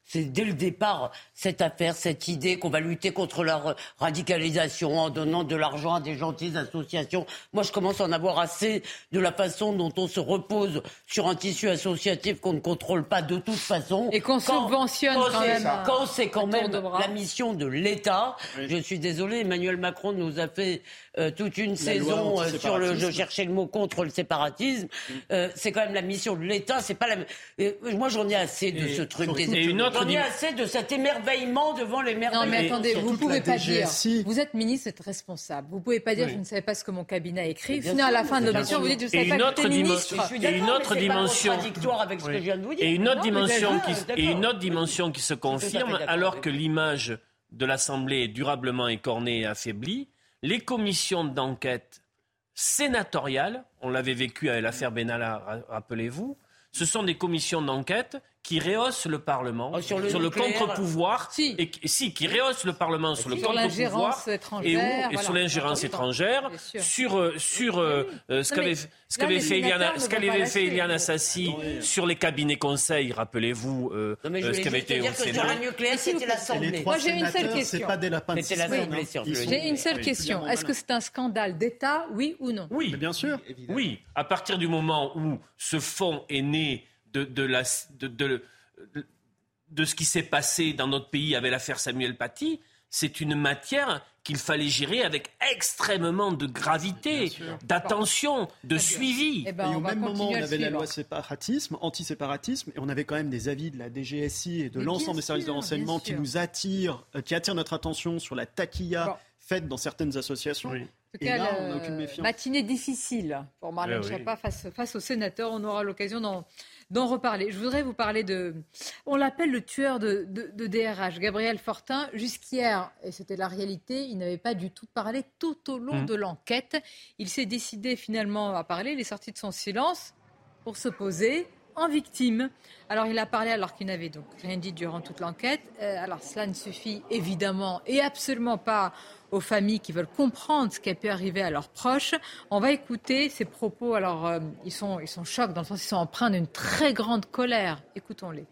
[SPEAKER 9] c'est dès le départ cette affaire, cette idée qu'on va lutter contre la radicalisation en donnant de l'argent à des gentilles associations. Moi, je commence à en avoir assez de la façon dont on se repose sur un tissu associatif qu'on ne contrôle pas de toute façon.
[SPEAKER 3] Et qu'on
[SPEAKER 9] quand,
[SPEAKER 3] subventionne
[SPEAKER 9] quand
[SPEAKER 3] quand même.
[SPEAKER 9] C'est, quand c'est quand même
[SPEAKER 3] de
[SPEAKER 9] la mission de l'État. Oui. Je suis désolée, Emmanuel Macron nous a fait euh, toute une la saison euh, sur le, je cherchais le mot, contre le séparatisme. Mm. Euh, c'est quand même la mission de l'État. C'est pas la. Euh, moi, j'en ai assez de et, ce truc des.
[SPEAKER 8] Et une autre
[SPEAKER 9] J'en ai assez de cet émerveillement devant l'émerveillement.
[SPEAKER 3] Non, mais attendez, vous ne pouvez pas
[SPEAKER 8] D G S I.
[SPEAKER 3] dire. Vous êtes ministre, vous êtes responsable. Vous ne pouvez pas dire, oui. je ne savais pas ce que mon cabinet a écrit. Finalement, à la fin de l'audition, vous dites, je ne savais pas que j'étais ministre.
[SPEAKER 8] Et une autre dimension.
[SPEAKER 9] Avec ce que je viens de vous dire.
[SPEAKER 8] Et une autre dimension qui, et une autre dimension qui se confirme, alors que l'image de l'Assemblée est durablement écornée et affaiblie, les commissions d'enquête sénatoriales, on l'avait vécu avec l'affaire Benalla, rappelez-vous, ce sont des commissions d'enquête qui rehaussent le Parlement
[SPEAKER 9] oh, sur le,
[SPEAKER 8] sur le contre-pouvoir,
[SPEAKER 3] si.
[SPEAKER 8] Et, si, qui rehaussent le Parlement sur le
[SPEAKER 3] sur
[SPEAKER 8] contre-pouvoir
[SPEAKER 3] et, où,
[SPEAKER 8] et
[SPEAKER 3] voilà.
[SPEAKER 8] sur l'ingérence étrangère, sur, sur euh, oui. ce qu'avait, ce qu'avait fait Eliana, ce qu'avait fait Eliana Assassi sur les cabinets conseils, rappelez-vous euh,
[SPEAKER 9] non,
[SPEAKER 8] ce qui avait été au Sénat.
[SPEAKER 9] Sur la nucléaire, c'était l'Assemblée.
[SPEAKER 3] Moi, j'ai une seule question.
[SPEAKER 5] C'est pas des lapins de
[SPEAKER 9] c'était l'Assemblée.
[SPEAKER 3] Oui. J'ai une seule oui, question. Est-ce que c'est un scandale d'État, oui ou non?
[SPEAKER 8] Oui,
[SPEAKER 5] bien sûr.
[SPEAKER 8] Oui, à partir du moment où ce fonds est né de, de la... De, de, de, de ce qui s'est passé dans notre pays avec l'affaire Samuel Paty, c'est une matière qu'il fallait gérer avec extrêmement de gravité, d'attention, de suivi.
[SPEAKER 3] Eh ben,
[SPEAKER 5] et au même moment, on avait
[SPEAKER 3] suivre.
[SPEAKER 5] la loi séparatisme, anti-séparatisme, et on avait quand même des avis de la D G S I et de Mais l'ensemble des services sûr, de renseignement qui nous attirent, euh, qui attirent notre attention sur la taquilla bon. faite dans certaines associations.
[SPEAKER 3] Oui. En tout cas, là, on n'a aucune méfiance. Matinée difficile pour Marlène eh Schiappa oui. face, face aux sénateurs. On aura l'occasion d'en, d'en reparler. Je voudrais vous parler de... On l'appelle le tueur de, de, de D R H, Gabriel Fortin. Jusqu'hier, et c'était la réalité, il n'avait pas du tout parlé tout au long mmh. de l'enquête. Il s'est décidé finalement à parler. Il est sorti de son silence pour se poser en victime. Alors il a parlé alors qu'il n'avait donc rien dit durant toute l'enquête. Euh, alors cela ne suffit évidemment et absolument pas aux familles qui veulent comprendre ce qui a pu arriver à leurs proches. On va écouter ces propos. Alors euh, ils sont ils sont chocs dans le sens qu'ils sont empreints d'une très grande colère. Écoutons-les.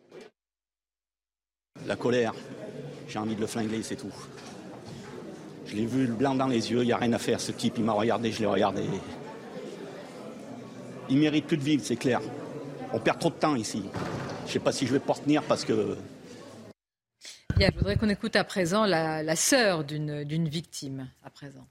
[SPEAKER 12] La colère, j'ai envie de le flinguer, c'est tout. Je l'ai vu le blanc dans les yeux, il n'y a rien à faire. Ce type, il m'a regardé, je l'ai regardé. Il mérite plus de vivre, c'est clair. On perd trop de temps ici. Je ne sais pas si je vais pouvoir tenir parce que...
[SPEAKER 3] Bien, je voudrais qu'on écoute à présent la, la sœur d'une, d'une victime, à présent.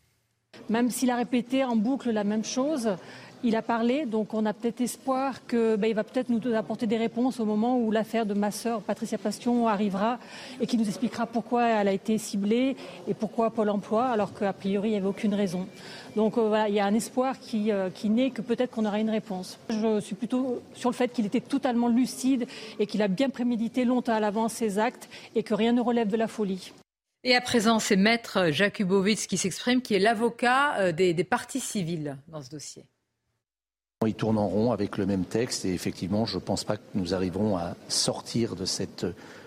[SPEAKER 15] Même s'il a répété en boucle la même chose, il a parlé, donc on a peut-être espoir qu'il ben, va peut-être nous apporter des réponses au moment où l'affaire de ma sœur, Patricia Passion, arrivera et qui nous expliquera pourquoi elle a été ciblée et pourquoi Pôle emploi, alors qu'a priori il n'y avait aucune raison. Donc euh, voilà, il y a un espoir qui, euh, qui naît que peut-être qu'on aura une réponse. Je suis plutôt sur le fait qu'il était totalement lucide et qu'il a bien prémédité longtemps à l'avance ses actes et que rien ne relève de la folie.
[SPEAKER 3] Et à présent, c'est Maître Jakubowicz qui s'exprime, qui est l'avocat des, des parties civiles dans ce dossier.
[SPEAKER 16] Ils tournent en rond avec le même texte et effectivement, je ne pense pas que nous arriverons à sortir de, cette,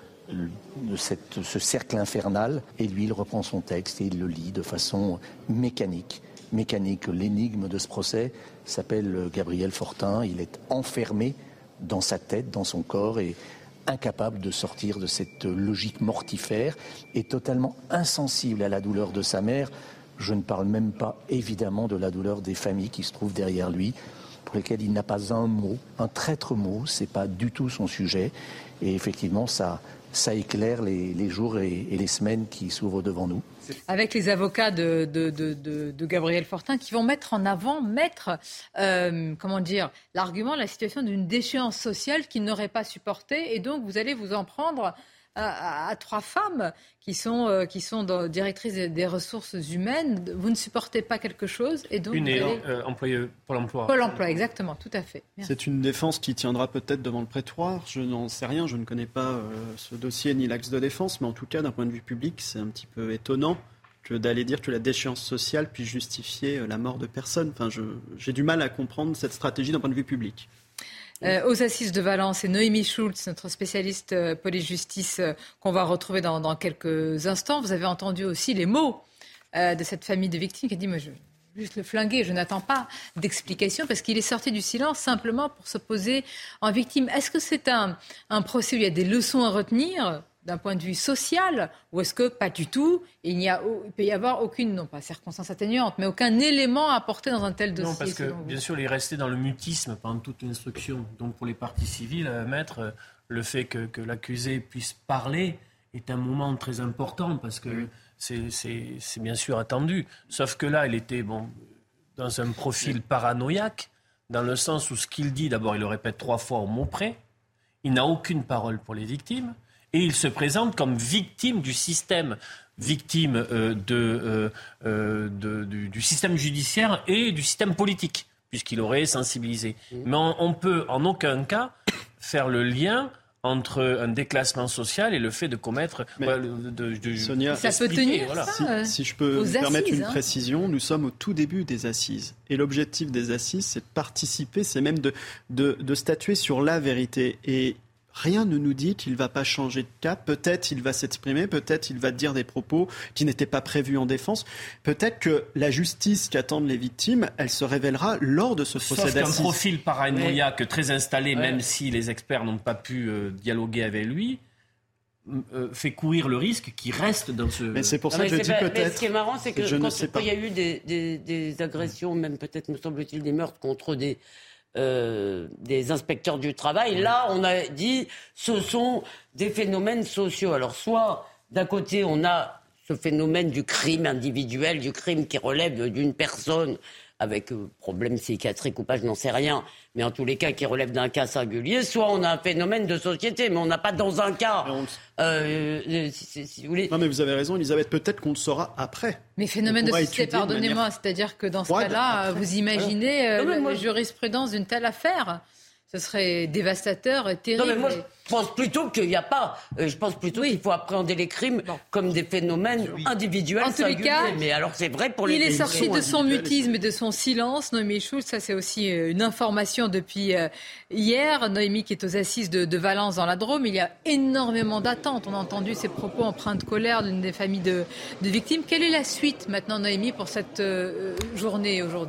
[SPEAKER 16] de cette, ce cercle infernal. Et lui, il reprend son texte et il le lit de façon mécanique. Mécanique. L'énigme de ce procès s'appelle Gabriel Fortin. Il est enfermé dans sa tête, dans son corps et incapable de sortir de cette logique mortifère et totalement insensible à la douleur de sa mère. Je ne parle même pas évidemment de la douleur des familles qui se trouvent derrière lui, pour lesquelles il n'a pas un mot, un traître mot, c'est pas du tout son sujet. Et effectivement, ça, ça éclaire les, les jours et, et les semaines qui s'ouvrent devant nous.
[SPEAKER 3] Avec les avocats de, de, de, de, de Gabriel Fortin qui vont mettre en avant, mettre, euh, comment dire, l'argument, la situation d'une déchéance sociale qu'il n'aurait pas supportée. Et donc, vous allez vous en prendre à, à, à trois femmes qui sont, euh, qui sont dans, directrices des, des ressources humaines. Vous ne supportez pas quelque chose et donc...
[SPEAKER 8] Une est
[SPEAKER 3] allez...
[SPEAKER 8] euh, employée Pôle emploi.
[SPEAKER 3] Pôle emploi, exactement, tout à fait.
[SPEAKER 5] Merci. C'est une défense qui tiendra peut-être devant le prétoire. Je n'en sais rien, je ne connais pas euh, ce dossier ni l'axe de défense, mais en tout cas, d'un point de vue public, c'est un petit peu étonnant que d'aller dire que la déchéance sociale puisse justifier la mort de personnes. Enfin, je, j'ai du mal à comprendre cette stratégie d'un point de vue public.
[SPEAKER 3] Euh, aux Assises de Valence, et Noémie Schultz, notre spécialiste euh, police-justice, euh, qu'on va retrouver dans, dans quelques instants. Vous avez entendu aussi les mots euh, de cette famille de victimes qui a dit « Moi, je juste le flinguer. Je n'attends pas d'explication parce qu'il est sorti du silence simplement pour se poser en victime. Est-ce que c'est un, un procès où il y a des leçons à retenir d'un point de vue social, ou est-ce que pas du tout, il n'y a, il peut y avoir aucune, non pas circonstance atténuante, mais aucun élément à apporter dans un tel dossier?
[SPEAKER 8] Non, parce que bien sûr, il est resté dans le mutisme pendant toute l'instruction. Donc pour les parties civiles, euh, maître, le fait que, que l'accusé puisse parler est un moment très important, parce que oui. c'est, c'est, c'est bien sûr attendu. Sauf que là, il était bon, dans un profil paranoïaque, dans le sens où ce qu'il dit, d'abord, il le répète trois fois au mot près, il n'a aucune parole pour les victimes, et il se présente comme victime du système, victime euh, de, euh, de, du, du système judiciaire et du système politique, puisqu'il aurait sensibilisé. Mmh. Mais on, on peut en aucun cas faire le lien entre un déclassement social et le fait de commettre... Ouais, de, de, de,
[SPEAKER 10] Sonia,
[SPEAKER 3] ça peut tenir,
[SPEAKER 10] voilà.
[SPEAKER 3] ça,
[SPEAKER 10] si, si je peux
[SPEAKER 3] me
[SPEAKER 10] permettre
[SPEAKER 3] assises,
[SPEAKER 10] une
[SPEAKER 3] hein.
[SPEAKER 10] précision, nous sommes au tout début des assises. Et l'objectif des assises, c'est de participer, c'est même de, de, de statuer sur la vérité. Et rien ne nous dit qu'il ne va pas changer de cap. Peut-être il va s'exprimer, peut-être il va dire des propos qui n'étaient pas prévus en défense. Peut-être que la justice qu'attendent les victimes, elle se révélera lors de ce procès
[SPEAKER 8] Sauf
[SPEAKER 10] d'assises.
[SPEAKER 8] Sauf qu'un profil paranoïaque ouais. très installé, ouais. même si les experts n'ont pas pu euh, dialoguer avec lui, euh, fait courir le risque qu'il reste dans ce...
[SPEAKER 10] Mais c'est pour
[SPEAKER 9] non,
[SPEAKER 10] ça que je
[SPEAKER 9] dis
[SPEAKER 10] pas,
[SPEAKER 9] peut-être...
[SPEAKER 10] Mais
[SPEAKER 9] ce qui est marrant, c'est que, que quand, quand il y a eu des, des, des agressions, même peut-être, me semble-t-il, des meurtres contre des... Euh, des inspecteurs du travail. Là, on a dit ce sont des phénomènes sociaux. Alors, soit d'un côté, on a ce phénomène du crime individuel, du crime qui relève d'une personne avec euh, problème psychiatrique ou pas, je n'en sais rien, mais en tous les cas qui relève d'un cas singulier, soit on a un phénomène de société, mais on n'a pas dans un cas, on... euh, si, si, si vous voulez...
[SPEAKER 10] Non mais vous avez raison, Elisabeth, peut-être qu'on le saura après.
[SPEAKER 3] Mais phénomène de société, pardonnez-moi, manière... c'est-à-dire que dans ce ouais, cas-là, après. vous imaginez euh, non, moi... la jurisprudence d'une telle affaire? Ce serait dévastateur et terrible.
[SPEAKER 9] Non, mais moi, je pense plutôt qu'il n'y a pas. Euh, je pense plutôt oui. qu'il faut appréhender les crimes bon. comme des phénomènes oui. individuels.
[SPEAKER 3] En tous les cas,
[SPEAKER 9] mais alors c'est vrai pour les.
[SPEAKER 3] Il est sorti de son mutisme et de son silence. Noémie Schulz, ça c'est aussi une information depuis euh, hier. Noémie qui est aux assises de, de Valence dans la Drôme. Il y a énormément d'attentes. On a entendu ses propos empreints de colère d'une des familles de, de victimes. Quelle est la suite maintenant, Noémie, pour cette euh, journée aujourd'hui ?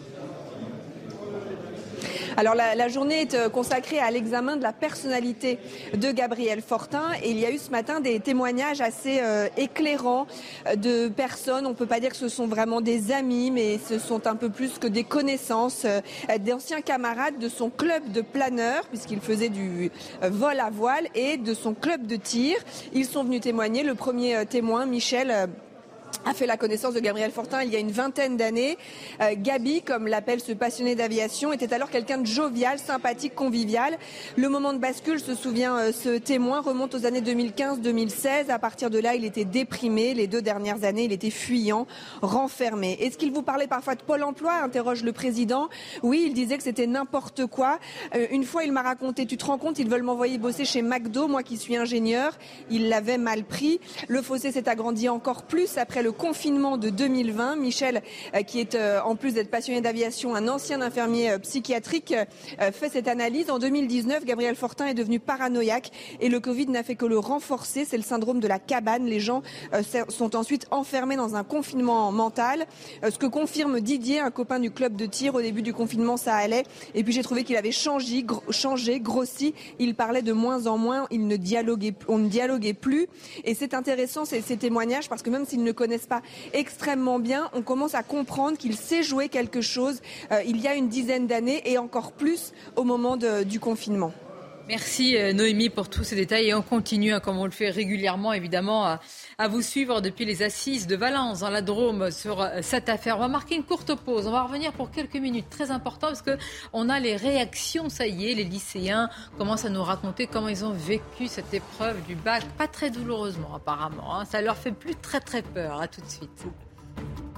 [SPEAKER 11] Alors la, la journée est consacrée à l'examen de la personnalité de Gabriel Fortin et il y a eu ce matin des témoignages assez euh, éclairants de personnes. On ne peut pas dire que ce sont vraiment des amis, mais ce sont un peu plus que des connaissances, euh, d'anciens camarades de son club de planeurs, puisqu'il faisait du euh, vol à voile, et de son club de tir. Ils sont venus témoigner. Le premier euh, témoin, Michel... Euh, a fait la connaissance de Gabriel Fortin il y a une vingtaine d'années. Euh, Gabi, comme l'appelle ce passionné d'aviation, était alors quelqu'un de jovial, sympathique, convivial. Le moment de bascule, se souvient euh, ce témoin, remonte aux années deux mille quinze deux mille seize. À partir de là, il était déprimé. Les deux dernières années, il était fuyant, renfermé. Est-ce qu'il vous parlait parfois de Pôle emploi ? Interroge le président. Oui, il disait que c'était n'importe quoi. Euh, une fois, il m'a raconté, tu te rends compte, ils veulent m'envoyer bosser chez McDo, moi qui suis ingénieur. Il l'avait mal pris. Le fossé s'est agrandi encore plus après le confinement de deux mille vingt. Michel, euh, qui est euh, en plus d'être passionné d'aviation, un ancien infirmier euh, psychiatrique, euh, fait cette analyse. En deux mille dix-neuf, Gabriel Fortin est devenu paranoïaque et le Covid n'a fait que le renforcer. C'est le syndrome de la cabane. Les gens euh, sont ensuite enfermés dans un confinement mental. Euh, ce que confirme Didier, un copain du club de tir. Au début du confinement, ça allait. Et puis j'ai trouvé qu'il avait changé, gro- changé, grossi. Il parlait de moins en moins. Il ne dialoguait, on ne dialoguait plus. Et c'est intéressant ces, ces témoignages parce que même s'ils ne connaissent pas extrêmement bien, on commence à comprendre qu'il sait jouer quelque chose euh, il y a une dizaine d'années et encore plus au moment de, du confinement.
[SPEAKER 3] Merci Noémie pour tous ces détails et on continue, hein, comme on le fait régulièrement évidemment, à, à vous suivre depuis les assises de Valence dans la Drôme sur cette affaire. On va marquer une courte pause, on va revenir pour quelques minutes, très important parce qu'on a les réactions, ça y est, les lycéens commencent à nous raconter comment ils ont vécu cette épreuve du bac, pas très douloureusement apparemment, hein. Ça leur fait plus très très peur, à tout de suite.